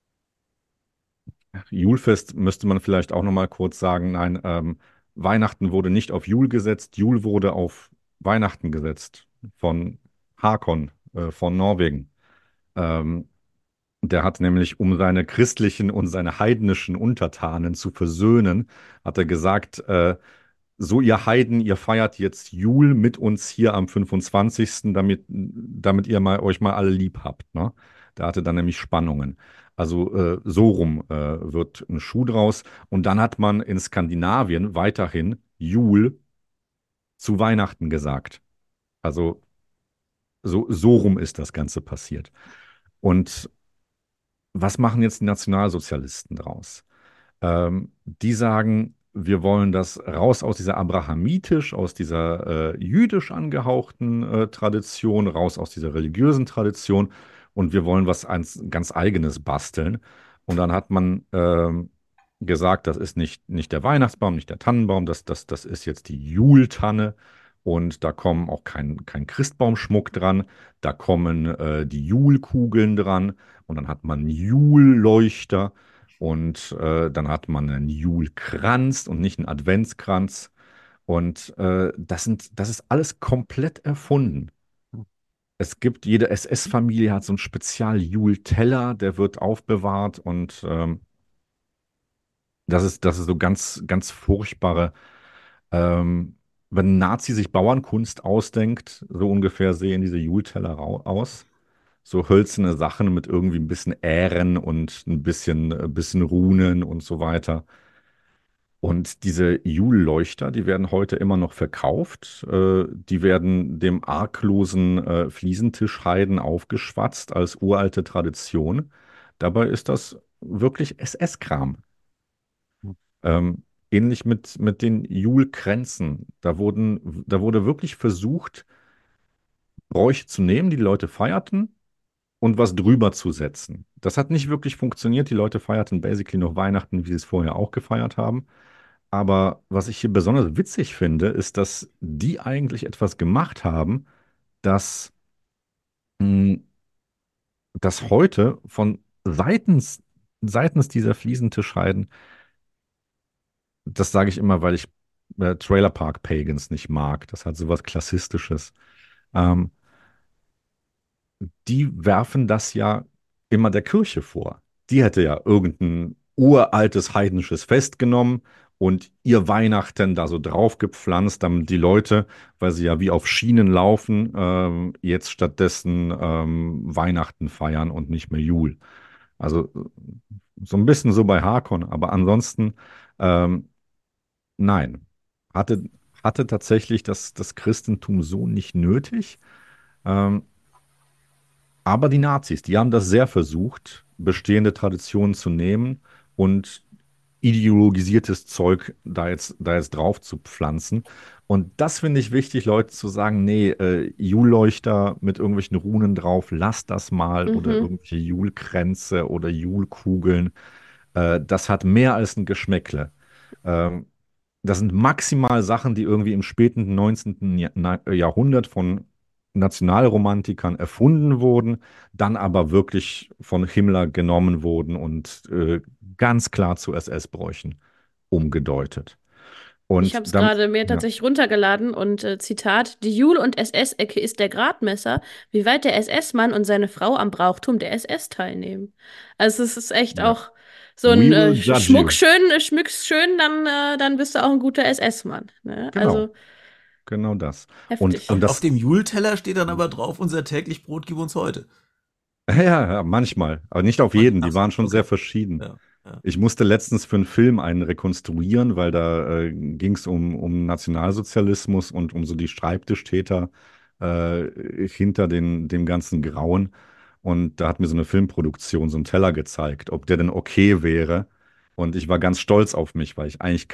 Speaker 4: Julfest müsste man vielleicht auch noch mal kurz sagen. Nein, Weihnachten wurde nicht auf Jul gesetzt. Jul wurde auf Weihnachten gesetzt von Hakon von Norwegen. Ähm, Der hat nämlich, um seine christlichen und seine heidnischen Untertanen zu versöhnen, hat er gesagt, so ihr Heiden, ihr feiert jetzt Jul mit uns hier am 25., damit ihr euch mal alle lieb habt. Ne? Da hatte dann nämlich Spannungen. Also so rum wird ein Schuh draus. Und dann hat man in Skandinavien weiterhin Jul zu Weihnachten gesagt. Also so rum ist das Ganze passiert. Und was machen jetzt die Nationalsozialisten draus? Die sagen, wir wollen das raus aus dieser abrahamitisch, aus dieser jüdisch angehauchten Tradition, raus aus dieser religiösen Tradition und wir wollen was ganz Eigenes basteln. Und dann hat man gesagt, das ist nicht der Weihnachtsbaum, nicht der Tannenbaum, das ist jetzt die Jultanne. Und da kommen auch kein Christbaumschmuck dran, da kommen die Julkugeln dran und dann hat man Julleuchter. Und dann hat man einen Julkranz und nicht einen Adventskranz. Und das ist alles komplett erfunden. Es gibt, jede SS-Familie hat so einen Spezial-Jul-Teller, der wird aufbewahrt und das ist so ganz furchtbare, ähm, wenn ein Nazi sich Bauernkunst ausdenkt, so ungefähr sehen diese Julteller aus. So hölzerne Sachen mit irgendwie ein bisschen Ähren und ein bisschen Runen und so weiter. Und diese Jule-Leuchter, die werden heute immer noch verkauft. Die werden dem arglosen Fliesentischheiden aufgeschwatzt als uralte Tradition. Dabei ist das wirklich SS-Kram. Ähnlich mit den Julkränzen. Da wurde wirklich versucht, Bräuche zu nehmen, die die Leute feierten, und was drüber zu setzen. Das hat nicht wirklich funktioniert. Die Leute feierten basically noch Weihnachten, wie sie es vorher auch gefeiert haben. Aber was ich hier besonders witzig finde, ist, dass die eigentlich etwas gemacht haben, dass mh, das heute seitens dieser Fliesentischheiden, das sage ich immer, weil ich Trailer Park Pagans nicht mag. Das hat sowas Klassistisches. Ähm, Die werfen das ja immer der Kirche vor. Die hätte ja irgendein uraltes heidnisches Fest genommen und ihr Weihnachten da so draufgepflanzt, damit die Leute, weil sie ja wie auf Schienen laufen, jetzt stattdessen Weihnachten feiern und nicht mehr Jul. Also so ein bisschen so bei Hakon, aber ansonsten ähm, nein. Hatte, hatte tatsächlich das Christentum so nicht nötig. Ähm, aber die Nazis, die haben das sehr versucht, bestehende Traditionen zu nehmen und ideologisiertes Zeug da jetzt drauf zu pflanzen. Und das finde ich wichtig, Leute zu sagen, nee, Julleuchter mit irgendwelchen Runen drauf, lass das mal oder
Speaker 2: Mhm.
Speaker 4: irgendwelche Julkränze oder Julkugeln. Das hat mehr als ein Geschmäckle. Ähm, Das sind maximal Sachen, die irgendwie im späten 19. Jahrhundert von Nationalromantikern erfunden wurden, dann aber wirklich von Himmler genommen wurden und ganz klar zu SS-Bräuchen umgedeutet.
Speaker 2: Ich
Speaker 4: Und
Speaker 2: habe es
Speaker 4: dann,
Speaker 2: gerade mir
Speaker 4: ja,
Speaker 2: tatsächlich runtergeladen und Zitat, die Jul- und SS-Ecke ist der Gradmesser, wie weit der SS-Mann und seine Frau am Brauchtum der SS teilnehmen. Also es ist echt
Speaker 4: ja.
Speaker 2: auch so
Speaker 4: We
Speaker 2: ein
Speaker 4: will judge
Speaker 2: Schmuck
Speaker 4: you.
Speaker 2: schön, schmück's schön, dann bist du auch ein guter SS-Mann. Ne?
Speaker 4: Genau,
Speaker 2: Also
Speaker 4: genau das. Und
Speaker 2: heftig.
Speaker 5: Und auf
Speaker 4: das,
Speaker 5: dem Julteller steht dann aber drauf, unser täglich Brot gib uns heute.
Speaker 4: ja, manchmal, aber nicht auf jeden,
Speaker 5: Ach
Speaker 4: die
Speaker 5: so,
Speaker 4: waren schon sehr
Speaker 5: okay.
Speaker 4: verschieden.
Speaker 5: Ja, ja.
Speaker 4: Ich musste letztens für einen Film einen rekonstruieren, weil da ging es um Nationalsozialismus und um so die Schreibtischtäter hinter dem ganzen Grauen. Und da hat mir so eine Filmproduktion so einen Teller gezeigt, ob der denn okay wäre. Und ich war ganz stolz auf mich, weil ich eigentlich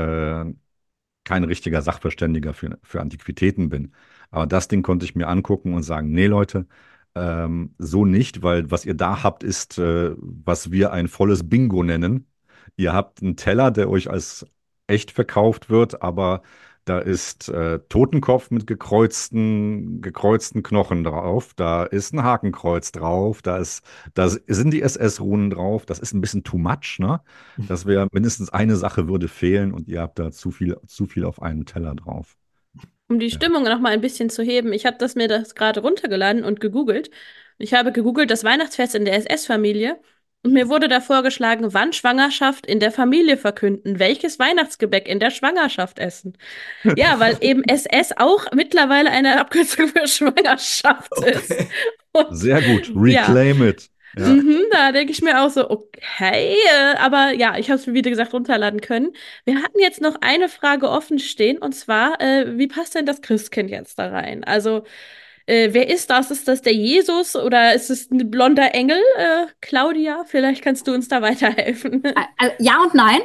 Speaker 4: kein richtiger Sachverständiger für Antiquitäten bin. Aber das Ding konnte ich mir angucken und sagen, nee, Leute, so nicht, weil was ihr da habt, ist, was wir ein volles Bingo nennen. Ihr habt einen Teller, der euch als echt verkauft wird, aber da ist Totenkopf mit gekreuzten Knochen drauf, da ist ein Hakenkreuz drauf, da sind die SS-Runen drauf. Das ist ein bisschen too much, ne? Das wäre mindestens eine Sache würde fehlen und ihr habt da zu viel auf einem Teller drauf.
Speaker 2: Um die
Speaker 4: Ja.
Speaker 2: Stimmung noch mal ein bisschen zu heben, ich habe mir das gerade runtergeladen und gegoogelt. Ich habe gegoogelt das Weihnachtsfest in der SS-Familie und mir wurde da vorgeschlagen, wann Schwangerschaft in der Familie verkünden, welches Weihnachtsgebäck in der Schwangerschaft essen. Ja, weil eben SS auch mittlerweile eine Abkürzung für Schwangerschaft ist.
Speaker 5: Okay.
Speaker 2: Und
Speaker 4: Sehr gut.
Speaker 2: ja,
Speaker 4: Reclaim it. Ja.
Speaker 2: da denke ich mir auch so, okay, aber ja, ich habe es mir wieder gesagt runterladen können. Wir hatten jetzt noch eine Frage offen stehen und zwar, wie passt denn das Christkind jetzt da rein? Also, wer ist das? Ist das der Jesus oder ist es ein blonder Engel? Claudia, vielleicht kannst du uns da weiterhelfen.
Speaker 3: Ja und nein.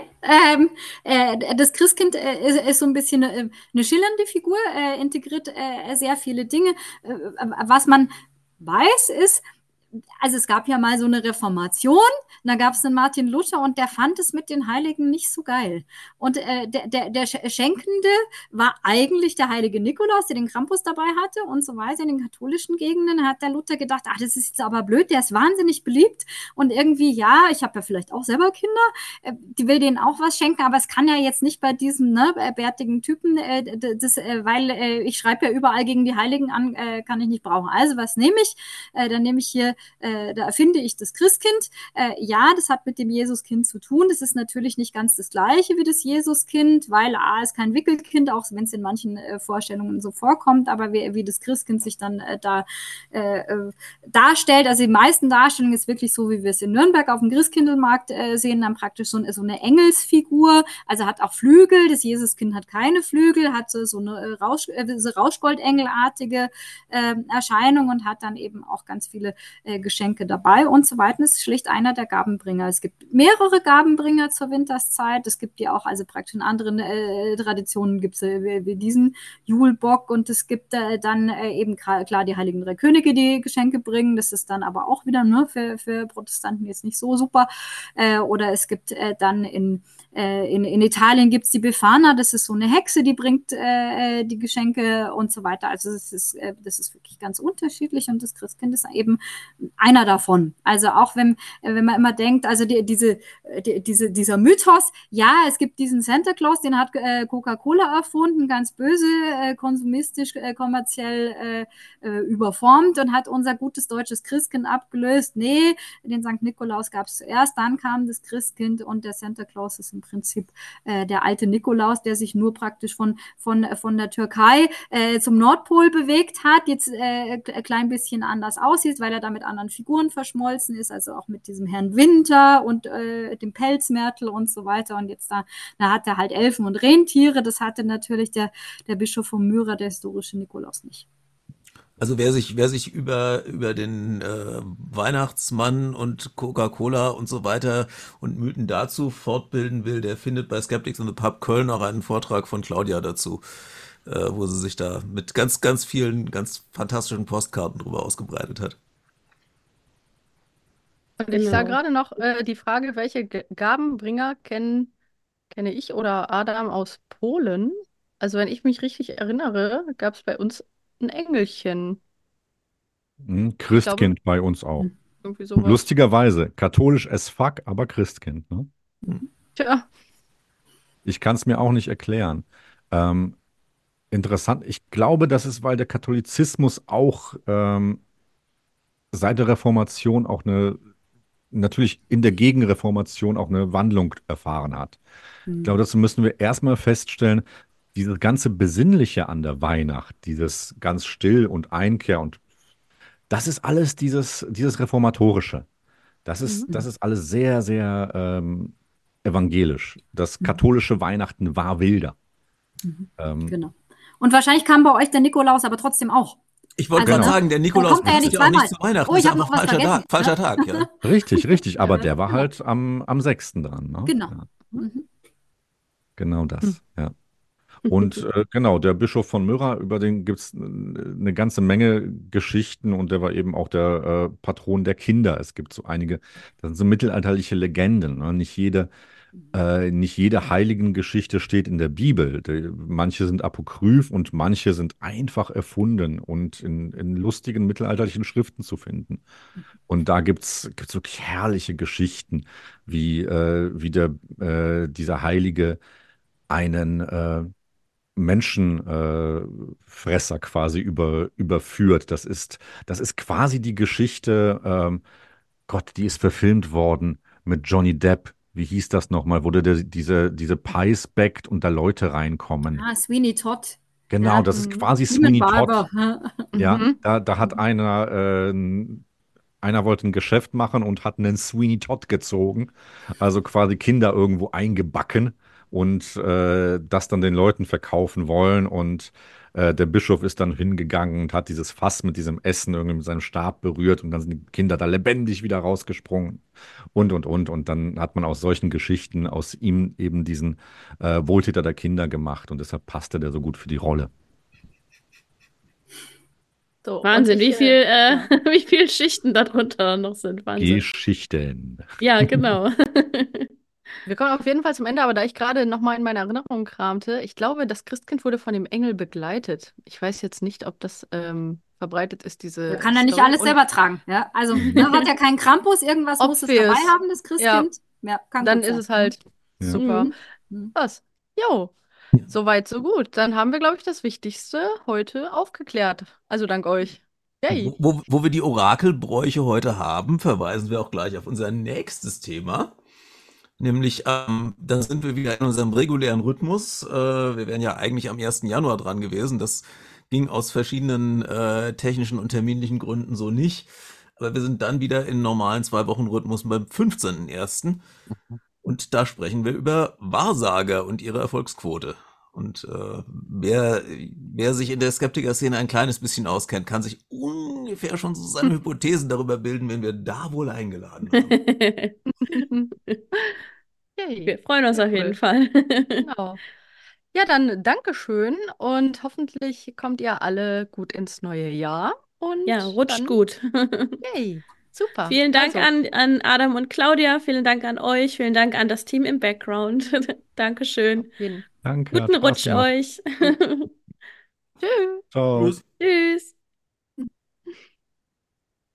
Speaker 3: Das Christkind ist so ein bisschen eine schillernde Figur, integriert sehr viele Dinge. Was man weiß, ist, also es gab ja mal so eine Reformation, da gab es einen Martin Luther und der fand es mit den Heiligen nicht so geil. Und der Schenkende war eigentlich der heilige Nikolaus, der den Krampus dabei hatte und so weiter. In den katholischen Gegenden hat der Luther gedacht, ach, das ist jetzt aber blöd, der ist wahnsinnig beliebt und irgendwie, ja, ich habe ja vielleicht auch selber Kinder, die will denen auch was schenken, aber es kann ja jetzt nicht bei diesem bärtigen Typen, weil ich schreibe ja überall gegen die Heiligen an, kann ich nicht brauchen. Also was nehme ich? Dann nehme ich hier da erfinde ich das Christkind. Ja, das hat mit dem Jesuskind zu tun. Das ist natürlich nicht ganz das gleiche wie das Jesuskind, weil A ist kein Wickelkind, auch wenn es in manchen Vorstellungen so vorkommt, aber wie das Christkind sich dann darstellt, also die meisten Darstellungen ist wirklich so, wie wir es in Nürnberg auf dem Christkindlmarkt sehen, dann praktisch so eine Engelsfigur, also hat auch Flügel, das Jesuskind hat keine Flügel, hat so eine Rauschgoldengelartige Erscheinung und hat dann eben auch ganz viele Geschenke dabei und so weiter. Das ist schlicht einer der Gabenbringer. Es gibt mehrere Gabenbringer zur Winterszeit. Es gibt ja auch, also praktisch in anderen Traditionen gibt es wie diesen Julbock und es gibt dann eben klar die Heiligen Drei Könige, die Geschenke bringen. Das ist dann aber auch wieder nur für Protestanten jetzt nicht so super. Oder es gibt dann in Italien gibt es die Befana, das ist so eine Hexe, die bringt die Geschenke und so weiter. Also das ist wirklich ganz unterschiedlich und das Christkind ist eben einer davon. Also auch wenn man immer denkt, also dieser Mythos, ja, es gibt diesen Santa Claus, den hat Coca-Cola erfunden, ganz böse, konsumistisch, kommerziell überformt und hat unser gutes deutsches Christkind abgelöst. Nee, den St. Nikolaus gab es zuerst, dann kam das Christkind und der Santa Claus ist im Prinzip der alte Nikolaus, der sich nur praktisch von der Türkei zum Nordpol bewegt hat, jetzt ein klein bisschen anders aussieht, weil er da mit anderen Figuren verschmolzen ist, also auch mit diesem Herrn Winter und dem Pelzmärtel und so weiter. Und jetzt da hat er halt Elfen und Rentiere. Das hatte natürlich der Bischof von Myra, der historische Nikolaus, nicht.
Speaker 5: Also wer sich über den Weihnachtsmann und Coca-Cola und so weiter und Mythen dazu fortbilden will, der findet bei Skeptics in the Pub Köln auch einen Vortrag von Claudia dazu, wo sie sich da mit ganz, ganz vielen, ganz fantastischen Postkarten drüber ausgebreitet hat.
Speaker 1: Und ich sah
Speaker 2: Genau.
Speaker 1: gerade noch die Frage, welche Gabenbringer kenne ich oder Adam aus Polen? Also wenn ich mich richtig erinnere, gab es bei uns ein Engelchen. Ich glaube,
Speaker 4: Christkind bei uns auch.
Speaker 1: irgendwie sowas.
Speaker 4: Lustigerweise, katholisch as fuck, aber Christkind. Ne?
Speaker 1: Tja,
Speaker 4: Ich kann es mir auch nicht erklären. Ähm, Interessant. Ich glaube, das ist, weil der Katholizismus auch seit der Reformation auch natürlich in der Gegenreformation auch eine Wandlung erfahren hat. Ich glaube, dazu müssen wir erstmal feststellen, dieses ganze Besinnliche an der Weihnacht, dieses ganz still und Einkehr und das ist alles dieses Reformatorische. Das ist alles sehr, sehr evangelisch. Das katholische Weihnachten war wilder.
Speaker 3: Genau. Und wahrscheinlich kam bei euch der Nikolaus aber trotzdem auch.
Speaker 5: Ich wollte
Speaker 3: Also,
Speaker 5: gerade
Speaker 3: ne?
Speaker 5: sagen, der
Speaker 3: Da
Speaker 5: Nikolaus
Speaker 3: kommt er ja
Speaker 5: passt
Speaker 3: nicht
Speaker 5: ja auch nicht
Speaker 3: zweimal.
Speaker 5: zu Weihnachten,
Speaker 3: Oh,
Speaker 5: ist
Speaker 3: ich habe
Speaker 5: einfach
Speaker 3: noch was vergessen.
Speaker 5: Falscher
Speaker 3: Ne?
Speaker 5: Tag, ja.
Speaker 4: Richtig, aber der war
Speaker 3: Genau.
Speaker 4: halt am 6. dran, ne?
Speaker 3: Genau.
Speaker 4: Ja,
Speaker 3: Mhm.
Speaker 4: genau
Speaker 1: Hm.
Speaker 4: das, ja. Und genau, der Bischof von Myra, über den gibt es eine ganze Menge Geschichten und der war eben auch der Patron der Kinder. Es gibt so einige, das sind so mittelalterliche Legenden. Ne? Nicht jede Heiligengeschichte steht in der Bibel. Manche sind apokryph und manche sind einfach erfunden und in lustigen mittelalterlichen Schriften zu finden. Und da gibt's wirklich herrliche Geschichten, wie dieser Heilige einen Menschenfresser quasi überführt. Das ist quasi die Geschichte, Gott, die ist verfilmt worden mit Johnny Depp. Wie hieß das nochmal, wo diese Pies backt und da Leute reinkommen?
Speaker 3: Ah, Sweeney Todd.
Speaker 4: Genau,
Speaker 3: Ja.
Speaker 4: das ist
Speaker 1: Mhm.
Speaker 4: quasi
Speaker 3: Demon
Speaker 4: Sweeney Todd.
Speaker 3: Barber.
Speaker 4: Ja,
Speaker 1: Mhm.
Speaker 4: da hat einer wollte ein Geschäft machen und hat einen Sweeney Todd gezogen, also quasi Kinder irgendwo eingebacken und das dann den Leuten verkaufen wollen. Und der Bischof ist dann hingegangen und hat dieses Fass mit diesem Essen irgendwie mit seinem Stab berührt und dann sind die Kinder da lebendig wieder rausgesprungen und. Und dann hat man aus solchen Geschichten aus ihm eben diesen Wohltäter der Kinder gemacht und deshalb passte der so gut für die Rolle.
Speaker 1: So, und
Speaker 2: Wahnsinn,
Speaker 1: ich, ja.
Speaker 2: wie viel Schichten darunter noch sind. Wahnsinn.
Speaker 4: Geschichten.
Speaker 2: Ja, genau.
Speaker 1: Wir kommen auf jeden Fall zum Ende, aber da ich gerade nochmal in meiner Erinnerung kramte, ich glaube, das Christkind wurde von dem Engel begleitet. Ich weiß jetzt nicht, ob das verbreitet ist,
Speaker 3: Der
Speaker 1: diese
Speaker 3: kann ja nicht
Speaker 1: Story.
Speaker 3: alles
Speaker 1: Und
Speaker 3: selber tragen. Ja? Also ne, hat ja keinen Krampus, irgendwas
Speaker 1: ob
Speaker 3: muss es
Speaker 1: wir
Speaker 3: dabei
Speaker 1: es,
Speaker 3: haben, das
Speaker 1: ja,
Speaker 3: Christkind. Ja, kann
Speaker 1: dann
Speaker 3: gut
Speaker 1: ist
Speaker 3: sein.
Speaker 1: es halt
Speaker 4: Ja.
Speaker 1: super.
Speaker 2: Mhm.
Speaker 3: Mhm.
Speaker 1: Was? Jo, soweit, so gut. Dann haben wir, glaube ich, das Wichtigste heute aufgeklärt. Also dank euch. Yay.
Speaker 5: Wo wir die Orakelbräuche heute haben, verweisen wir auch gleich auf unser nächstes Thema. Nämlich, da sind wir wieder in unserem regulären Rhythmus. Wir wären ja eigentlich am 1. Januar dran gewesen. Das ging aus verschiedenen technischen und terminlichen Gründen so nicht. Aber wir sind dann wieder im normalen 2-Wochen-Rhythmus beim 15.01. Und da sprechen wir über Wahrsager und ihre Erfolgsquote. Und wer sich in der Skeptiker-Szene ein kleines bisschen auskennt, kann sich ungefähr schon so seine Hypothesen darüber bilden, wen wir da wohl eingeladen haben.
Speaker 1: Yay.
Speaker 2: Wir freuen uns
Speaker 1: Sehr
Speaker 2: auf jeden
Speaker 1: cool.
Speaker 2: Fall.
Speaker 1: Genau. Ja, dann Dankeschön und hoffentlich kommt ihr alle gut ins neue Jahr. Und
Speaker 2: Ja, rutscht
Speaker 1: dann,
Speaker 2: gut.
Speaker 1: yay, super.
Speaker 2: Vielen Dank
Speaker 1: Also,
Speaker 2: an Adam und Claudia, vielen Dank an euch, vielen Dank an das Team im Background. Dankeschön.
Speaker 1: auf jeden
Speaker 4: Danke, hat
Speaker 2: Guten
Speaker 4: Spaß
Speaker 2: Rutsch
Speaker 4: gemacht.
Speaker 2: euch.
Speaker 1: Tschüss.
Speaker 4: Ciao.
Speaker 5: Tschüss.
Speaker 2: Tschüss.